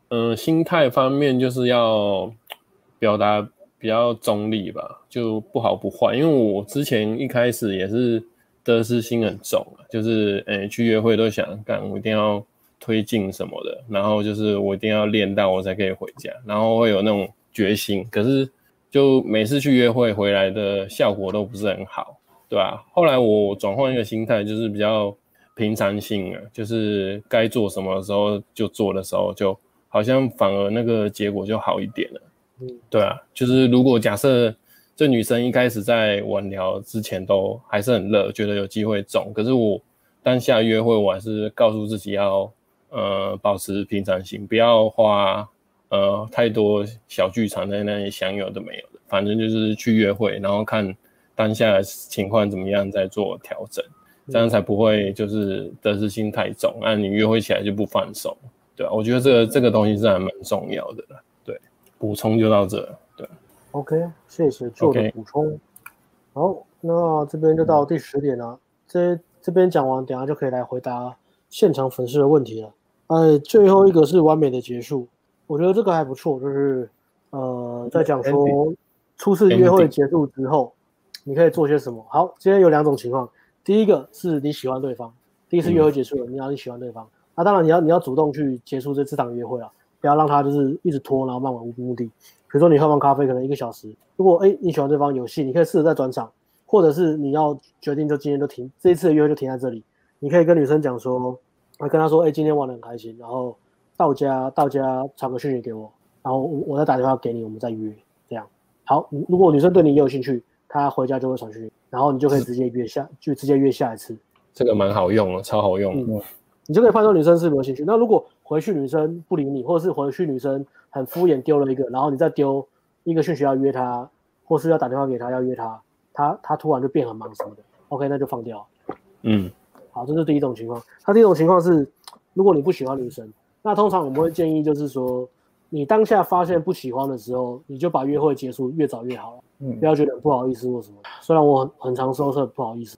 Speaker 3: 心态方面就是要表达比较中立吧，就不好不坏。因为我之前一开始也是得失心很重就是去约会都想干，我一定要推进什么的，然后就是我一定要练到我才可以回家，然后会有那种决心。可是就每次去约会回来的效果都不是很好，对吧？后来我转换一个心态，就是比较平常心就是该做什么的时候就做的时候，就好像反而那个结果就好一点了。对啊，就是如果假设这女生一开始在晚聊之前都还是很热，觉得有机会中，可是我当下约会我还是告诉自己要保持平常心，不要花太多小剧场在那里想有的没有的，反正就是去约会，然后看当下的情况怎么样再做调整，这样才不会就是得失心太重，你约会起来就不放手，对吧？我觉得这个东西是还蛮重要的啦。对，补充就到这，对。
Speaker 1: OK， 谢谢Joe的补充。好，那这边就到第10点了。这边讲完，等一下就可以来回答现场粉丝的问题了。最后一个是完美的结束，我觉得这个还不错，就是在讲说初次约会结束之后，你可以做些什么。好，今天有2种情况，第一个是你喜欢对方，第一次约会结束了，你喜欢对方，当然你要主动去结束这场约会了，不要让他就是一直拖，然后漫无目的。比如说你喝完咖啡可能1个小时，如果你喜欢对方有戏，你可以试着再转场，或者是你要决定就今天就停，这一次的约会就停在这里。你可以跟女生讲说，跟她说，今天玩得很开心，然后到家传个讯息给我，然后我再打电话给你，我们再约，这样。好，如果女生对你也有兴趣，她回家就会传讯息，然后你就可以直接约下一次。
Speaker 3: 这个蛮好用的，超好用。
Speaker 1: 你就可以判断女生是没有兴趣。那如果回去女生不理你，或者是回去女生很敷衍丢了一个，然后你再丢一个讯息要约她，或是要打电话给她要约她，她突然就变很忙什么的 ，OK， 那就放掉。好，这是第一种情况。那第一种情况是，如果你不喜欢女生，那通常我们会建议就是说，你当下发现不喜欢的时候，你就把约会结束越早越好了，不要觉得很不好意思或什么。虽然我很常说是很不好意思。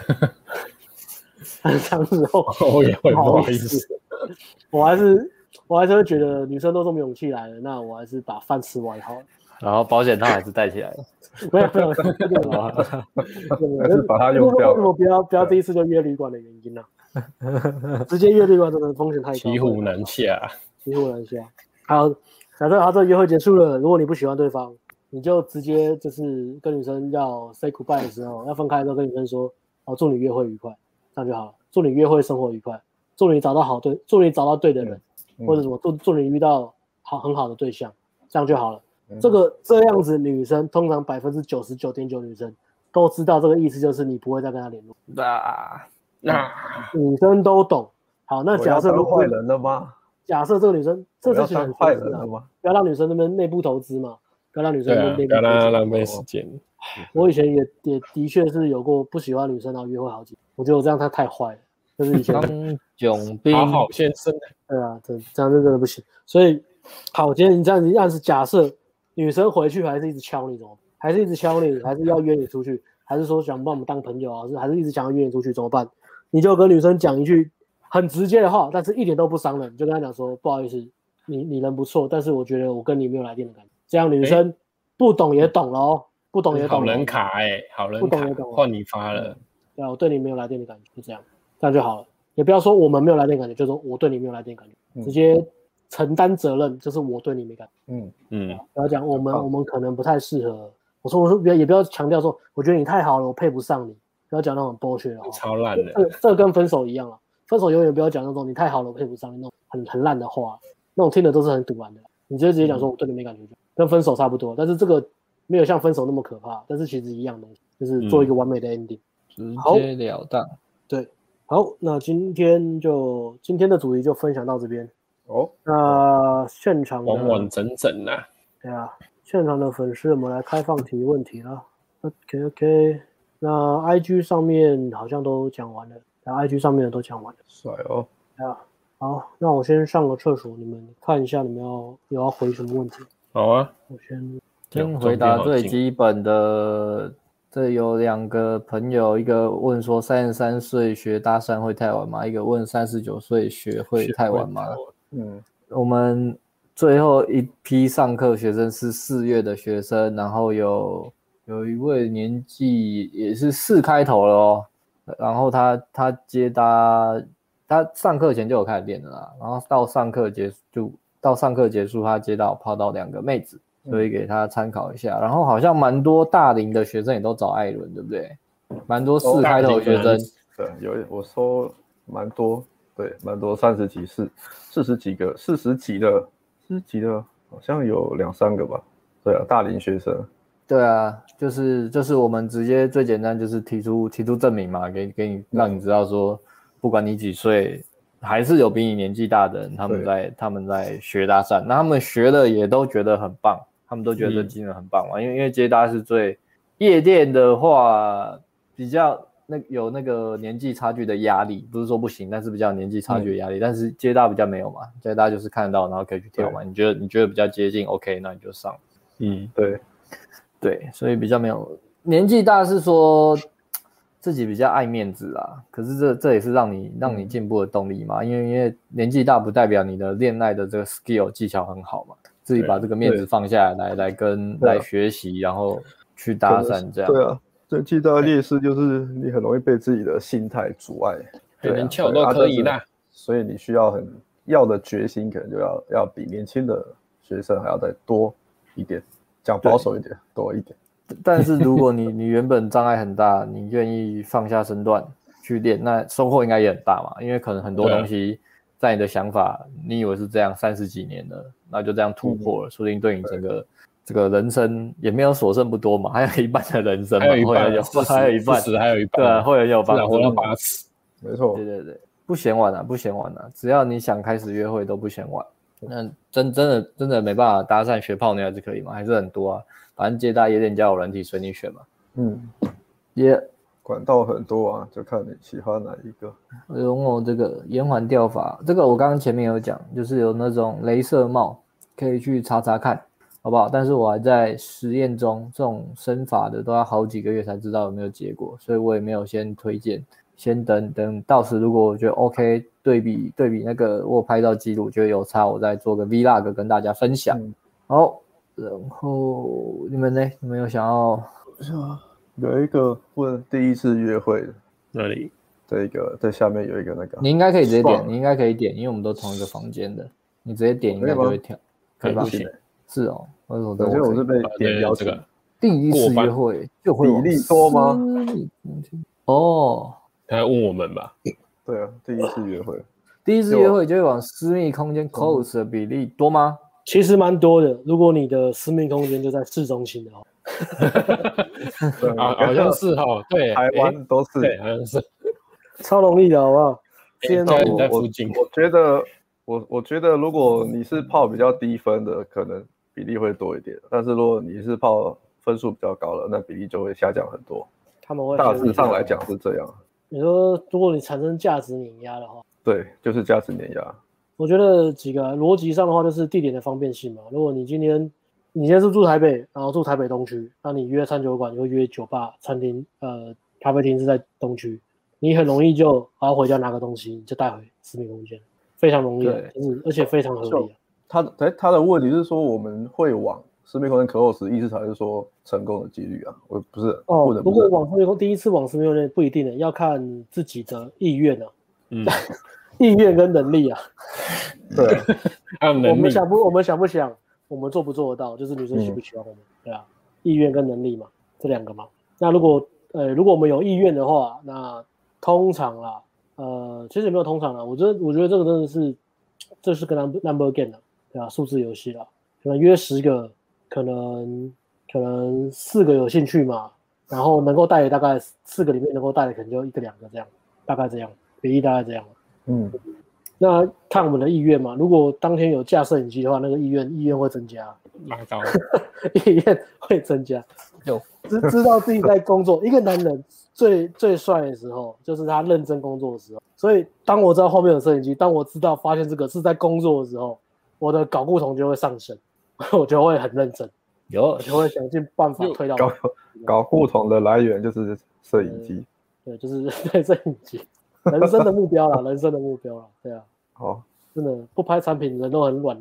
Speaker 1: 很长时候
Speaker 3: 我也会不好意思，
Speaker 1: 我还是会觉得女生都这么勇气来了，那我还是把饭吃完好了。
Speaker 2: 然后保险套还是带起来了。
Speaker 1: 没有，还
Speaker 4: 是把它用掉了。
Speaker 1: 为什么不要第一次就约旅馆的原因呢？直接约旅馆真的风险太高，
Speaker 3: 骑虎难下。
Speaker 1: 好，假设这约会结束了，如果你不喜欢对方，你就直接就是跟女生要 say goodbye 的时候，要分开的时候跟女生说，祝你约会愉快。这样就好了，祝你约会生活愉快，祝你找到对的人，或者什么，祝你遇到很好的对象，这样就好了。这样子，女生通常99.9%女生都知道这个意思，就是你不会再跟她联络。女生都懂。好，那假设
Speaker 4: 如果坏人了吗？
Speaker 1: 假设这个女生这是很
Speaker 4: 坏人了吗？
Speaker 1: 不要让女生那边内部投资嘛，不要让女生内部投资，
Speaker 3: 不要让她浪费时间。
Speaker 1: 我以前也的确是有过不喜欢女生然后约会好几次，我觉得我这样太坏了，就是以前
Speaker 2: 囧兵
Speaker 3: 好先生。
Speaker 1: 对啊，这样真的不行。所以好，今天你这样子暗示，假设女生回去还是一直敲你，怎么办？还是一直敲你，还是要约你出去，还是说想帮我们当朋友啊？还是一直想要约你出去，怎么办？你就跟女生讲一句很直接的话，但是一点都不伤人，就跟她讲说，不好意思，你人不错，但是我觉得我跟你没有来电的感觉。这样女生不懂也懂了哦。不懂也懂，
Speaker 3: 好人卡好人卡，换你发了。
Speaker 1: 对啊，我对你没有来电的感觉，就这样就好了。也不要说我们没有来电感觉，就说我对你没有来电感觉，直接承担责任，就是我对你没感觉。不要讲我们可能不太适合。我说也不要强调说，我觉得你太好了，我配不上你。不要讲那种bullshit的话，
Speaker 3: 超烂的。
Speaker 1: 这跟分手一样啊，分手永远不要讲那种你太好了，我配不上你那种很烂的话，那种听的都是很堵然的。你直接讲说我对你没感觉，跟分手差不多，但是这个。没有像分手那么可怕，但是其实一样的，就是做一个完美的 ending，
Speaker 2: 直截了当。
Speaker 1: 对，好，那今天的主题就分享到这边。那现场的
Speaker 3: 完完整整啦。
Speaker 1: 对啊，现场的粉丝我们来开放提问题了。OK， 那 IG 上面好像都讲完了，IG 上面的都讲完了。
Speaker 4: 帅哦。
Speaker 1: 对啊，好，那我先上个厕所，你们看一下，你们要回什么问题？
Speaker 3: 好啊，
Speaker 1: 我先
Speaker 2: 回答最基本的。这有2个朋友，一个问说33岁学搭讪会太晚吗？一个问39岁学会太晚吗？我们最后一批上课学生是4月的学生，然后有一位年纪也是4开头了哦，然后他接搭，他上课前就有开始练的啦，然后到上课结束他接到泡到2个妹子，所以给他参考一下。然后好像蛮多大龄的学生也都找艾伦，对不对？蛮多4开头的学生，
Speaker 4: 对，我说蛮多，对，蛮多30几40几个40几的，好像有2-3个吧。对啊，大龄学生。
Speaker 2: 对啊，就是我们直接最简单就是提出证明嘛，给你让你知道说，不管你几岁，还是有比你年纪大的人，他们在学搭讪，那他们学的也都觉得很棒，他们都觉得这技能很棒嘛，因为接搭是最夜店的话比较有那个年纪差距的压力，不是说不行，但是比较有年纪差距的压力，但是接搭比较没有嘛，接搭就是看得到然后可以去跳嘛，你觉得比较接近 OK， 那你就上。对，所以比较没有年纪大是说自己比较爱面子啊，可是这也是让你进步的动力嘛，因为年纪大不代表你的恋爱的这个 skill 技巧很好嘛，自己把这个面子放下来来学习，然后去搭讪这样。
Speaker 4: 对啊，最巨大的劣势就是你很容易被自己的心态阻碍，
Speaker 3: 能翘都可以啦，
Speaker 4: 所以你需要的决心可能就要比年轻的学生还要再多一点。讲保守一点，多一点。
Speaker 2: 但是如果你原本障碍很大，你愿意放下身段去练，那收获应该也很大嘛。因为可能很多东西在你的想法，你以为是这样30几年了，那就这样突破了，说不定对你整个这个人生也没有所剩不多嘛，还有一半的人生嘛，
Speaker 3: 还有一半，
Speaker 2: 对啊，会很有帮助。
Speaker 3: 活到80，
Speaker 4: 没错。
Speaker 2: 对，不嫌晚啊，只要你想开始约会都不嫌晚。那真的没办法搭讪学泡妞还是可以吗？还是很多啊，反正接搭夜店交友软体随你选嘛。
Speaker 4: 管道很多啊，就看你喜欢哪一个。
Speaker 2: 有这个延缓钓法，这个我刚刚前面有讲，就是有那种雷射帽可以去查看，好不好？但是我还在实验中，这种生法的都要好几个月才知道有没有结果，所以我也没有先推荐。先等到时如果我觉得 OK， 对比那个我拍照记录觉得有差，我再做个 Vlog 跟大家分享。好，然后你们呢？你们有想要？
Speaker 4: 有一个问第一次约会的，
Speaker 3: 哪里？
Speaker 4: 这个在下面有一个那个，
Speaker 2: 你应该可以直接点，因为我们都同一个房间的，你直接点应该就会跳，可以吧？是哦，我觉
Speaker 4: 得我是被点邀请。
Speaker 2: 第一次约会就会
Speaker 4: 比例多吗？
Speaker 2: 哦。
Speaker 3: 他在问我们吧？
Speaker 4: 对啊，第一次约会
Speaker 2: 就会往私密空间 close 的比例多吗？
Speaker 1: 其实蛮多的。如果你的私密空间就在市中心的话，
Speaker 3: 好像是哦，对，
Speaker 4: 台湾都是，
Speaker 3: 对，好像是，
Speaker 1: 超容易的，好不好？
Speaker 3: 在附近。
Speaker 4: 我觉得如果你是泡比较低分的，可能比例会多一点，但是如果你是泡分数比较高的，那比例就会下降很多。
Speaker 1: 他们会
Speaker 4: 大致上来讲是这样。
Speaker 1: 你说，如果你产生价值碾压的话，
Speaker 4: 对，就是价值碾压。
Speaker 1: 我觉得几个逻辑上的话，就是地点的方便性嘛。如果你今天是住台北，然后住台北东区，那你约餐酒馆，你会约酒吧、餐厅、咖啡厅是在东区，你很容易就回家拿个东西，你就带回私密空间，非常容易，就是而且非常合理。
Speaker 4: 他的问题是说，我们会往私密空間 close 意思才是说成功的几率啊，我不是
Speaker 1: 如果往私密空第一次往私密空间不一定的，要看自己的意愿啊，意愿跟能力啊，
Speaker 4: 对啊，
Speaker 3: 还有能力。
Speaker 1: 我们想不想，我们做不做得到，就是女生喜不喜欢我们，对啊，意愿跟能力嘛，这两个嘛。那如果我们有意愿的话，那通常啦，其实也没有通常啦，我觉得这个真的是，这是个 number game 的，对啊，数字游戏啦，可能约10个。可能4个有兴趣嘛，然后能够带的大概4个里面能够带的可能就1个2个这样，大概这样，比例大概这样。那看我们的意愿嘛，如果当天有架摄影机的话，那个意愿会增加，
Speaker 3: 拉高，
Speaker 1: 意愿会增加。知道自己在工作，一个男人最帅的时候就是他认真工作的时候。所以当我知道后面有摄影机，当我发现这个是在工作的时候，我的睾固酮就会上升。我就会很认真，我就会想尽办法推到
Speaker 4: 睾固酮的来源就是摄影机，
Speaker 1: 对，就是对摄影机，人生的目标啦，对啊，真的不拍产品人都很软烂的，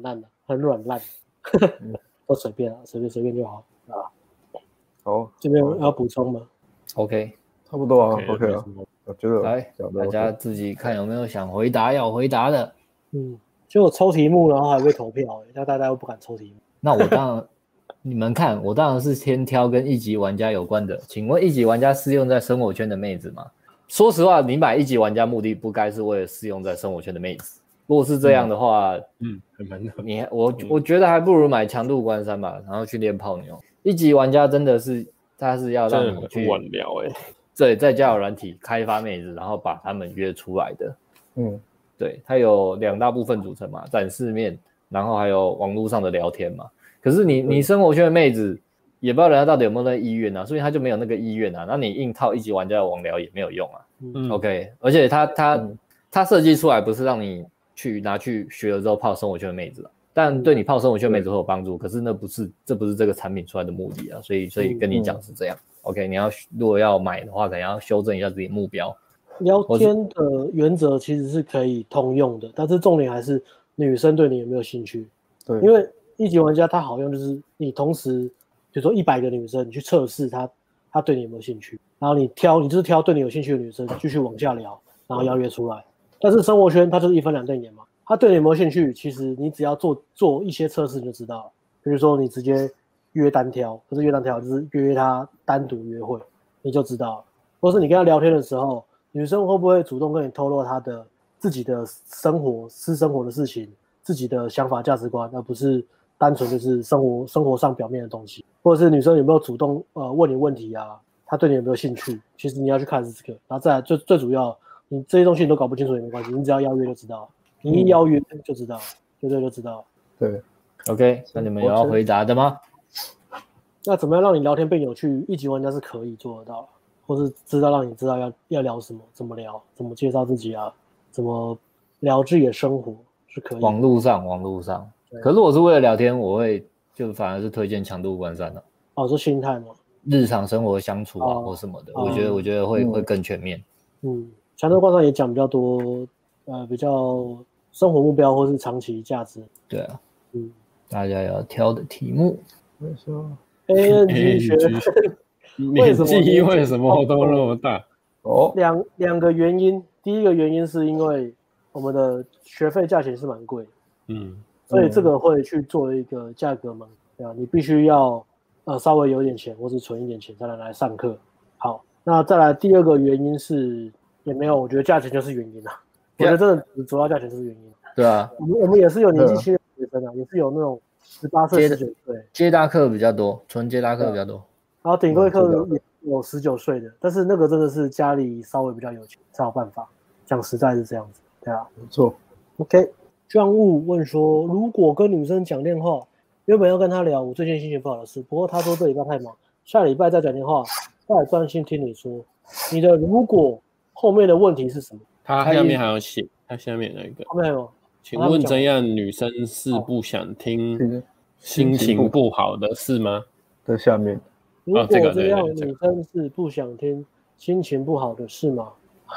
Speaker 1: 很软烂，都随便啊，随便就好啊。
Speaker 4: 好，
Speaker 1: 这边要补充吗
Speaker 2: ？OK，
Speaker 4: 差不多啊 ，OK 啊，我觉得
Speaker 2: 来，大家自己看有没有想回答要回答的。
Speaker 1: 就我抽题目，然后还会投票，那大家又不敢抽题目。
Speaker 2: 那我当然，你们看，我当然是先挑跟1级玩家有关的。请问1级玩家适用在生活圈的妹子吗？说实话，你买1级玩家目的不该是为了适用在生活圈的妹子。如果是这样的话，
Speaker 3: 很蛮的。
Speaker 2: 我觉得还不如买强度关山吧，然后去练泡妞。1级玩家真的是，他是要让你去
Speaker 3: 晚聊
Speaker 2: 对，在交友软体开发妹子，然后把他们约出来的。对，它有2大部分组成嘛，展示面，然后还有网络上的聊天嘛。可是你生活圈的妹子，也不知道人家到底有没有那个意愿啊，所以他就没有那个意愿啊。那你硬套1级玩家的网聊也没有用啊。OK， 而且它设计出来不是让你拿去学了之后泡生活圈的妹子，但对你泡生活圈妹子会有帮助。可是这不是这个产品出来的目的啊，所以跟你讲是这样。OK， 如果要买的话，可能要修正一下自己的目标。
Speaker 1: 聊天的原则其实是可以通用的，但是重点还是女生对你有没有兴趣。
Speaker 4: 对，
Speaker 1: 因为1级玩家它好用就是你同时，比如说100个女生，你去测试她对你有没有兴趣，然后你就是挑对你有兴趣的女生继续往下聊，然后邀约出来。但是生活圈它就是1分2瞪眼嘛，他对你有没有兴趣，其实你只要做一些测试你就知道了。比如说你直接约单挑，不是约单挑，就是约他单独约会，你就知道了。或是你跟他聊天的时候，女生会不会主动跟你透露她的自己的私生活的事情，自己的想法价值观，而不是单纯就是生活上表面的东西。或者是女生有没有主动问你问题啊，她对你有没有兴趣，其实你要去看是这个。然后再来最主要，你这些东西你都搞不清楚也没关系，你只要邀约就知道了，你一邀约就知道，绝对就知道了。
Speaker 4: 对
Speaker 2: ，OK， 那你们有要回答的吗？
Speaker 1: 那怎么样让你聊天变有趣？1级玩家是可以做得到的，或是让你知道要聊什么，怎么聊，怎么介绍自己啊，怎么聊自己的生活是可以的。
Speaker 2: 网络上，可是我是为了聊天，我会就反而是推荐强度关山的。
Speaker 1: 哦，是心态吗？
Speaker 2: 日常生活相处啊，或什么的，我觉得会更全面。
Speaker 1: 强度关山也讲比较多，比较生活目标或是长期价值。
Speaker 2: 对啊，大家要挑的题目。
Speaker 4: 没错。
Speaker 1: ANG 学
Speaker 3: 年纪为什么都那么大？
Speaker 1: 两个原因，第一个原因是因为我们的学费价钱是蛮贵的，所以这个会去做一个价格嘛，对吧？你必须要稍微有点钱或是存一点钱才能来上课。好，那再来第二个原因是也没有，我觉得价钱就是原因啊。我觉得真的主要价钱就是原因。
Speaker 2: 对啊，
Speaker 1: 我们也是有年纪轻的学生啊，也是有那种18岁、19岁，
Speaker 2: 接搭课比较多，纯接搭课比较多。
Speaker 1: 然后顶规课也有19岁的，但是那个真的是家里稍微比较有钱才有办法。讲实在是这样子，对啊，
Speaker 4: 没错。
Speaker 1: OK， 庄务问说，如果跟女生讲电话，原本要跟她聊我最近心情不好的事，不过她说这礼拜太忙，下礼拜再讲电话，再来专心听你说。你的如果后面的问题是什么？
Speaker 3: 他下面还有写，他下面那个。
Speaker 1: 后面有。
Speaker 3: 请问这样女生是不想听心情不好的事吗？
Speaker 4: 在下面。
Speaker 1: 如果这样女生是不想听心情不好的事吗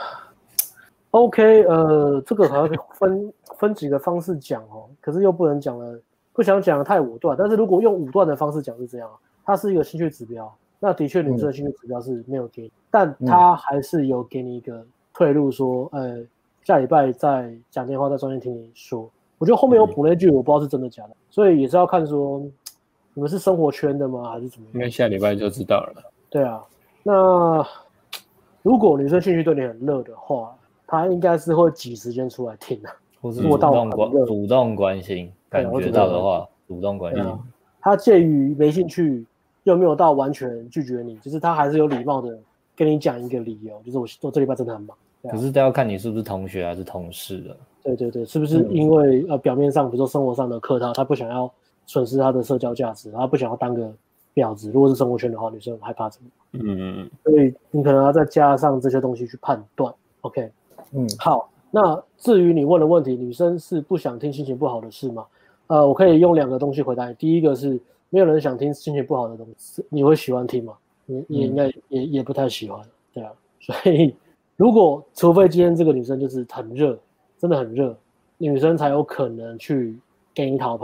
Speaker 1: ？OK， 这个好像分几个方式讲哦，可是又不能讲了，不想讲的太武断。但是如果用武断的方式讲是这样，它是一个兴趣指标，那的确女生的兴趣指标是没有给你，但它还是有给你一个退路说，下礼拜再讲电话，再专心听你说。我觉得后面有补那句，我不知道是真的假的，所以也是要看说你们是生活圈的吗，还是怎么样？
Speaker 3: 应该下礼拜就知道了。
Speaker 1: 对啊，那如果女生兴趣对你很热的话，她应该是会挤时间出来听的，
Speaker 2: 或是主动关心，感觉到的话，主动关心。
Speaker 1: 她介于没兴趣又没有到完全拒绝你，就是她还是有礼貌的跟你讲一个理由，就是我这礼拜真的很忙。
Speaker 2: 可是都要看你是不是同学还是同事的。
Speaker 1: 对，是不是因为表面上比如说生活上的客套，她不想要损失她的社交价值，她不想要当个婊子。如果是生活圈的话，女生很害怕这个。所以你可能要再加上这些东西去判断。OK， 好。那至于你问的问题，女生是不想听心情不好的事吗？我可以用2个东西回答你。第一个是没有人想听心情不好的东西，你会喜欢听吗？你应该也不太喜欢，对啊。所以除非今天这个女生就是很热，真的很热，女生才有可能去给你讨拍，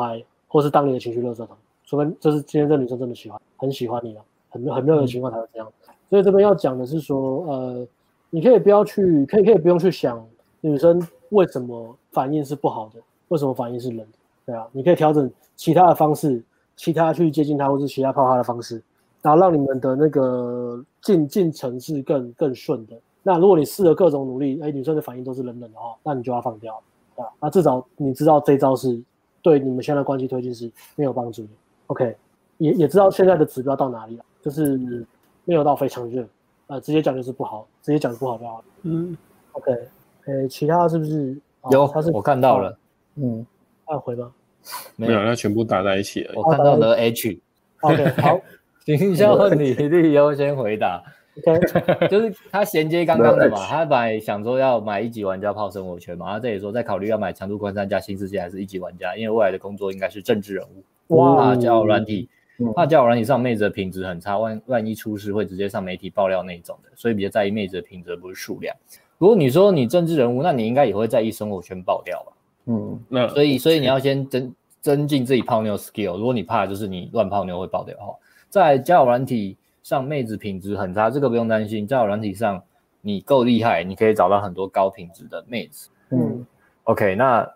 Speaker 1: 或是当你的情绪垃圾桶，除非就是今天这女生真的很喜欢你了，很热的情况才会这样。所以这边要讲的是说，你可以不用去想女生为什么反应是不好的，为什么反应是冷的，对啊，你可以调整其他的方式，其他去接近她或是其他泡她的方式，然后让你们的那个进程是更顺的。那如果你试了各种努力，女生的反应都是冷的话，那你就要放掉，对吧？那至少你知道这一招是对你们现在的关系推进是没有帮助的。OK， 也知道现在的指标到哪里了，就是没有到非常热，直接讲就是不好，直接讲不好就好了。OK， 其他是不是？
Speaker 2: 有，我看到了。
Speaker 1: 要回吗？
Speaker 3: 没有，它全部打在一起了。
Speaker 2: 我看到了 H。OK，
Speaker 1: 好，
Speaker 2: 行销问题你优先回答。OK， 就是他衔接刚刚的嘛，他本来想说要买1级玩家泡生活圈嘛，他这里说在考虑要买强度关山加新世界还是1级玩家，因为未来的工作应该是政治人物。怕交友软体上妹子的品质很差，万一出事会直接上媒体爆料那种的，所以比较在意妹子的品质而不是数量。如果你说你政治人物，那你应该也会在意生活圈爆料吧？那所以你要先增进自己泡妞 skill。如果你怕就是你乱泡妞会爆掉的话，在交友软体上妹子品质很差，这个不用担心。交友软体上你够厉害，你可以找到很多高品质的妹子。OK， 那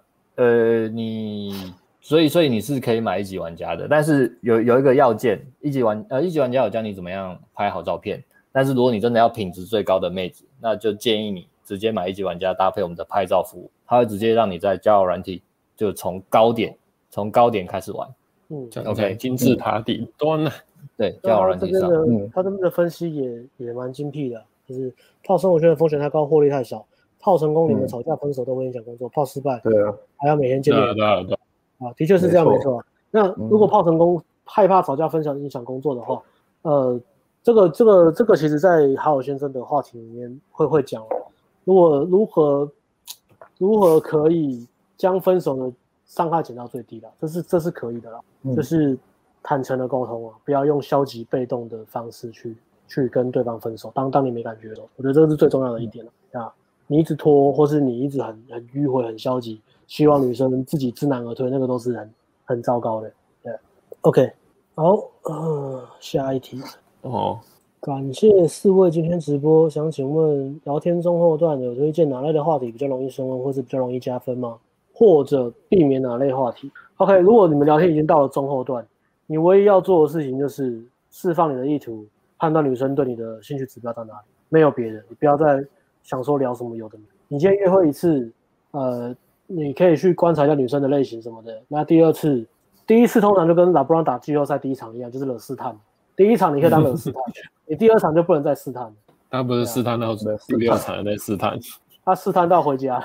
Speaker 2: 所以你是可以买1级玩家的，但是有一个要件，1级玩家有教你怎么样拍好照片，但是如果你真的要品质最高的妹子，那就建议你直接买1级玩家搭配我们的拍照服务，它会直接让你在交友软体就从高点开始玩。OK，
Speaker 3: 金字塔顶端了。
Speaker 2: 对，交友软体上，
Speaker 1: 他这边的分析也蛮精辟的，就是泡生活圈的风险太高，获利太少，泡成功你们吵架分手都会影响工作，泡失败
Speaker 4: 对啊，
Speaker 1: 还要每天见面。
Speaker 3: 对
Speaker 1: 的确是这样，没错。那如果泡成功害怕吵架分享影响工作的话，这个其实在好友先生的话题里面会讲，如何可以将分手的伤害减到最低的，这是可以的啦，就是坦诚的沟通啊，不要用消极被动的方式去跟对方分手。当你没感觉的时候，我觉得这是最重要的一点了啊。你一直拖，或是你一直很迂回、很消极，希望女生自己知难而退，那个都是很糟糕的。对 ，OK， 好，下一题。感谢4位今天直播，想请问聊天中后段有推荐哪类的话题比较容易升温，或是比较容易加分吗？或者避免哪类话题 ？OK， 如果你们聊天已经到了中后段，你唯一要做的事情就是释放你的意图，判断女生对你的兴趣指标到哪里，没有别的，你不要再想说聊什么有的没。你今天约会一次，你可以去观察一下女生的类型什么的。那第一次通常就跟LeBron打季后赛第一场一样，就是惹试探。第一场你可以当惹试探，你第2场就不能再试探了。
Speaker 3: 他不是试探到第6场在试探，
Speaker 1: 他试探到回家。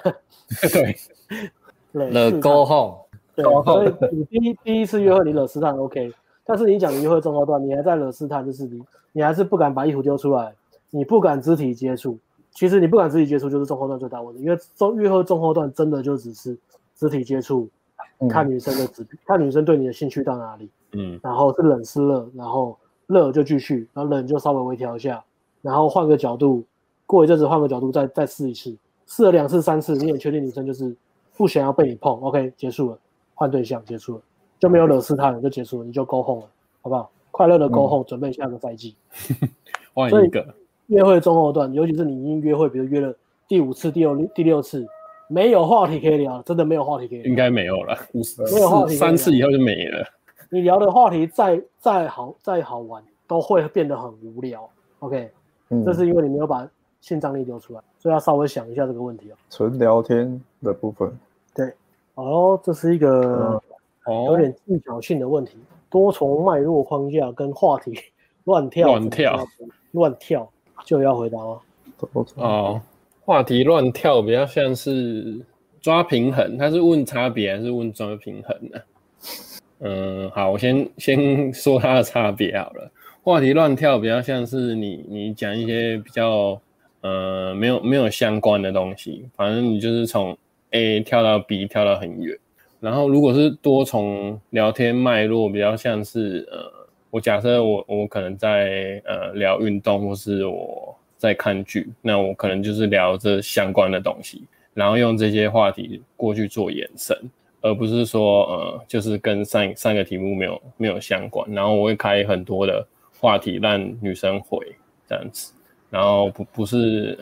Speaker 2: 对，The go home。
Speaker 1: 对，所以你第一次约会你惹试探 OK， 但是你讲约会中后段，你还在惹试探，就是你还是不敢把衣服丢出来，你不敢肢体接触。其实你不敢肢体接触就是中后段最大问题，因为约会中后段真的就只是肢体接触，看女生的看女生对你的兴趣到哪里，然后是冷是热，然后热就继续，然后冷就稍微微调一下，然后换个角度，过一阵子换个角度再试一次，试了2次3次，你也确定女生就是不想要被你碰 ，OK， 结束了，换对象结束了，就没有惹试探了，就结束了，你就go home了，好不好？快乐的go home，准备下个赛季。
Speaker 3: 换一个。
Speaker 1: 约会中后段，尤其是你已经约会，比如约了第5次、第6次，没有话题可以聊，真的没有话题可以聊，
Speaker 3: 应该没有了，
Speaker 1: 没有话题
Speaker 3: 3次以后就没了。
Speaker 1: 你聊的话题再好玩，都会变得很无聊。OK，这是因为你没有把性张力丢出来，所以要稍微想一下这个问题哦。
Speaker 4: 纯聊天的部分，
Speaker 1: 对，这是一个有点技巧性的问题，多重脉络框架跟话题乱跳就要回答吗？
Speaker 3: 话题乱跳比较像是抓平衡，他是问差别还是问抓平衡呢？好，我先说它的差别好了。话题乱跳比较像是你讲一些比较没有相关的东西，反正你就是从 A 跳到 B 跳到很远。然后如果是多重聊天脉络，比较像是我假设我可能在聊运动，或是我在看剧，那我可能就是聊这相关的东西，然后用这些话题过去做延伸， 而不是说就是跟上个题目没有相关。然后我会开很多的话题让女生回这样子，然后不是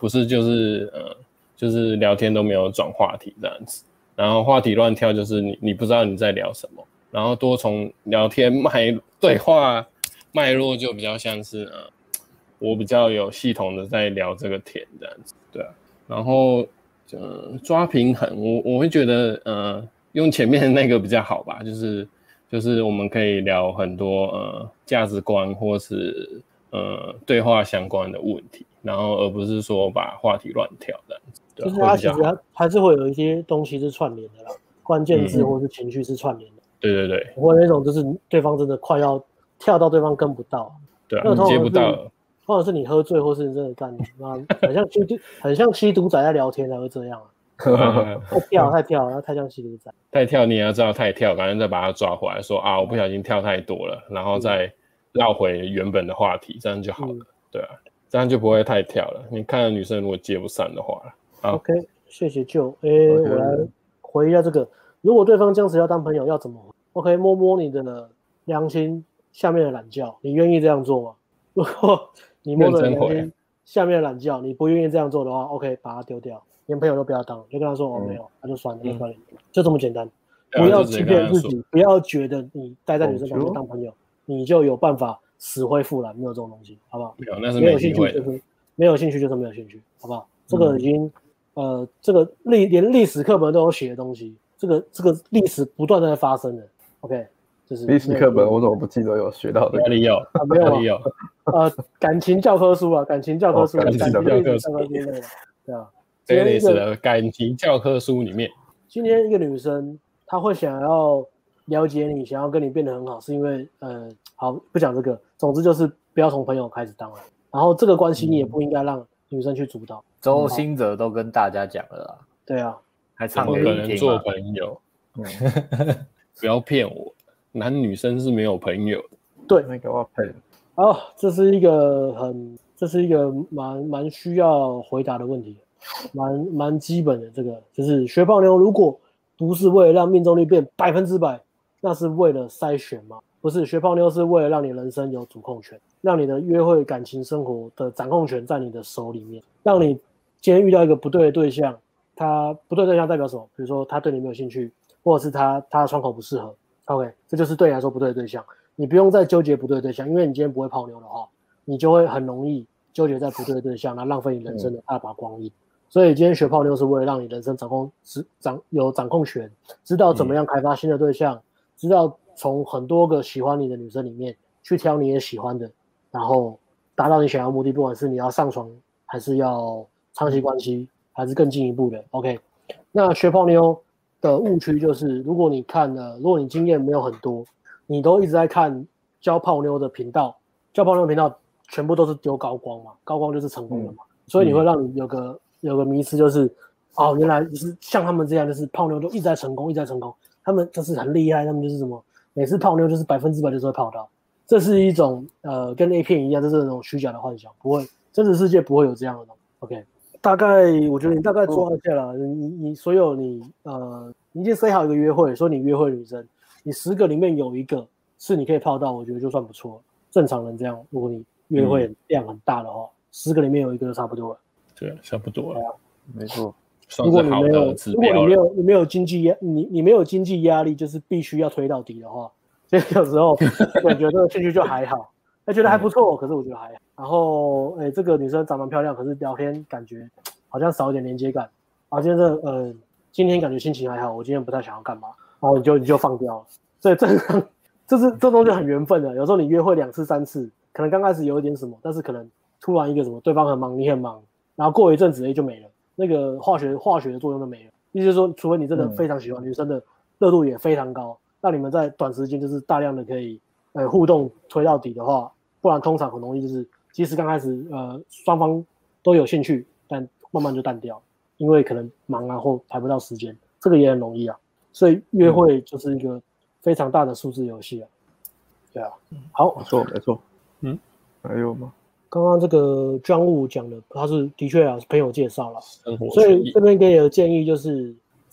Speaker 3: 就是聊天都没有转话题这样子，然后话题乱跳，就是你不知道你在聊什么，然后多从聊天对话脉络就比较像是我比较有系统的在聊这个天这样子，对啊，然后抓平衡，我会觉得用前面的那个比较好吧，就是我们可以聊很多价值观或是对话相关的问题，然后而不是说把话题乱跳这样子，对啊，
Speaker 1: 就是它其实还是会有一些东西是串联的啦，关键字或是情绪是串联的。
Speaker 3: 对，
Speaker 1: 或者那种就是对方真的快要跳到对方跟不到，
Speaker 3: 对啊，你接不到了。
Speaker 1: 或者是你喝醉，或是你真的干，很像吸毒仔在聊天才会这样啊。太跳，然后太像吸毒仔。
Speaker 3: 太跳你也要知道太跳，赶紧再把他抓回来，说我不小心跳太多了，然后再绕回原本的话题，这样就好了。对啊，这样就不会太跳了。你看到女生如果接不上的话
Speaker 1: ，OK， 谢谢Joe。我来回一下这个，如果对方僵持要当朋友，要怎么回 ？OK， 摸摸你的良心下面的懒觉，你愿意这样做吗？如果你摸着良心下面的懒觉，你不愿意这样做的话 ，OK， 把它丢掉，连朋友都不要当，就跟他说没有，那就算了，就这么简单。不要欺骗自己，不要觉得你待在女生旁边当朋友，你就有办法死灰复燃，没有这种东西，好不好？
Speaker 3: 没有，那是没兴趣，
Speaker 1: 就是没有兴趣，就是没有兴趣，好不好？这个已经这个连历史课本都有写的东西，这个历史不断的在发生的 ，OK。就是
Speaker 4: 历史课本我怎么不记得有学到的？
Speaker 3: 哪里有？
Speaker 1: 没有感情教科书啊，感情教科书类的，对啊，
Speaker 3: 这类似的感情教科书里面，
Speaker 1: 今天一个女生她会想要了解你，想要跟你变得很好，是因为好不讲这个，总之就是不要从朋友开始当了，然后这个关系你也不应该让女生去主导。
Speaker 2: 周兴哲都跟大家讲了啦，
Speaker 1: 对啊，
Speaker 2: 还唱
Speaker 3: 给你听做朋友，不要骗我。男女生是没有朋友的，
Speaker 1: 对，
Speaker 4: 那个我配。
Speaker 1: 这是一个蛮需要回答的问题，蛮基本的。这个就是学泡妞，如果不是为了让命中率变100%，那是为了筛选吗？不是，学泡妞是为了让你人生有主控权，让你的约会感情生活的掌控权在你的手里面，让你今天遇到一个不对的对象，他不对的对象代表什么？比如说他对你没有兴趣，或者是他的窗口不适合。OK， 这就是对你来说不对的对象，你不用再纠结不对的对象，因为你今天不会泡妞的话，你就会很容易纠结在不对的对象，然后浪费你人生的大把光阴。所以今天学泡妞是为了让你人生有掌控权，知道怎么样开发新的对象，知道从很多个喜欢你的女生里面去挑你也喜欢的，然后达到你想要的目的，不管是你要上床，还是要长期关系，还是更进一步的。OK， 那学泡妞的误区就是，如果你经验没有很多，你都一直在看教泡妞的频道，教泡妞的频道全部都是丢高光嘛，高光就是成功了嘛，所以你会让你有个迷思，就是原来就是像他们这样，就是泡妞就一直在成功，他们就是很厉害，他们就是什么每次泡妞就是100%就是会泡到，这是一种跟 A 片一样，这是那种虚假的幻想，不会，真实世界不会有这样的东西。OK。大概我觉得你大概抓一下啦，你所有你已经塞好一个约会，说你约会女生，你10个里面有一个是你可以泡到，我觉得就算不错了。正常人这样，如果你约会量很大的话，10个里面有一个就差不多了。
Speaker 3: 对，差不多了，
Speaker 4: 没错。
Speaker 1: 如果你没有经济你没有经济压力，就是必须要推到底的话，所以有时候我觉得这个兴趣就还好。觉得还不错，可是我觉得还好。然后，这个女生长得漂亮，可是聊天感觉好像少一点连接感。然后今天感觉心情还好，我今天不太想要干嘛，然后你就放掉了。所以这东西很缘分的。有时候你约会2次3次，可能刚开始有一点什么，但是可能突然一个什么，对方很忙，你很忙，然后过一阵子就没了，那个化学的作用就没了。意思是说，除非你真的非常喜欢女生的热度也非常高，让你们在短时间就是大量的可以互动推到底的话。不然通常很容易就是即使刚开始双方都有兴趣，但慢慢就淡掉，因为可能忙啊或排不到时间，这个也很容易啊。所以约会就是一个非常大的数字游戏啊。对啊，好，
Speaker 4: 没错。还有吗？
Speaker 1: 刚刚这个庄务讲的，他是的确啊是朋友介绍了，所以这边给你的建议就是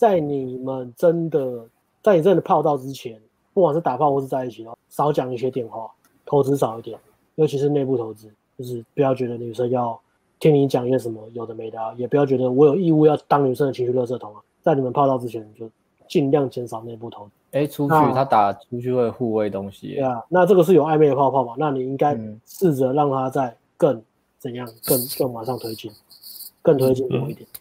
Speaker 1: 在你真的泡到之前，不管是打炮或是在一起，少讲一些电话，投资少一点，尤其是内部投资，就是不要觉得女生要听你讲一些什么有的没的也不要觉得我有义务要当女生的情绪垃圾桶在你们泡到之前，就尽量减少内部投资。
Speaker 2: 出去他打出去会互喂东西。
Speaker 1: 对啊，那这个是有暧昧的泡泡嘛？那你应该试着让他再更怎样，更往上推进，更推进多一点。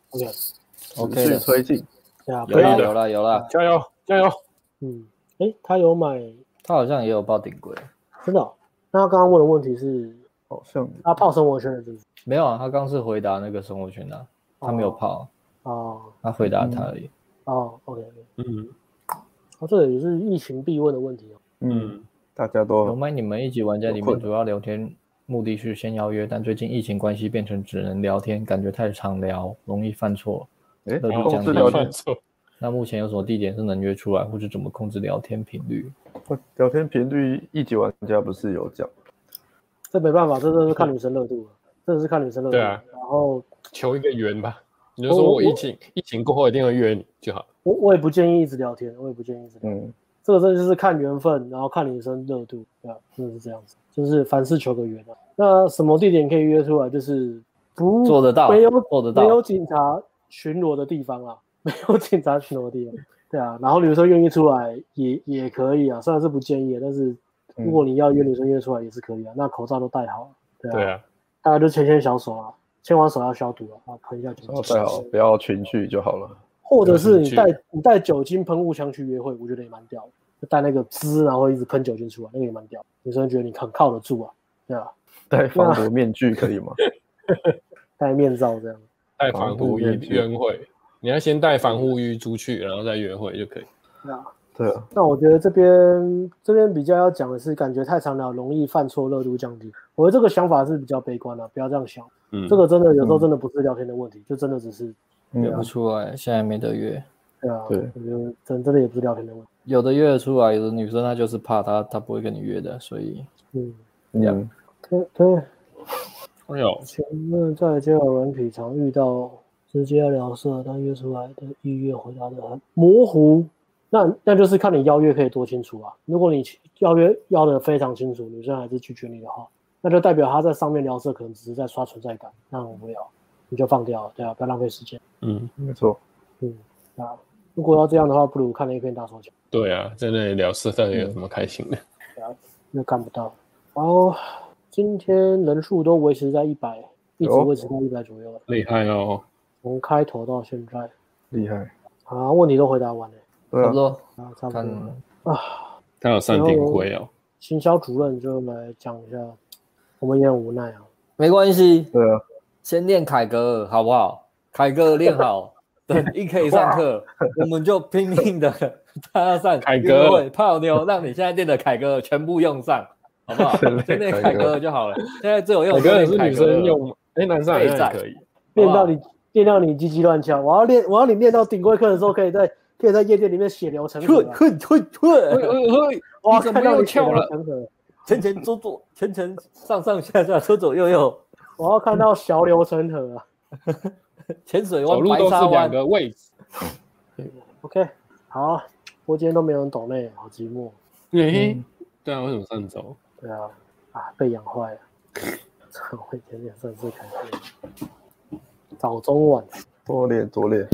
Speaker 2: OK
Speaker 4: 的推进。
Speaker 1: 对啊，
Speaker 2: 有了，
Speaker 3: 加油！
Speaker 1: 他有买，
Speaker 2: 他好像也有报顶规，
Speaker 1: 真的那他刚刚问的问题是，
Speaker 4: 好像
Speaker 1: 他泡生活圈的是不是？
Speaker 2: 没有啊，他刚是回答那个生活圈的，他没有泡他回答他而已。
Speaker 1: OK， 这也是疫情必问的问题
Speaker 4: 大家都
Speaker 2: 有买你们一起玩家里面主要聊天目的是先邀约，但最近疫情关系变成只能聊天，感觉太常聊，容易犯错。
Speaker 4: 控制聊天
Speaker 3: 错。
Speaker 2: 那目前有什么地点是能约出来，或者怎么控制聊天频率？
Speaker 4: 聊天频率，一级玩家不是有讲？
Speaker 1: 这没办法，这真的是看女生热度了，
Speaker 3: 对啊，
Speaker 1: 然后
Speaker 3: 求一个缘吧。你就说我疫情过后一定会约你就好。
Speaker 1: 我也不建议一直聊天，这个真的就是看缘分，然后看女生热度，对啊，真的是这样子，就是凡事求个缘那什么地点可以约出来？就是不
Speaker 2: 做得到，
Speaker 1: 没有警察巡逻的地方对啊，然后女生愿意出来也可以啊，虽然是不建议，但是如果你要约女生约出来也是可以啊，那口罩都戴好了，对啊，大家就牵小手啊，牵完手要消毒啊，喷一下酒精，
Speaker 4: 戴好，不要群聚就好了。
Speaker 1: 或者是你带酒精喷雾枪去约会，我觉得也蛮屌的，就带那个汁，然后一直喷酒精出来，那个也蛮屌，女生觉得你很靠得住啊，对啊，
Speaker 4: 戴防毒面具可以吗？
Speaker 1: 戴面罩这样，
Speaker 3: 戴防护衣约会。你要先带防护衣出去，然后再约会就可以。
Speaker 4: 对啊。
Speaker 1: 那我觉得这边比较要讲的是，感觉太常聊容易犯错，热度降低。我的这个想法是比较悲观的，不要这样想。这个真的有时候真的不是聊天的问题，就真的只是
Speaker 2: 约不出来，现在没得约。
Speaker 1: 对啊，我觉得真的也不是聊天的问题。
Speaker 2: 有的约得出来，有的女生她就是怕她不会跟你约的，所以
Speaker 1: 对。
Speaker 3: 哎呦，
Speaker 1: 前面在交友软体常遇到直接聊色，但约出来的意愿回答的很模糊，那就是看你邀约可以多清楚啊。如果你邀约邀的非常清楚，女生还是拒绝你的话，那就代表她在上面聊色可能只是在刷存在感，那很无聊，你就放掉了，对啊，不要浪费时间。
Speaker 4: 没错。
Speaker 1: 如果要这样的话，不如看了一篇打手枪。
Speaker 3: 对啊，在那里聊色，到底有什么开心的？
Speaker 1: 对啊，又看不到。然后今天人数都维持在100，一直维持在100左右了。
Speaker 3: 厉害哦！
Speaker 1: 从开头到现在，
Speaker 4: 厉害。
Speaker 1: 好，问题都回答完了。
Speaker 2: 差不多。
Speaker 1: 差不多。
Speaker 3: 他有3顶规哦。
Speaker 1: 行销主任就来讲一下，我们也很无奈啊。
Speaker 2: 没关系。
Speaker 4: 对啊。
Speaker 2: 先练凯格尔好不好？凯格尔练好，等一可以上课，我们就拼命的搭上
Speaker 3: 凯格尔
Speaker 2: 泡妞，让你现在练的凯格尔全部用上，好不好？先练凯格尔就好了。现在最有用的
Speaker 3: 凯格尔是女生用，男生也可以。
Speaker 1: 练到你鸡鸡乱跳，我要你练到顶规课的时候，可以在夜店里面血流成河。
Speaker 3: 哇，看到你跳了，
Speaker 2: 前左左，前上下左左右右。
Speaker 1: 我要看到小流成河啊！
Speaker 2: 潜水湾、
Speaker 3: 走路都是2个位置。
Speaker 1: OK， 好，我今天都没有人懂内，好寂寞。
Speaker 3: 对啊，为什么上周？
Speaker 1: 对啊，被养坏了。我一点点算是开心。早中晚
Speaker 4: 多练。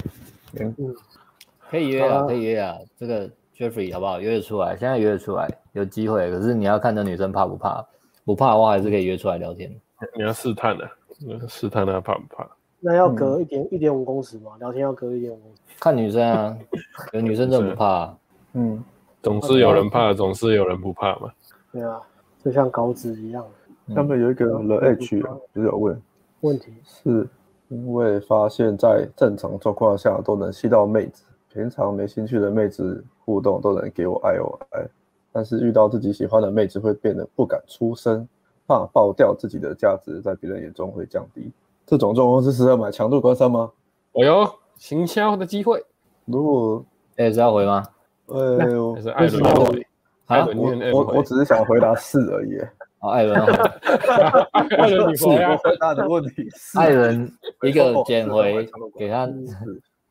Speaker 2: 可以约啊，这个 Jeffrey 好不好？约得出来，现在约得出来，有机会。可是你要看这女生怕不怕，不怕的话还是可以约出来聊天。
Speaker 3: 你要试探的，试探她怕不怕。
Speaker 1: 那要隔1.5公尺嘛？聊天要隔1.5公尺。
Speaker 2: 看女生啊，有女生真的不怕。
Speaker 3: 总是有人怕，总是有人不怕嘛。
Speaker 1: 对啊，就像稿子一样。
Speaker 4: 他们有一个 The H 就是有问题是因为发现在正常状况下都能吸到妹子，平常没兴趣的妹子互动都能给我爱，但是遇到自己喜欢的妹子会变得不敢出声，怕爆掉自己的价值在别人眼中会降低。这种状况是适合买强度关山吗？
Speaker 3: 我有行销的机会。
Speaker 4: 如果
Speaker 2: 是要回吗？
Speaker 3: 还是艾伦要回？
Speaker 4: 我只是想回答是而已。
Speaker 2: 艾伦，
Speaker 3: 艾伦你回啊？
Speaker 4: 回答的问题是
Speaker 2: 艾伦一个捡回给他，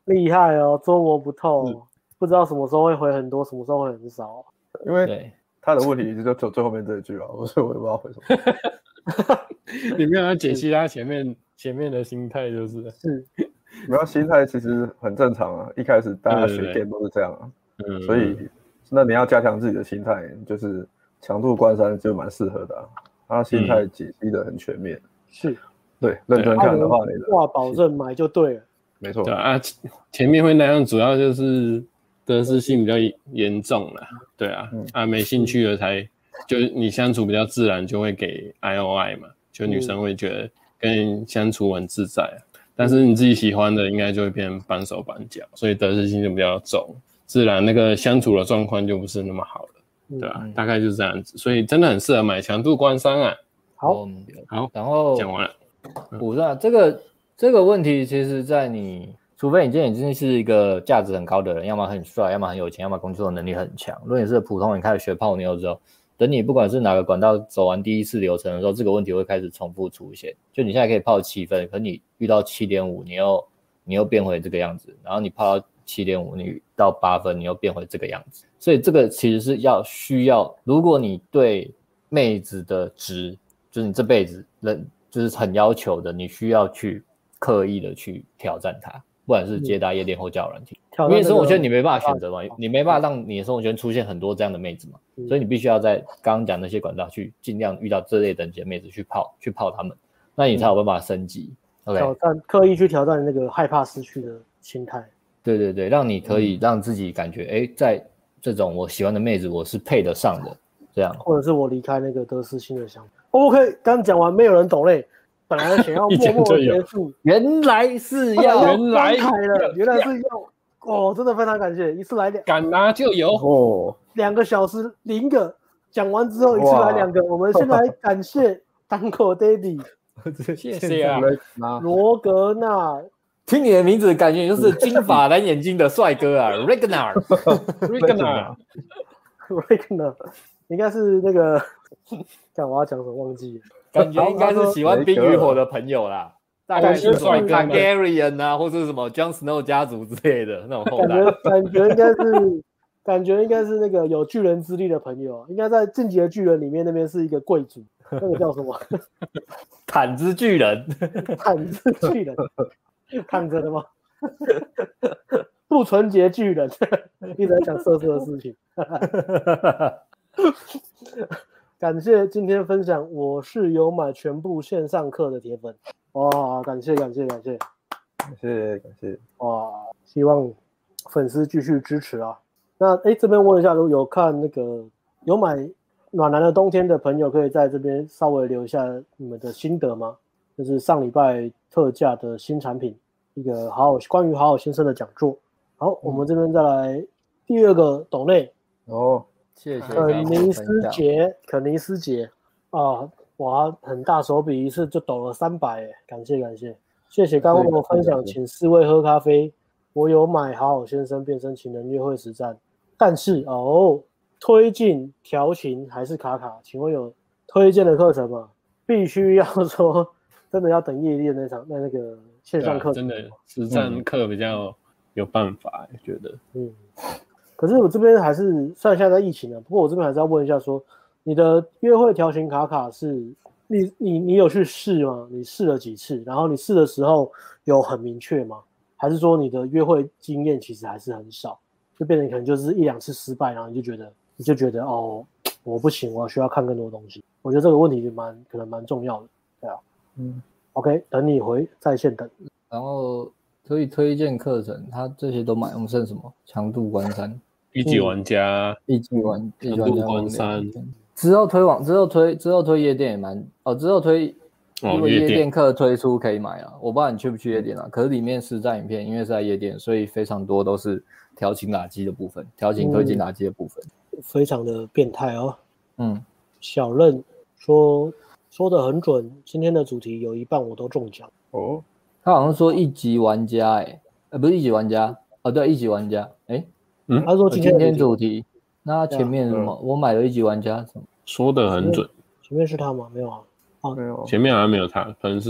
Speaker 1: 厉害哦，捉摸不透，不知道什么时候会回很多，什么时候会很少。
Speaker 4: 因为他的问题就最后面这一句啊，所以我也不知道回什么。
Speaker 3: 你没有要解析他前面的心态，就是
Speaker 4: 没有心态其实很正常啊，一开始大家学 game 都是这样啊，所以那你要加强自己的心态，就是强度关山就蛮适合的啊，他心态解析的很全面，
Speaker 1: 是，
Speaker 4: 对，认真看的话，你的
Speaker 1: 话保证买就对了，
Speaker 4: 没错，
Speaker 3: 对啊，前面会那样，主要就是得失心比较严重啦，对啊，没兴趣了就是你相处比较自然，就会给 IOI 嘛，就女生会觉得跟你相处很自在啊。但是你自己喜欢的，应该就会变成绑手绑脚，所以得失心就比较重，自然那个相处的状况就不是那么好了，对吧？大概就是这样子，所以真的很适合买强度关山啊。
Speaker 1: 好，
Speaker 2: 然后
Speaker 3: 讲完了。
Speaker 2: 我知道这个问题，其实在除非你今天已经是一个价值很高的人，要么很帅，要么很有钱，要么工作能力很强。如果你是普通人，开始学泡妞之后，等你不管是哪个管道走完第一次流程的时候，这个问题会开始重复出现。就你现在可以泡7分，可你遇到 7.5， 你又变回这个样子，然后你泡到 7.5， 你到8分，你又变回这个样子。所以这个其实是需要，如果你对妹子的值，就是你这辈子就是很要求的，你需要去刻意的去挑战它，不管是接搭夜店或交友软体。因为生活圈你没办法选择嘛，你没办法让你的生活圈出现很多这样的妹子嘛，所以你必须要在刚刚讲那些管道去尽量遇到这类等级的妹子去泡他们，那你才有办法升级。
Speaker 1: 挑战，刻意去挑战那个害怕失去的心态。
Speaker 2: 对，让你可以让自己感觉，在这种我喜欢的妹子，我是配得上的，这样，
Speaker 1: 或者是我离开那个得失心的想法。OK， 刚讲完，没有人懂嘞。本来想要默默结束，
Speaker 2: 原来是要
Speaker 1: 原来是要。哦，真的非常感谢，一次来
Speaker 3: 敢拿就有
Speaker 1: 哦，2个小时0个，讲完之后一次来2个。我们先来感谢Danko Daddy，
Speaker 3: 谢谢啊，
Speaker 1: 罗格纳，
Speaker 2: 听你的名字感觉你就是金发蓝眼睛的帅哥啊，Ragnar，
Speaker 1: 应该是那个，看我要讲什么忘记了，
Speaker 2: 感觉应该是喜欢冰与火的朋友啦。大概是帅哥 Targaryen 啊，或是什么 Jon Snow 家族之类的那种后代。
Speaker 1: 感觉应该是那个有巨人之力的朋友，应该在《进击的巨人》里面那边是一个贵族，那个叫什么？
Speaker 2: 毯之巨人，
Speaker 1: 毯之巨人，躺着的吗？不纯洁巨人，一直在讲色色的事情。感谢今天分享，我是有买全部线上课的铁粉。哇，感谢哇！希望粉丝继续支持啊。那这边问一下，如果有看那个有买暖男的冬天的朋友，可以在这边稍微留一下你们的心得吗？就是上礼拜特价的新产品，一个关于好好先生的讲座。好，我们这边再来第2个抖内
Speaker 4: 哦，
Speaker 2: 谢谢
Speaker 1: 肯尼斯杰啊。哇，很大手笔，一次就抖了300，感谢，谢谢刚跟我分享，请4位喝咖啡。我有买好好先生变身情人约会实战，但是推进调情还是卡，请问有推荐的课程吗？必须要说真的要等夜店那个线上课程，
Speaker 3: 真的实战课比较有办法，觉得。
Speaker 1: 可是我这边还是虽然现在在疫情不过我这边还是要问一下说。你的约会调情卡是你有去试吗？你试了几次？然后你试的时候有很明确吗？还是说你的约会经验其实还是很少，就变成可能就是1-2次失败，然后你就觉得我不行，我需要看更多东西。我觉得这个问题可能蛮重要的，对啊。OK， 等你回在线等。
Speaker 2: 然后可以推荐课程，他这些都买，我们剩什么？强度关山。
Speaker 3: 一级玩家，
Speaker 2: 强
Speaker 3: 度关山。
Speaker 2: 之后推夜店也蛮之后推因为夜店课推出可以买啊，我不知道你去不去夜店啊，可是里面实战影片因为是在夜店，所以非常多都是调情打击的部分，调情推进打击的部分，
Speaker 1: 非常的变态哦。小任说的很准，今天的主题有一半我都中奖
Speaker 4: 哦。
Speaker 2: 他好像说1级玩家不是1级玩家对，1级玩家
Speaker 1: 他说今天
Speaker 2: 主题。那前面什么？我买了1级玩家什么？
Speaker 3: 说的很准。
Speaker 1: 前面是他吗？没有啊。
Speaker 3: 没有。前面好像没有他，可能是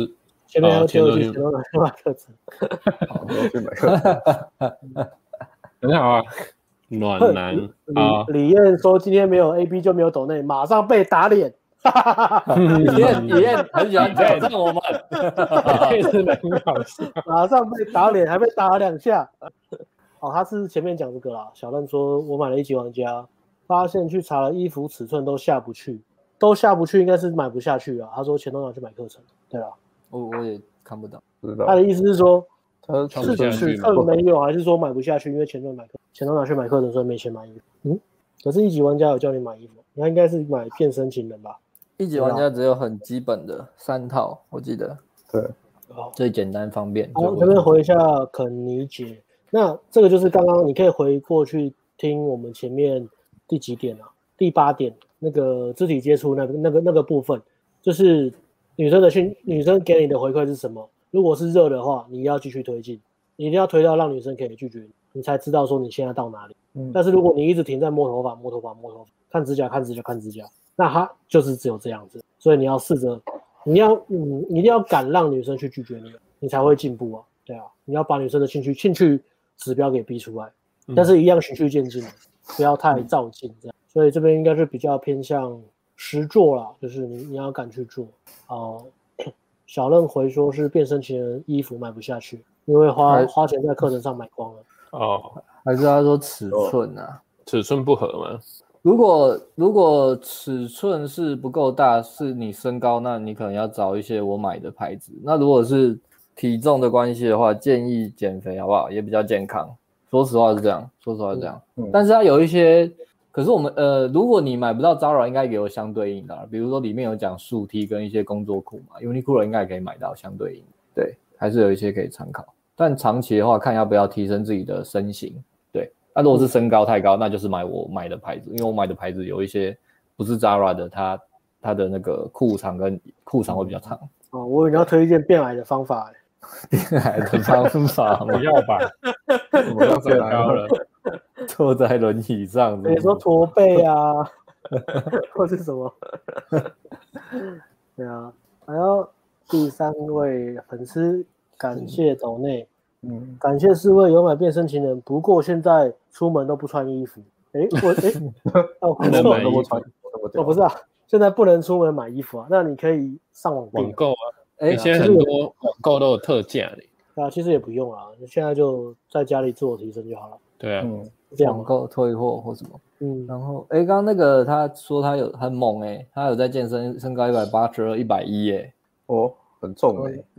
Speaker 1: 前面还有第二句钱都拿去买课程，
Speaker 4: 去买课程，
Speaker 3: 很好啊。暖男啊！
Speaker 1: 李燕说今天没有 AB 就没有抖内，马上被打脸。
Speaker 2: 李燕很喜欢挑战我们，
Speaker 3: 真的很好笑。
Speaker 1: 马上被打脸，还被打了2下。哦，他是前面讲这个啦。小任说，我买了1级玩家，发现去查了衣服尺寸都下不去，应该是买不下去啊。他说钱都拿去买课程，对啦。
Speaker 2: 我也看不到，
Speaker 1: 他的意思是说，
Speaker 3: 是
Speaker 1: 尺寸没有，还是说买不下去？因为钱都拿去买课程，所以没钱买衣服。可是1级玩家有叫你买衣服，他应该是买变身情人吧
Speaker 2: ？1级玩家只有很基本的3套，我记得。
Speaker 4: 对，
Speaker 2: 最简单方便。
Speaker 1: 好，这边回一下肯尼姐。那这个就是刚刚你可以回过去听我们前面第几点啊？第8点那个肢体接触那个部分，就是女生给你的回馈是什么？如果是热的话，你要继续推进，你一定要推到让女生可以拒绝你才知道说你现在到哪里。但是如果你一直停在摸头发、看指甲，那它就是只有这样子。所以你要试着，你一定要敢让女生去拒绝你，你才会进步啊。对啊，你要把女生的兴趣指标给逼出来，但是一样循序渐进的，不要太躁进这样。所以这边应该是比较偏向实做啦，就是你要敢去做。小任回说是变身情人衣服买不下去，因为花钱在课程上买光了。
Speaker 2: 还是他说尺寸啊？
Speaker 3: 尺寸不合吗？
Speaker 2: 如果尺寸是不够大，是你身高，那你可能要找一些我买的牌子。那如果是体重的关系的话，建议减肥好不好？也比较健康。说实话是这样。但是它有一些，可是我们如果你买不到 Zara， 应该也有相对应的，比如说里面有讲束 T 跟一些工作裤嘛 ，Uniqlo 应该也可以买到相对应的。对，还是有一些可以参考。但长期的话，看要不要提升自己的身形。对，那如果是身高太高，那就是买我买的牌子，因为我买的牌子有一些不是 Zara 的，它的那个裤长跟裤长会比较长。
Speaker 1: 我以为你要推荐变矮的方法。
Speaker 2: 变矮的方法
Speaker 3: 不要吧？我要身高了，
Speaker 2: 坐在轮椅上。
Speaker 1: 你说驼背啊，或是什么？对啊，还有第3位粉丝，感谢斗内。感谢4位有买变身情人，不过现在出门都不穿衣服。
Speaker 3: 不能买衣服。
Speaker 1: 不是啊，现在不能出门买衣服啊。那你可以上网订
Speaker 3: 网购啊。现在很多网购都有特价的。
Speaker 1: 对啊，其实也不用啦，现在就在家里自我提升就好了。
Speaker 3: 对啊，
Speaker 2: 网购退货或什么。然后刚刚那个他说他有很猛他有在健身，身高182、110
Speaker 4: 很重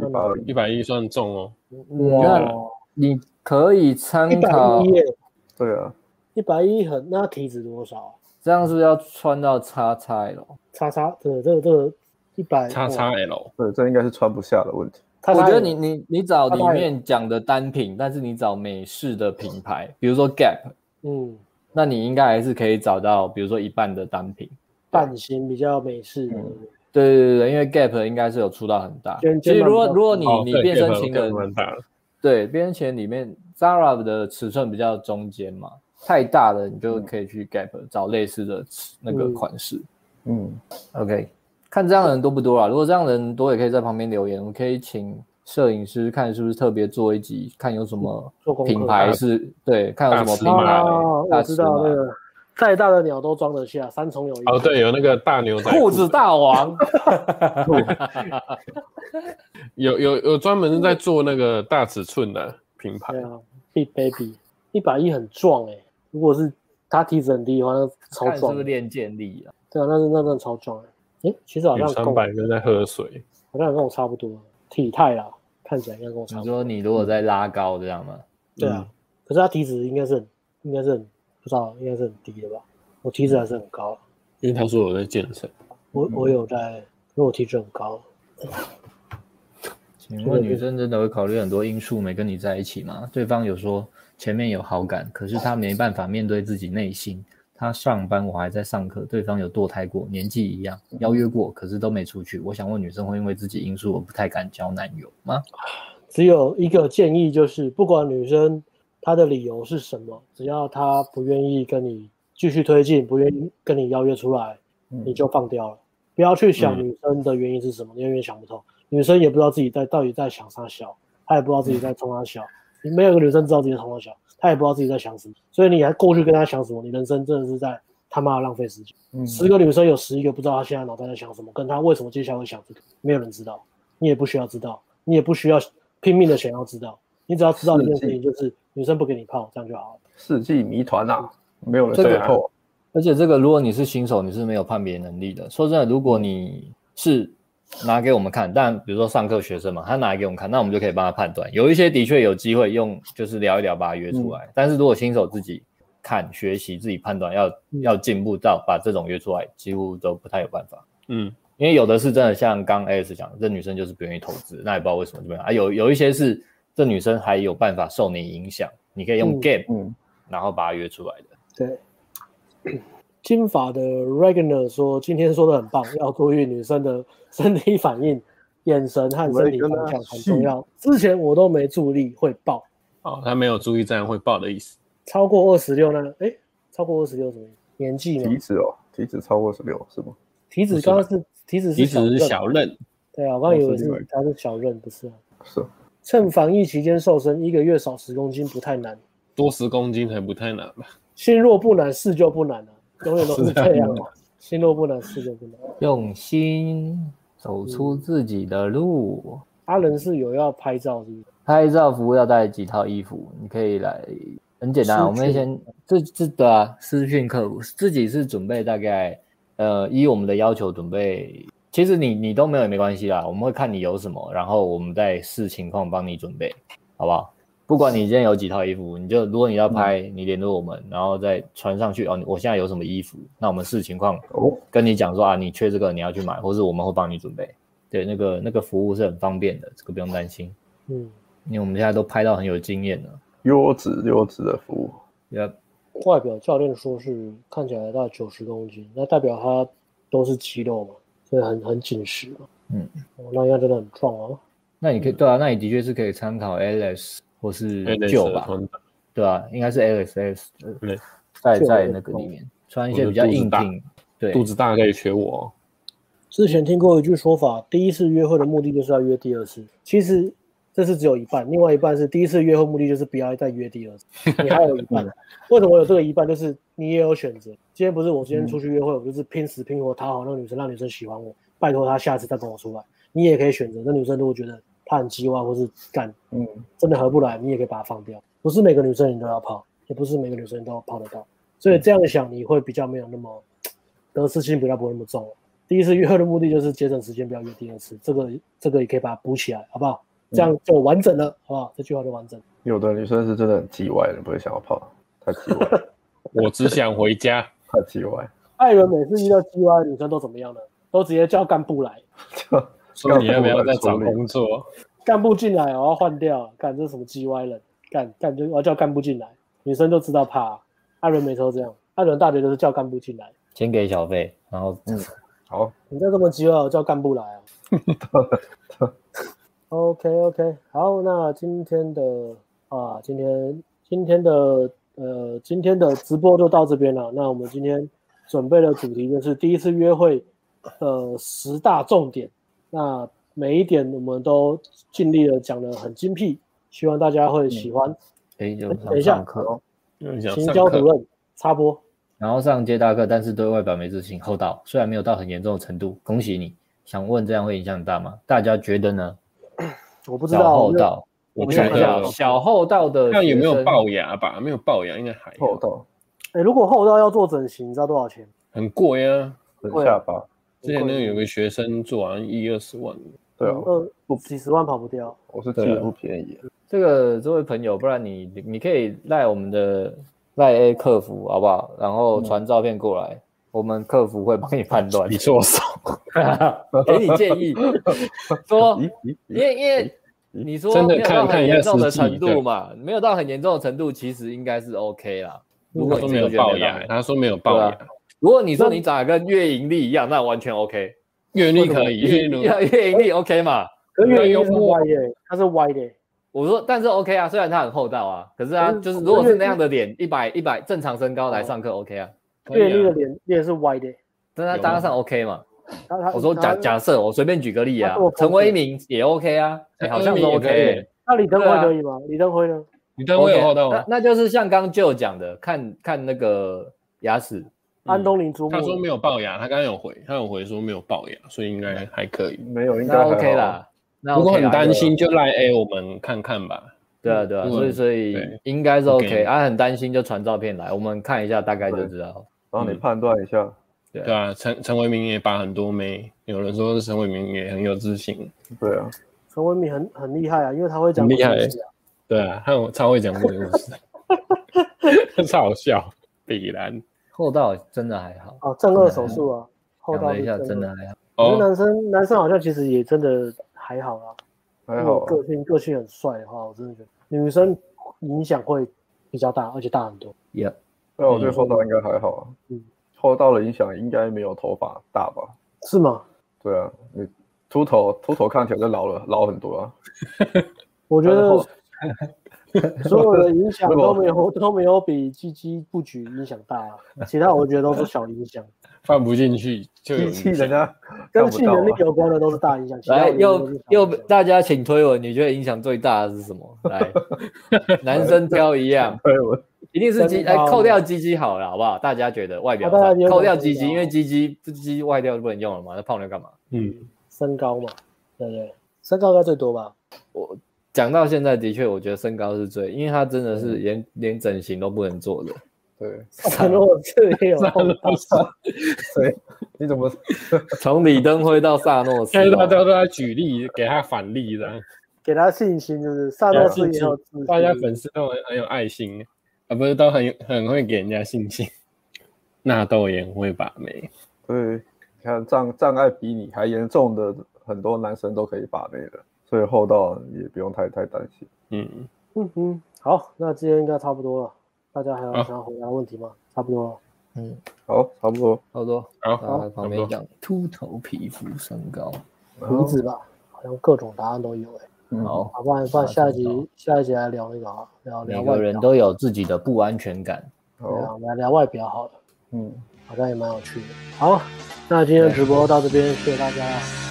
Speaker 3: 110算重哦。
Speaker 2: 你可以参考。
Speaker 1: 110
Speaker 4: 对啊
Speaker 1: ，110那体脂多少啊？
Speaker 2: 这样是不是要穿到 XXL？
Speaker 1: 对，这个100
Speaker 3: XXL，
Speaker 4: 对，这应该是穿不下的问题。
Speaker 2: 我觉得你找里面讲的单品，但是你找美式的品牌，比如说 Gap，那你应该还是可以找到，比如说一半的单品，
Speaker 1: 版型比较美式的。
Speaker 2: 对，因为 Gap 应该是有出到很大。其实如果你变身情人，对，变身情人里面 Zara 的尺寸比较中间嘛，太大的你就可以去 Gap 找类似的那个款式。OK。看这样的人多不多啦？如果这样的人多，也可以在旁边留言。我可以请摄影师看是不是特别做一集，看有什么品牌是对，看有什么品牌。
Speaker 1: 我知道那个再大的鸟都装得下，3重有一。
Speaker 3: 对，有那个大牛仔
Speaker 2: 裤子大王。
Speaker 3: 有专门在做那个大尺寸的品牌。
Speaker 1: 对啊 ，Big Baby 110很壮如果是他体脂很低的话，那超壮。
Speaker 2: 看是不是练健力啊？
Speaker 1: 对啊，那真的超壮其实好像
Speaker 3: 300跟在喝水，
Speaker 1: 好像跟我差不多体态啦，看起来应该跟我差不多。
Speaker 2: 你说你如果在拉高这样吗？
Speaker 1: 对啊，可是他体脂应该是很不知道，应该是很低的吧？我体脂还是很高，
Speaker 3: 因为他说我在健身，
Speaker 1: 我有在，因为我体脂很高。
Speaker 2: 请问女生真的会考虑很多因素没跟你在一起吗？对方有说前面有好感，可是他没办法面对自己内心。他上班，我还在上课，对方有堕胎过，年纪一样，邀约过，可是都没出去。我想问女生会因为自己因素而不太敢交男友吗？
Speaker 1: 只有一个建议，就是不管女生她的理由是什么，只要她不愿意跟你继续推进，不愿意跟你邀约出来，你就放掉了。不要去想女生的原因是什么，你永远想不透。 女生也不知道自己到底在想啥小，她也不知道自己在冲啥小，没有一个女生知道自己在冲啥小，她也不知道自己在想什么，所以你还过去跟她想什么，你人生真的是在他妈的浪费时间。10个女生有11个不知道她现在脑袋在想什么，跟她为什么接下来会想这个，没有人知道，你也不需要知道，你也不需要拼命的想要知道，你只要知道一件事情，就是女生不给你泡，这样就好了。
Speaker 4: 世纪谜团啊，没有人猜得透。
Speaker 2: 而且这个，如果你是新手，你是没有判别能力的。说真的，如果你是拿给我们看，但比如说上课学生嘛，他拿给我们看，那我们就可以帮他判断。有一些的确有机会用，就是聊一聊把他约出来。但是如果新手自己看、学习、自己判断，要进步到把这种约出来，几乎都不太有办法。因为有的是真的像刚 Alex 讲的，这女生就是不愿意投资，那也不知道为什么这样啊。有一些是这女生还有办法受你影响，你可以用 game，然后把她约出来的。
Speaker 1: 对。金发的 Regner 说，今天说的很棒，要注意女生的身体反应、眼神和身体方向很重要。之前我都没注意会爆。
Speaker 3: 他没有注意这样会爆的意思。
Speaker 1: 超过26呢？超过26什么意思？年纪吗？
Speaker 4: 体脂超过16是吗？
Speaker 1: 体脂刚刚是体脂是
Speaker 3: 小任。
Speaker 1: 对啊，我刚以为是他是小任，不是啊。
Speaker 4: 是。
Speaker 1: 趁防疫期间瘦身，1个月少10公斤不太难，
Speaker 3: 多10公斤还不太难吧？
Speaker 1: 心若不难，事就不难啊。永远都是这样嘛，心若不难，事就不难。
Speaker 2: 用心走出自己的路。
Speaker 1: 阿仁是有要拍照是不是？
Speaker 2: 拍照服务要带几套衣服，你可以来，很简单，我们先私讯客服，自己是准备大概依我们的要求准备。其实你都没有也没关系啦，我们会看你有什么，然后我们再视情况帮你准备，好不好？不管你今天有几套衣服，如果你要拍，你联络我们，然后再传上去我现在有什么衣服，那我们视情况跟你讲说你缺这个你要去买，或是我们会帮你准备。对，那个服务是很方便的，这个不用担心。因为我们现在都拍到很有经验了，
Speaker 4: 优质的服务。
Speaker 1: 外表教练说是看起来大概90公斤，那代表他都是肌肉嘛，所以很紧实嘛。那应该真的很壮哦。
Speaker 2: 那你可以对啊，那你的确是可以参考 Alex 或是Joe吧，对啊，应该是 Alex 在那个里面穿一些比较硬挺，对，
Speaker 3: 肚子大可以学我。
Speaker 1: 之前听过一句说法，第一次约会的目的就是要约第二次，其实这是只有一半，另外一半是第一次约会目的就是不要再约第二次，你还有一半。为什么有这个一半？就是你也有选择。今天不是我今天出去约会，我就是拼死拼活讨好那个女生，让女生喜欢我，拜托她下次再跟我出来。你也可以选择，那女生如果觉得她很鸡歪或是干，真的合不来，你也可以把她放掉。不是每个女生你都要泡，也不是每个女生都要泡得到。所以这样想，你会比较没有那么得失心，比较不会那么重了。第一次约会的目的就是节省时间，不要约第二次。这个也可以把它补起来，好不好？这样就完整了，好不好？这句话就完整了。
Speaker 4: 有的女生是真的很鸡歪的，不会想要泡，太鸡歪。
Speaker 3: 我只想回家，
Speaker 4: 太鸡歪。
Speaker 1: 艾伦每次遇到鸡歪的女生都怎么样呢？都直接叫干部来。
Speaker 3: 说你要不要再找工作？
Speaker 1: 干部进来，我要换掉。干，这是什么鸡歪人？干就我要叫干部进来，女生就知道怕。艾伦每次都这样，艾伦大学就是叫干部进来，
Speaker 2: 先给小费，然后
Speaker 4: 好，
Speaker 1: 你再这么鸡歪，我叫干部来啊。OK， 好，那今天的直播就到这边了。那我们今天准备的主题就是第一次约会10大重点。那每一点我们都尽力的讲得很精辟，希望大家会喜欢。等一下，行销主任插播。
Speaker 2: 然后上接大课，但是对外表没自信，厚道，虽然没有到很严重的程度，恭喜你。想问这样会影响很大吗？大家觉得呢？
Speaker 1: 我不知道。
Speaker 2: 小厚道，
Speaker 3: 我想一下，
Speaker 2: 小厚道的，
Speaker 3: 看有没有龅牙吧？没有龅牙应该还
Speaker 4: 厚道。
Speaker 1: 如果厚道要做整形，你知道多少钱？
Speaker 3: 很贵啊，
Speaker 4: 很下巴。
Speaker 3: 之前那个有个学生做好像10-20万。
Speaker 4: 对啊，
Speaker 1: 几十万跑不掉。
Speaker 4: 我是记得不便宜。
Speaker 2: 这位朋友，不然你可以赖我们的赖 A 客服好不好？然后传照片过来，我们客服会帮你判断。
Speaker 3: 你做手，
Speaker 2: 给你建议，说，因为你说
Speaker 3: 真的
Speaker 2: 没有到很严重的程度
Speaker 3: 嘛，
Speaker 2: 没有到很严重的程度，其实应该是 OK 啦。如果
Speaker 3: 你没有龅牙，他说没有龅牙。
Speaker 2: 如果你说你长得跟岳盈利一样，那完全 OK。
Speaker 3: 岳盈利可以，岳
Speaker 2: 盈利 OK 嘛？
Speaker 1: 可是岳盈利是歪的，他是歪的。
Speaker 2: 我说，但是 OK 啊，虽然他很厚道啊，可是他就是如果是那样的脸，100正常身高来上课 OK 啊。
Speaker 1: 岳盈利的脸是歪的，
Speaker 2: 但他搭上 OK 嘛？ 我说假设，我随便举个例啊，陈为民也 OK 啊，好像都 OK。
Speaker 1: 那李登辉可以吗？李登辉呢？
Speaker 3: 李登辉有后到吗？
Speaker 2: 那就是像刚就讲的，看那个牙齿。
Speaker 1: 安东尼珠穆，
Speaker 3: 他说没有龅牙，他刚刚有回说没有龅牙，所以应该还可以。
Speaker 4: 没有，应该
Speaker 2: OK 啦。
Speaker 3: 如果很担心，就来我们看看吧。
Speaker 2: 对啊，所以应该是 OK。很担心就传照片来，我们看一下，大概就知道。
Speaker 4: 帮你判断一下。
Speaker 3: 对啊，陈为民也把很多妹，有人说陈为民也很有自信。
Speaker 4: 对啊，
Speaker 1: 陈为民很厉害啊，因为他会讲
Speaker 3: 很厉害。对啊，他超会讲鬼故事，超好笑。比兰
Speaker 2: 后道真的还好
Speaker 1: 哦，正颚手术啊，后道
Speaker 2: 一下真的还好。
Speaker 1: 我觉得男生好像其实也真的还好啦，
Speaker 4: 还好。
Speaker 1: 个性很帅的话，我真的觉得女生影响会比较大，而且大很多。
Speaker 2: Yeah，
Speaker 4: 那我对后道应该还好啊。后道的影响应该没有头发大吧？
Speaker 1: 是吗？
Speaker 4: 对啊，你秃头看起来就老很多啊。
Speaker 1: 我觉得所有的影响都没有比鸡鸡不举影响大啊，其他我觉得都是小影响。
Speaker 3: 放不进去就有影响，
Speaker 4: 人家
Speaker 1: 跟性能力有关的都是大影响。
Speaker 2: 来，又大家请推文，你觉得影响最大的是什么？来，男生挑一样，一定是鸡，扣掉鸡鸡好了，好不好？大家觉得外表扣掉鸡鸡，因为鸡鸡外掉就不能用了嘛，那泡妞干嘛？
Speaker 1: 身高嘛，对不对？身高应该最多吧？
Speaker 2: 我讲到现在，的确，我觉得身高是最，因为他真的是连整形都不能做的。
Speaker 4: 对，
Speaker 1: 萨诺斯也有后道。
Speaker 4: 对，你怎么
Speaker 2: 从李登辉到萨诺斯？
Speaker 3: 大家都在举例，给他反例的，
Speaker 1: 给他信心，就是萨诺斯也有自信。
Speaker 3: 大家粉丝都很有爱心啊，不是都很会给人家信心。纳豆也会把妹。
Speaker 4: 对，你看障碍比你还严重的很多男生都可以把妹的，所以后道也不用太担心。
Speaker 1: 好，那今天应该差不多了。大家还有想要回答的问题吗？差不多了。
Speaker 4: 好，差不多。
Speaker 2: 好，旁边讲秃头、皮肤、身高、
Speaker 1: 胡子吧，好像各种答案都有
Speaker 2: 好，
Speaker 1: 不然下一集来聊那个啊，聊
Speaker 2: 每个人都有自己的不安全感。
Speaker 1: 对啊，我们来聊外表好了。好像也蛮有趣的。好，那今天的直播到这边，谢谢大家。